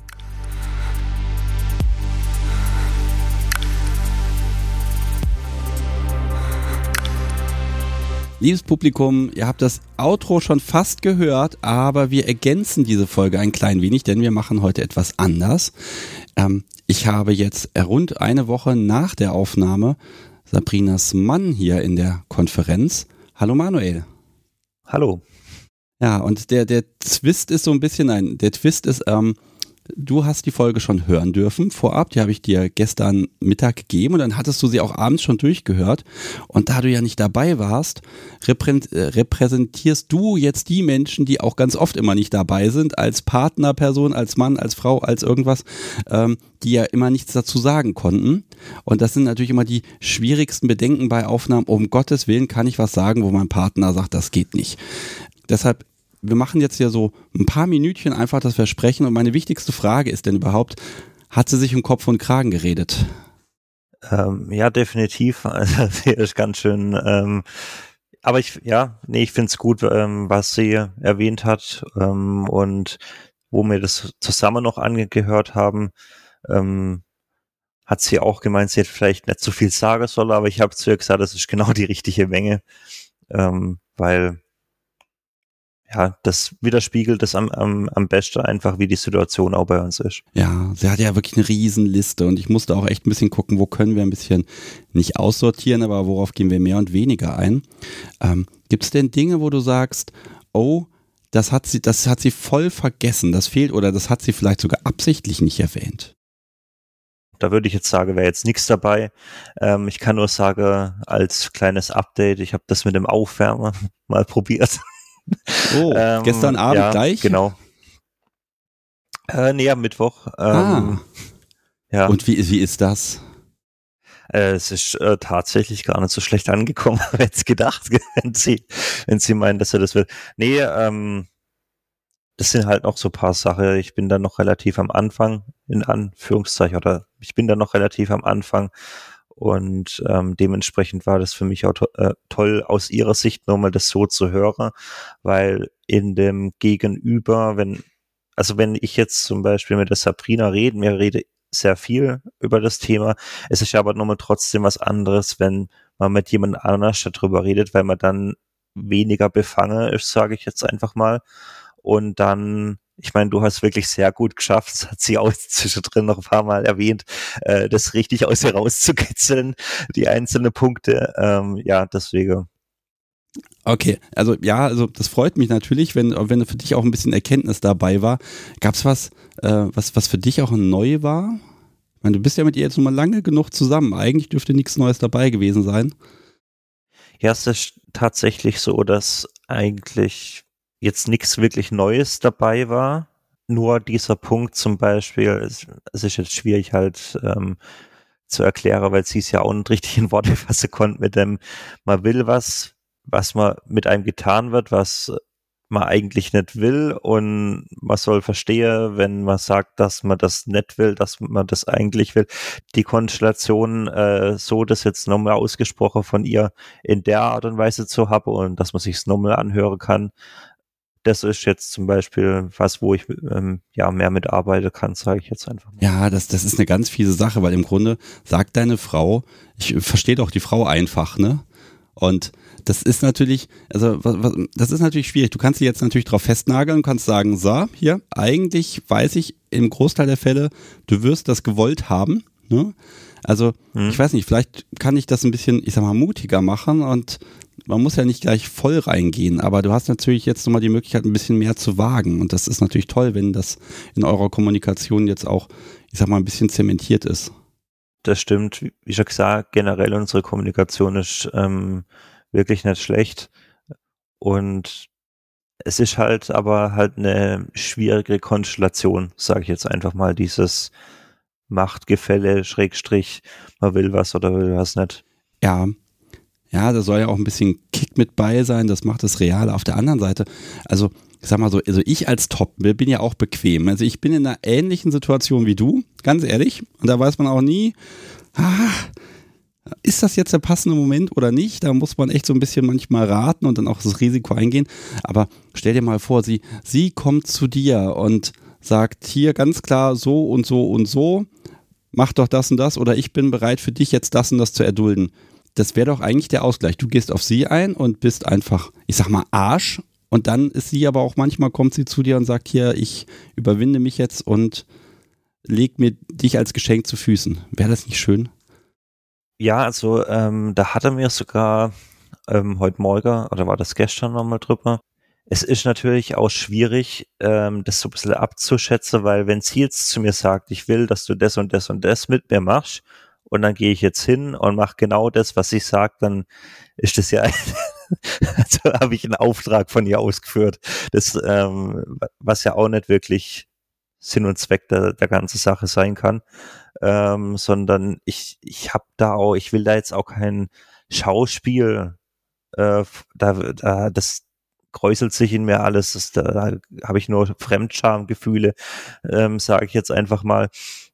Liebes Publikum, ihr habt das Outro schon fast gehört, aber wir ergänzen diese Folge ein klein wenig, denn wir machen heute etwas anders. Ähm, ich habe jetzt rund eine Woche nach der Aufnahme Sabrinas Mann hier in der Konferenz. Hallo Manuel. Hallo. Ja, und der, der Twist ist so ein bisschen ein, der Twist ist, ähm, du hast die Folge schon hören dürfen vorab, die habe ich dir gestern Mittag gegeben und dann hattest du sie auch abends schon durchgehört und da du ja nicht dabei warst, repräsentierst du jetzt die Menschen, die auch ganz oft immer nicht dabei sind, als Partnerperson, als Mann, als Frau, als irgendwas, ähm, die ja immer nichts dazu sagen konnten und das sind natürlich immer die schwierigsten Bedenken bei Aufnahmen, um Gottes Willen kann ich was sagen, wo mein Partner sagt, das geht nicht. Deshalb wir machen jetzt ja so ein paar Minütchen einfach das Versprechen und meine wichtigste Frage ist denn überhaupt, hat sie sich um Kopf und Kragen geredet? Ähm, ja, definitiv. Also sie ist ganz schön, ähm, aber ich, ja, nee, ich finde es gut, ähm, was sie erwähnt hat ähm, und wo wir das zusammen noch angehört haben, ähm, hat sie auch gemeint, sie hätte vielleicht nicht so viel sagen sollen, aber ich habe zu ihr gesagt, das ist genau die richtige Menge, ähm, weil ja, das widerspiegelt das am, am, am besten einfach, wie die Situation auch bei uns ist. Ja, sie hat ja wirklich eine Riesenliste und ich musste auch echt ein bisschen gucken, wo können wir ein bisschen nicht aussortieren, aber worauf gehen wir mehr und weniger ein. Ähm, gibt es denn Dinge, wo du sagst, oh, das hat sie, das hat sie voll vergessen, das fehlt oder das hat sie vielleicht sogar absichtlich nicht erwähnt? Da würde ich jetzt sagen, wäre jetzt nichts dabei. Ähm, ich kann nur sagen, als kleines Update, ich habe das mit dem Aufwärmer mal probiert. Oh, ähm, gestern Abend ja, gleich? Genau. Äh, nee, am Mittwoch. Ähm, ah. Ja. Und wie, wie ist das? Äh, es ist äh, tatsächlich gar nicht so schlecht angekommen, habe jetzt gedacht, wenn sie, wenn sie meinen, dass er das will. Nee, ähm, das sind halt noch so ein paar Sachen. Ich bin da noch relativ am Anfang, in Anführungszeichen, oder ich bin da noch relativ am Anfang. Und ähm, dementsprechend war das für mich auch to- äh, toll, aus ihrer Sicht nochmal das so zu hören, weil in dem Gegenüber, wenn, also wenn ich jetzt zum Beispiel mit der Sabrina rede, mir rede sehr viel über das Thema, es ist aber nochmal trotzdem was anderes, wenn man mit jemand anders darüber redet, weil man dann weniger befangen ist, sage ich jetzt einfach mal. Und dann, ich meine, du hast wirklich sehr gut geschafft, das hat sie auch zwischendrin noch ein paar Mal erwähnt, äh, das richtig aus ihr rauszukitzeln, die einzelnen Punkte. Ähm, ja, deswegen. Okay, also ja, also das freut mich natürlich, wenn wenn für dich auch ein bisschen Erkenntnis dabei war. Gab es was, äh, was, was für dich auch neu war? Ich meine, du bist ja mit ihr jetzt schon mal lange genug zusammen. Eigentlich dürfte nichts Neues dabei gewesen sein. Ja, es ist tatsächlich so, dass eigentlich jetzt nichts wirklich Neues dabei war. Nur dieser Punkt zum Beispiel, es, es ist jetzt schwierig halt ähm, zu erklären, weil sie es ja auch nicht richtig in Worte fassen konnte mit dem, man will was, was man mit einem getan wird, was man eigentlich nicht will und man soll verstehen, wenn man sagt, dass man das nicht will, dass man das eigentlich will. Die Konstellation, äh, so das jetzt nochmal ausgesprochen von ihr in der Art und Weise zu haben und dass man sich's nochmal anhören kann, das ist jetzt zum Beispiel was, wo ich ähm, ja mehr mitarbeiten kann, sage ich jetzt einfach mal. Ja, das, das ist eine ganz fiese Sache, weil im Grunde sagt deine Frau, ich verstehe doch die Frau einfach, ne? Und das ist natürlich, also was, was, das ist natürlich schwierig. Du kannst sie jetzt natürlich drauf festnageln und kannst sagen, so, hier, eigentlich weiß ich im Großteil der Fälle, du wirst das gewollt haben, ne? Also, hm. ich weiß nicht, vielleicht kann ich das ein bisschen, ich sag mal, mutiger machen und man muss ja nicht gleich voll reingehen, aber du hast natürlich jetzt nochmal die Möglichkeit, ein bisschen mehr zu wagen. Und das ist natürlich toll, wenn das in eurer Kommunikation jetzt auch, ich sag mal, ein bisschen zementiert ist. Das stimmt. Wie schon gesagt, generell unsere Kommunikation ist ähm, wirklich nicht schlecht. Und es ist halt aber halt eine schwierige Konstellation, sage ich jetzt einfach mal, dieses Machtgefälle, Schrägstrich, man will was oder will was nicht. Ja, ja, da soll ja auch ein bisschen Kick mit bei sein, das macht es real. Auf der anderen Seite, also ich sag mal so, also ich als Top bin ja auch bequem. Also ich bin in einer ähnlichen Situation wie du, ganz ehrlich. Und da weiß man auch nie, ah, ist das jetzt der passende Moment oder nicht? Da muss man echt so ein bisschen manchmal raten und dann auch das Risiko eingehen. Aber stell dir mal vor, sie, sie kommt zu dir und sagt hier ganz klar so und so und so, mach doch das und das oder ich bin bereit für dich jetzt das und das zu erdulden. Das wäre doch eigentlich der Ausgleich. Du gehst auf sie ein und bist einfach, ich sag mal, Arsch. Und dann ist sie aber auch, manchmal kommt sie zu dir und sagt hier, ich überwinde mich jetzt und leg mir dich als Geschenk zu Füßen. Wäre das nicht schön? Ja, also ähm, da hat er mir sogar ähm, heute Morgen, oder war das gestern nochmal drüber, es ist natürlich auch schwierig, ähm, das so ein bisschen abzuschätzen, weil wenn sie jetzt zu mir sagt, ich will, dass du das und das und das mit mir machst und dann gehe ich jetzt hin und mache genau das, was sie sagt, dann ist das ja, also habe ich einen Auftrag von ihr ausgeführt, das ähm, was ja auch nicht wirklich Sinn und Zweck der, der ganzen Sache sein kann, ähm, sondern ich ich habe da auch, ich will da jetzt auch kein Schauspiel, äh, da, da das kräuselt sich in mir alles, das, da, da habe ich nur Fremdschamgefühle, ähm, sage ich jetzt einfach mal,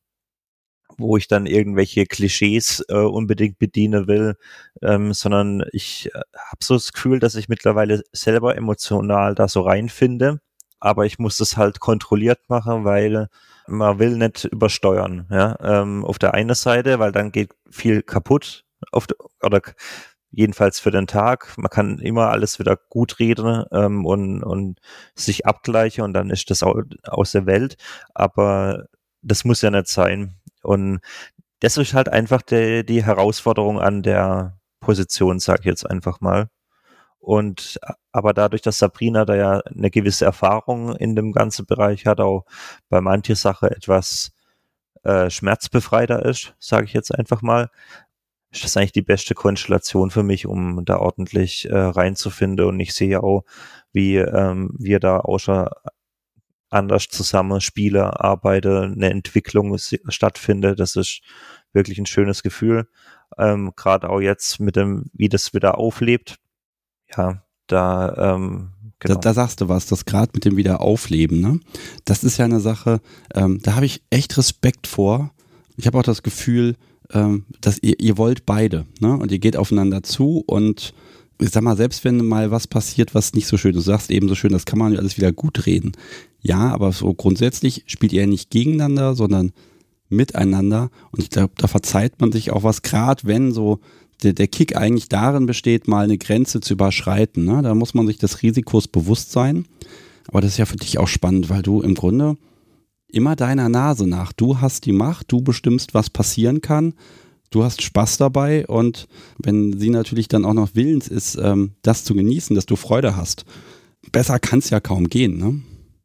wo ich dann irgendwelche Klischees äh, unbedingt bedienen will, ähm, sondern ich äh, habe so das Gefühl, dass ich mittlerweile selber emotional da so reinfinde, aber ich muss das halt kontrolliert machen, weil man will nicht übersteuern, ja, ähm, auf der einen Seite, weil dann geht viel kaputt, auf de, oder jedenfalls für den Tag. Man kann immer alles wieder gut reden ähm, und, und sich abgleichen und dann ist das au, aus der Welt, aber das muss ja nicht sein. Und das ist halt einfach die, die Herausforderung an der Position, sage ich jetzt einfach mal. Und aber dadurch, dass Sabrina da ja eine gewisse Erfahrung in dem ganzen Bereich hat, auch bei mancher Sache etwas äh, schmerzbefreiter ist, sage ich jetzt einfach mal, ist das eigentlich die beste Konstellation für mich, um da ordentlich äh, reinzufinden. Und ich sehe auch, wie ähm, wir da auch schon anders zusammen Spiele arbeiten, eine Entwicklung stattfindet. Das ist wirklich ein schönes Gefühl. Ähm, gerade auch jetzt mit dem, wie das wieder auflebt. Ja, da, ähm, genau. Da, da sagst du was, das gerade mit dem Wiederaufleben, ne? Das ist ja eine Sache, ähm, da habe ich echt Respekt vor. Ich habe auch das Gefühl, ähm, dass ihr, ihr wollt beide, ne? Und ihr geht aufeinander zu und ich sag mal, selbst wenn mal was passiert, was nicht so schön ist, du sagst eben so schön, das kann man alles wieder gut reden. Ja, aber so grundsätzlich spielt ihr nicht gegeneinander, sondern miteinander. Und ich glaube, da verzeiht man sich auch was, gerade wenn so der, der Kick eigentlich darin besteht, mal eine Grenze zu überschreiten. Ne? Da muss man sich des Risikos bewusst sein. Aber das ist ja für dich auch spannend, weil du im Grunde immer deiner Nase nach, du hast die Macht, du bestimmst, was passieren kann. Du hast Spaß dabei und wenn sie natürlich dann auch noch willens ist, ähm, das zu genießen, dass du Freude hast, besser kann es ja kaum gehen, ne?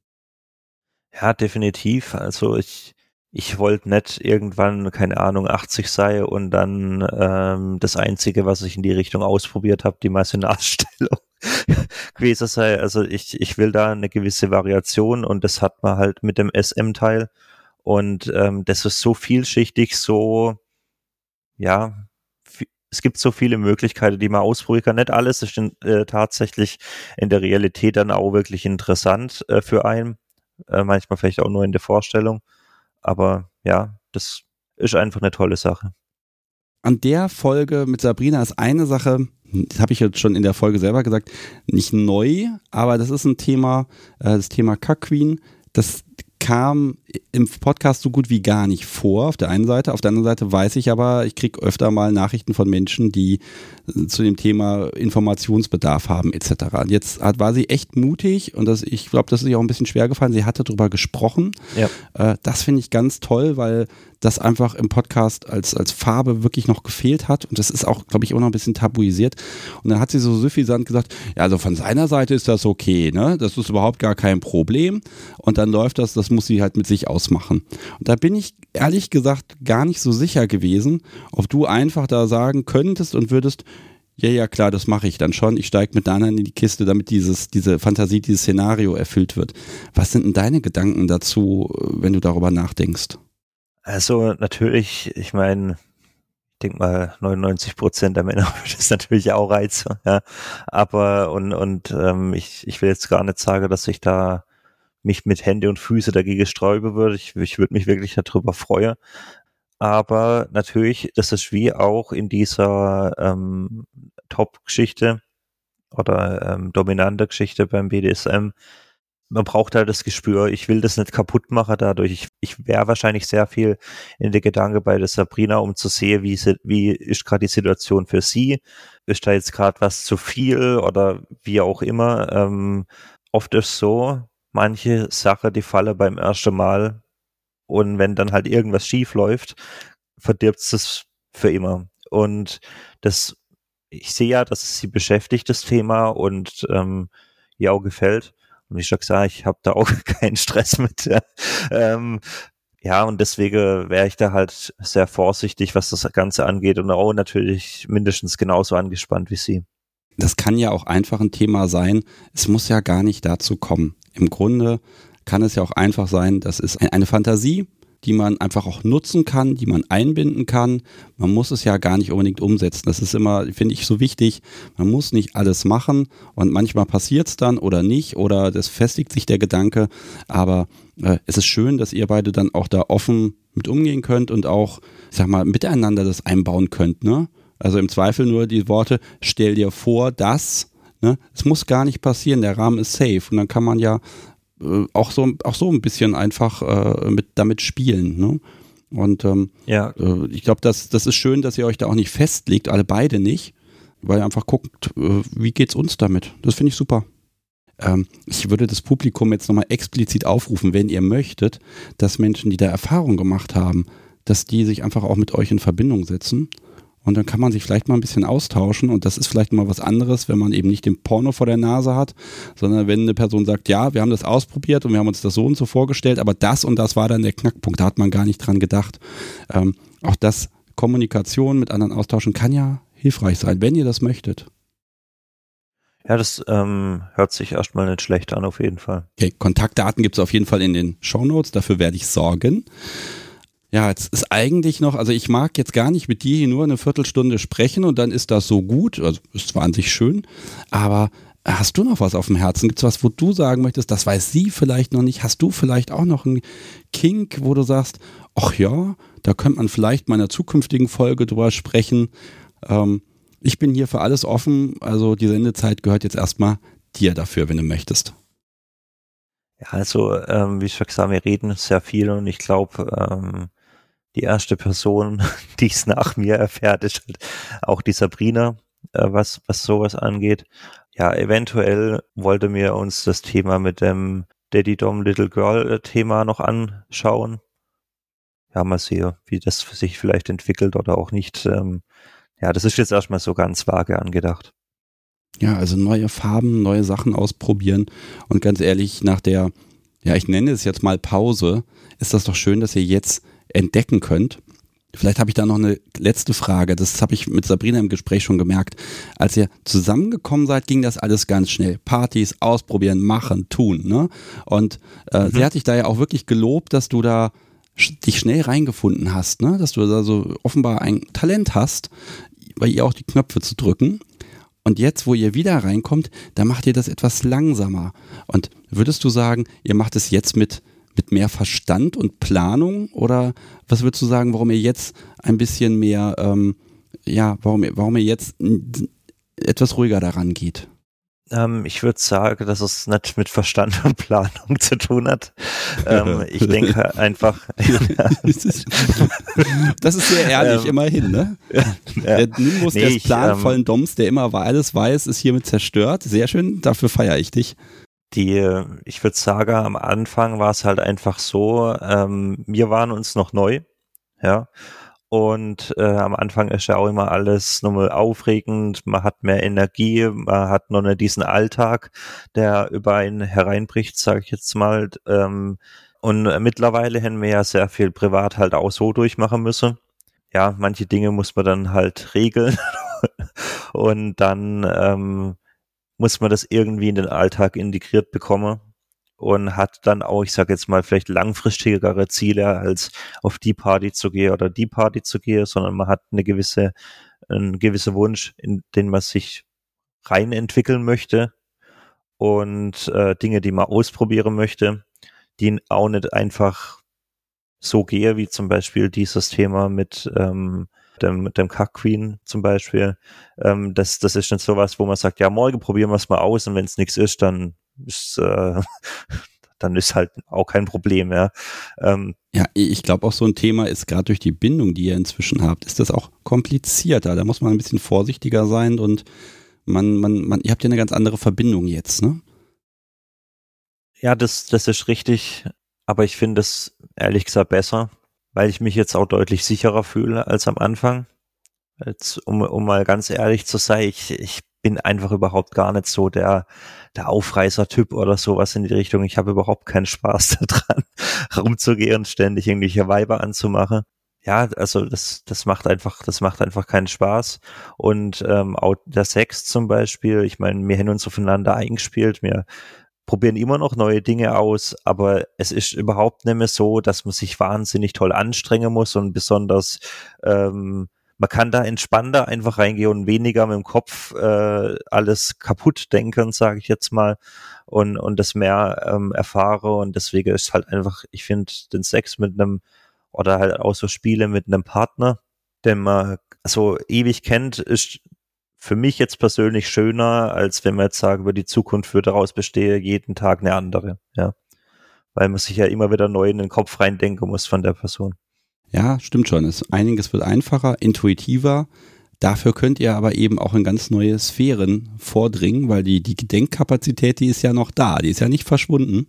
Ja, definitiv. Also ich, ich wollte nicht irgendwann, keine Ahnung, achtzig sein und dann ähm, das Einzige, was ich in die Richtung ausprobiert habe, die Missionarstellung gewesen sei. Also ich, ich will da eine gewisse Variation und das hat man halt mit dem S M-Teil und ähm, das ist so vielschichtig, so ja, es gibt so viele Möglichkeiten, die man ausprobieren kann. Nicht alles ist in, äh, tatsächlich in der Realität dann auch wirklich interessant äh, für einen. Äh, manchmal vielleicht auch nur in der Vorstellung. Aber ja, das ist einfach eine tolle Sache. An der Folge mit Sabrina ist eine Sache, das habe ich jetzt schon in der Folge selber gesagt, nicht neu, aber das ist ein Thema, äh, das Thema Kack-Queen, das kam im Podcast so gut wie gar nicht vor, auf der einen Seite. Auf der anderen Seite weiß ich aber, ich kriege öfter mal Nachrichten von Menschen, die zu dem Thema Informationsbedarf haben et cetera. Und jetzt hat, war sie echt mutig und das, ich glaube, das ist ihr auch ein bisschen schwer gefallen. Sie hatte darüber gesprochen. Ja. Äh, das finde ich ganz toll, weil das einfach im Podcast als, als Farbe wirklich noch gefehlt hat. Und das ist auch, glaube ich, immer noch ein bisschen tabuisiert. Und dann hat sie so suffisant gesagt, ja, also von seiner Seite ist das okay, ne? Das ist überhaupt gar kein Problem. Und dann läuft das, das muss sie halt mit sich ausmachen. Und da bin ich ehrlich gesagt gar nicht so sicher gewesen, ob du einfach da sagen könntest und würdest, ja, ja, klar, das mache ich dann schon. Ich steige mit der anderen in die Kiste, damit dieses, diese Fantasie, dieses Szenario erfüllt wird. Was sind denn deine Gedanken dazu, wenn du darüber nachdenkst? Also natürlich, ich meine, ich denke mal, neunundneunzig Prozent der Männer würde es natürlich auch reizen, ja. Aber und und ähm, ich ich will jetzt gar nicht sagen, dass ich da mich mit Hände und Füße dagegen sträuben würde. Ich, ich würde mich wirklich darüber freuen. Aber natürlich, das ist wie auch in dieser ähm, Top-Geschichte oder ähm, dominante Geschichte beim B D S M. Man braucht halt das Gespür, ich will das nicht kaputt machen dadurch. Ich, ich wäre wahrscheinlich sehr viel in der Gedanke bei der Sabrina, um zu sehen, wie, sie, wie ist gerade die Situation für sie. Ist da jetzt gerade was zu viel oder wie auch immer. Ähm, oft ist so, manche Sachen, die fallen beim ersten Mal und wenn dann halt irgendwas schief läuft, verdirbt es das für immer. Und das, ich sehe ja, dass es sie beschäftigt, das Thema, und ähm, ihr auch gefällt. Und wie ich schon gesagt, ich habe da auch keinen Stress mit. Ja, ähm, ja und deswegen wäre ich da halt sehr vorsichtig, was das Ganze angeht, und auch natürlich mindestens genauso angespannt wie sie. Das kann ja auch einfach ein Thema sein. Es muss ja gar nicht dazu kommen. Im Grunde kann es ja auch einfach sein, das ist eine Fantasie, die man einfach auch nutzen kann, die man einbinden kann. Man muss es ja gar nicht unbedingt umsetzen. Das ist immer, finde ich, so wichtig. Man muss nicht alles machen und manchmal passiert es dann oder nicht oder das festigt sich der Gedanke. Aber äh, es ist schön, dass ihr beide dann auch da offen mit umgehen könnt und auch, ich sag mal, miteinander das einbauen könnt, ne? Also im Zweifel nur die Worte, stell dir vor, dass, ne? Es muss gar nicht passieren, der Rahmen ist safe. Und dann kann man ja auch so auch so ein bisschen einfach äh, mit damit spielen, ne? Und ähm, ja. äh, ich glaube, das, das ist schön, dass ihr euch da auch nicht festlegt, alle beide nicht, weil ihr einfach guckt, äh, wie geht's uns damit. Das finde ich super. Ähm, ich würde das Publikum jetzt nochmal explizit aufrufen, wenn ihr möchtet, dass Menschen, die da Erfahrung gemacht haben, dass die sich einfach auch mit euch in Verbindung setzen. Und dann kann man sich vielleicht mal ein bisschen austauschen, und das ist vielleicht mal was anderes, wenn man eben nicht den Porno vor der Nase hat, sondern wenn eine Person sagt, ja, wir haben das ausprobiert und wir haben uns das so und so vorgestellt, aber das und das war dann der Knackpunkt, da hat man gar nicht dran gedacht. Ähm, auch das, Kommunikation mit anderen austauschen, kann ja hilfreich sein, wenn ihr das möchtet. Ja, das ähm, hört sich erstmal nicht schlecht an, auf jeden Fall. Okay, Kontaktdaten gibt es auf jeden Fall in den Shownotes, dafür werde ich sorgen. Ja, jetzt ist eigentlich noch, also ich mag jetzt gar nicht mit dir hier nur eine Viertelstunde sprechen und dann ist das so gut, also ist zwar an sich schön, aber hast du noch was auf dem Herzen? Gibt es was, wo du sagen möchtest, das weiß sie vielleicht noch nicht? Hast du vielleicht auch noch einen Kink, wo du sagst, ach ja, da könnte man vielleicht mal in einer zukünftigen Folge drüber sprechen. Ähm, ich bin hier für alles offen, also die Sendezeit gehört jetzt erstmal dir dafür, wenn du möchtest. Ja, also ähm, wie ich schon gesagt habe, wir reden sehr viel, und ich glaube, ähm, die erste Person, die es nach mir erfährt, ist halt auch die Sabrina, äh, was was sowas angeht. Ja, eventuell wollte mir uns das Thema mit dem Daddy Dom Little Girl Thema noch anschauen. Ja, mal sehen, wie das für sich vielleicht entwickelt oder auch nicht. Ähm, ja, das ist jetzt erstmal so ganz vage angedacht. Ja, also neue Farben, neue Sachen ausprobieren, und ganz ehrlich, nach der, ja, ich nenne es jetzt mal Pause, ist das doch schön, dass ihr jetzt entdecken könnt. Vielleicht habe ich da noch eine letzte Frage, das habe ich mit Sabrina im Gespräch schon gemerkt. Als ihr zusammengekommen seid, ging das alles ganz schnell. Partys, ausprobieren, machen, tun, ne? Und äh, mhm. sie hat dich da ja auch wirklich gelobt, dass du da dich schnell reingefunden hast, ne? Dass du da so offenbar ein Talent hast, bei ihr auch die Knöpfe zu drücken. Und jetzt, wo ihr wieder reinkommt, da macht ihr das etwas langsamer. Und würdest du sagen, ihr macht es jetzt mit, mit mehr Verstand und Planung? Oder was würdest du sagen, warum ihr jetzt ein bisschen mehr, ähm, ja, warum, warum ihr jetzt etwas ruhiger daran geht? Ähm, ich würde sagen, dass es nicht mit Verstand und Planung zu tun hat. Ähm, ich denke einfach. Das ist sehr ehrlich, ähm, immerhin, ne? Ja, der Nimbus nee, des planvollen ähm, Doms, der immer alles weiß, ist hiermit zerstört. Sehr schön, dafür feiere ich dich. Die, ich würde sagen, am Anfang war es halt einfach so, ähm, wir waren uns noch neu. ja. Und äh, am Anfang ist ja auch immer alles nochmal aufregend, man hat mehr Energie, man hat noch nicht diesen Alltag, der über einen hereinbricht, sage ich jetzt mal. Ähm, und mittlerweile haben wir ja sehr viel privat halt auch so durchmachen müssen. Ja, manche Dinge muss man dann halt regeln und dann ähm, muss man das irgendwie in den Alltag integriert bekommen. Und hat dann auch, ich sage jetzt mal, vielleicht langfristigere Ziele, als auf die Party zu gehen oder die Party zu gehen, sondern man hat eine gewisse, einen gewissen Wunsch, in den man sich rein entwickeln möchte und äh, Dinge, die man ausprobieren möchte, die auch nicht einfach so gehen, wie zum Beispiel dieses Thema mit ähm, dem, mit dem Kack-Queen zum Beispiel. Ähm, das, das ist nicht sowas, wo man sagt, ja, morgen probieren wir es mal aus und wenn es nichts ist, dann ist, äh, dann ist halt auch kein Problem, ja. Ähm, ja, ich glaube auch so ein Thema ist gerade durch die Bindung, die ihr inzwischen habt, ist das auch komplizierter. Da muss man ein bisschen vorsichtiger sein und man, man, man, ihr habt ja eine ganz andere Verbindung jetzt, ne? Ja, das, das ist richtig, aber ich finde es ehrlich gesagt besser, weil ich mich jetzt auch deutlich sicherer fühle als am Anfang. Jetzt, um, um mal ganz ehrlich zu sein, ich, ich bin einfach überhaupt gar nicht so der, der Aufreißer-Typ oder sowas in die Richtung. Ich habe überhaupt keinen Spaß daran, rumzugehen, ständig irgendwelche Weiber anzumachen. Ja, also das, das macht einfach, das macht einfach keinen Spaß. Und ähm, auch der Sex zum Beispiel, ich meine, wir haben uns aufeinander eingespielt, wir probieren immer noch neue Dinge aus, aber es ist überhaupt nicht mehr so, dass man sich wahnsinnig toll anstrengen muss und besonders ähm, man kann da entspannter einfach reingehen und weniger mit dem Kopf äh, alles kaputt denken, sage ich jetzt mal, und und das mehr ähm, erfahre und deswegen ist halt einfach, ich finde den Sex mit einem oder halt auch so Spiele mit einem Partner, den man so ewig kennt, ist für mich jetzt persönlich schöner, als wenn man jetzt sagt, über die Zukunft würde daraus bestehe, jeden Tag eine andere, ja, weil man sich ja immer wieder neu in den Kopf reindenken muss von der Person. Ja, stimmt schon. Es, einiges wird einfacher, intuitiver. Dafür könnt ihr aber eben auch in ganz neue Sphären vordringen, weil die, die Gedenkkapazität, die ist ja noch da, die ist ja nicht verschwunden.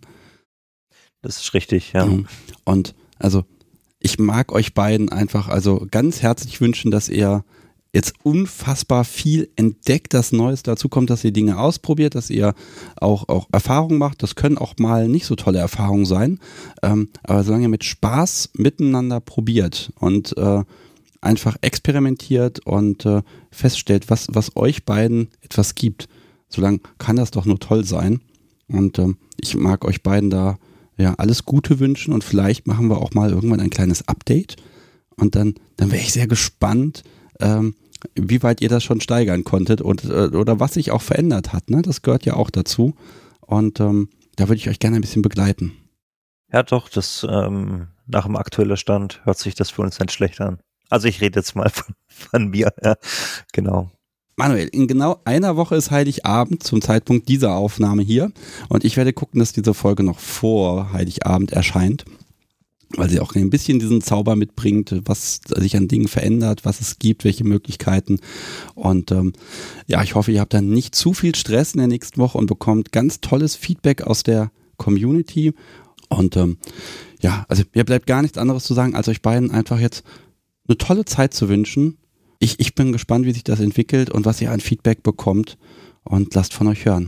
Das ist richtig, ja. Und also ich mag euch beiden einfach also ganz herzlich wünschen, dass ihr jetzt unfassbar viel entdeckt, dass Neues dazu kommt, dass ihr Dinge ausprobiert, dass ihr auch, auch Erfahrungen macht. Das können auch mal nicht so tolle Erfahrungen sein, ähm, aber solange ihr mit Spaß miteinander probiert und äh, einfach experimentiert und äh, feststellt, was, was euch beiden etwas gibt, solange kann das doch nur toll sein. Und ähm, ich mag euch beiden da ja alles Gute wünschen und vielleicht machen wir auch mal irgendwann ein kleines Update und dann, dann wäre ich sehr gespannt, ähm, wie weit ihr das schon steigern konntet und äh, oder was sich auch verändert hat, ne? Das gehört ja auch dazu. Und ähm, da würde ich euch gerne ein bisschen begleiten. Ja, doch, das ähm, nach dem aktuellen Stand hört sich das für uns nicht schlecht an. Also ich rede jetzt mal von, von mir, ja, genau. Manuel, in genau einer Woche ist Heiligabend zum Zeitpunkt dieser Aufnahme hier und ich werde gucken, dass diese Folge noch vor Heiligabend erscheint, weil sie auch ein bisschen diesen Zauber mitbringt, was sich an Dingen verändert, was es gibt, welche Möglichkeiten. Und ähm, ja, ich hoffe, ihr habt dann nicht zu viel Stress in der nächsten Woche und bekommt ganz tolles Feedback aus der Community. Und ähm, ja, also mir bleibt gar nichts anderes zu sagen, als euch beiden einfach jetzt eine tolle Zeit zu wünschen. Ich, ich bin gespannt, wie sich das entwickelt und was ihr an Feedback bekommt. Und lasst von euch hören.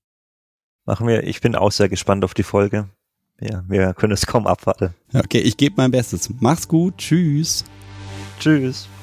Machen wir, ich bin auch sehr gespannt auf die Folge. Ja, wir können es kaum abwarten. Okay, ich gebe mein Bestes. Mach's gut. Tschüss. Tschüss.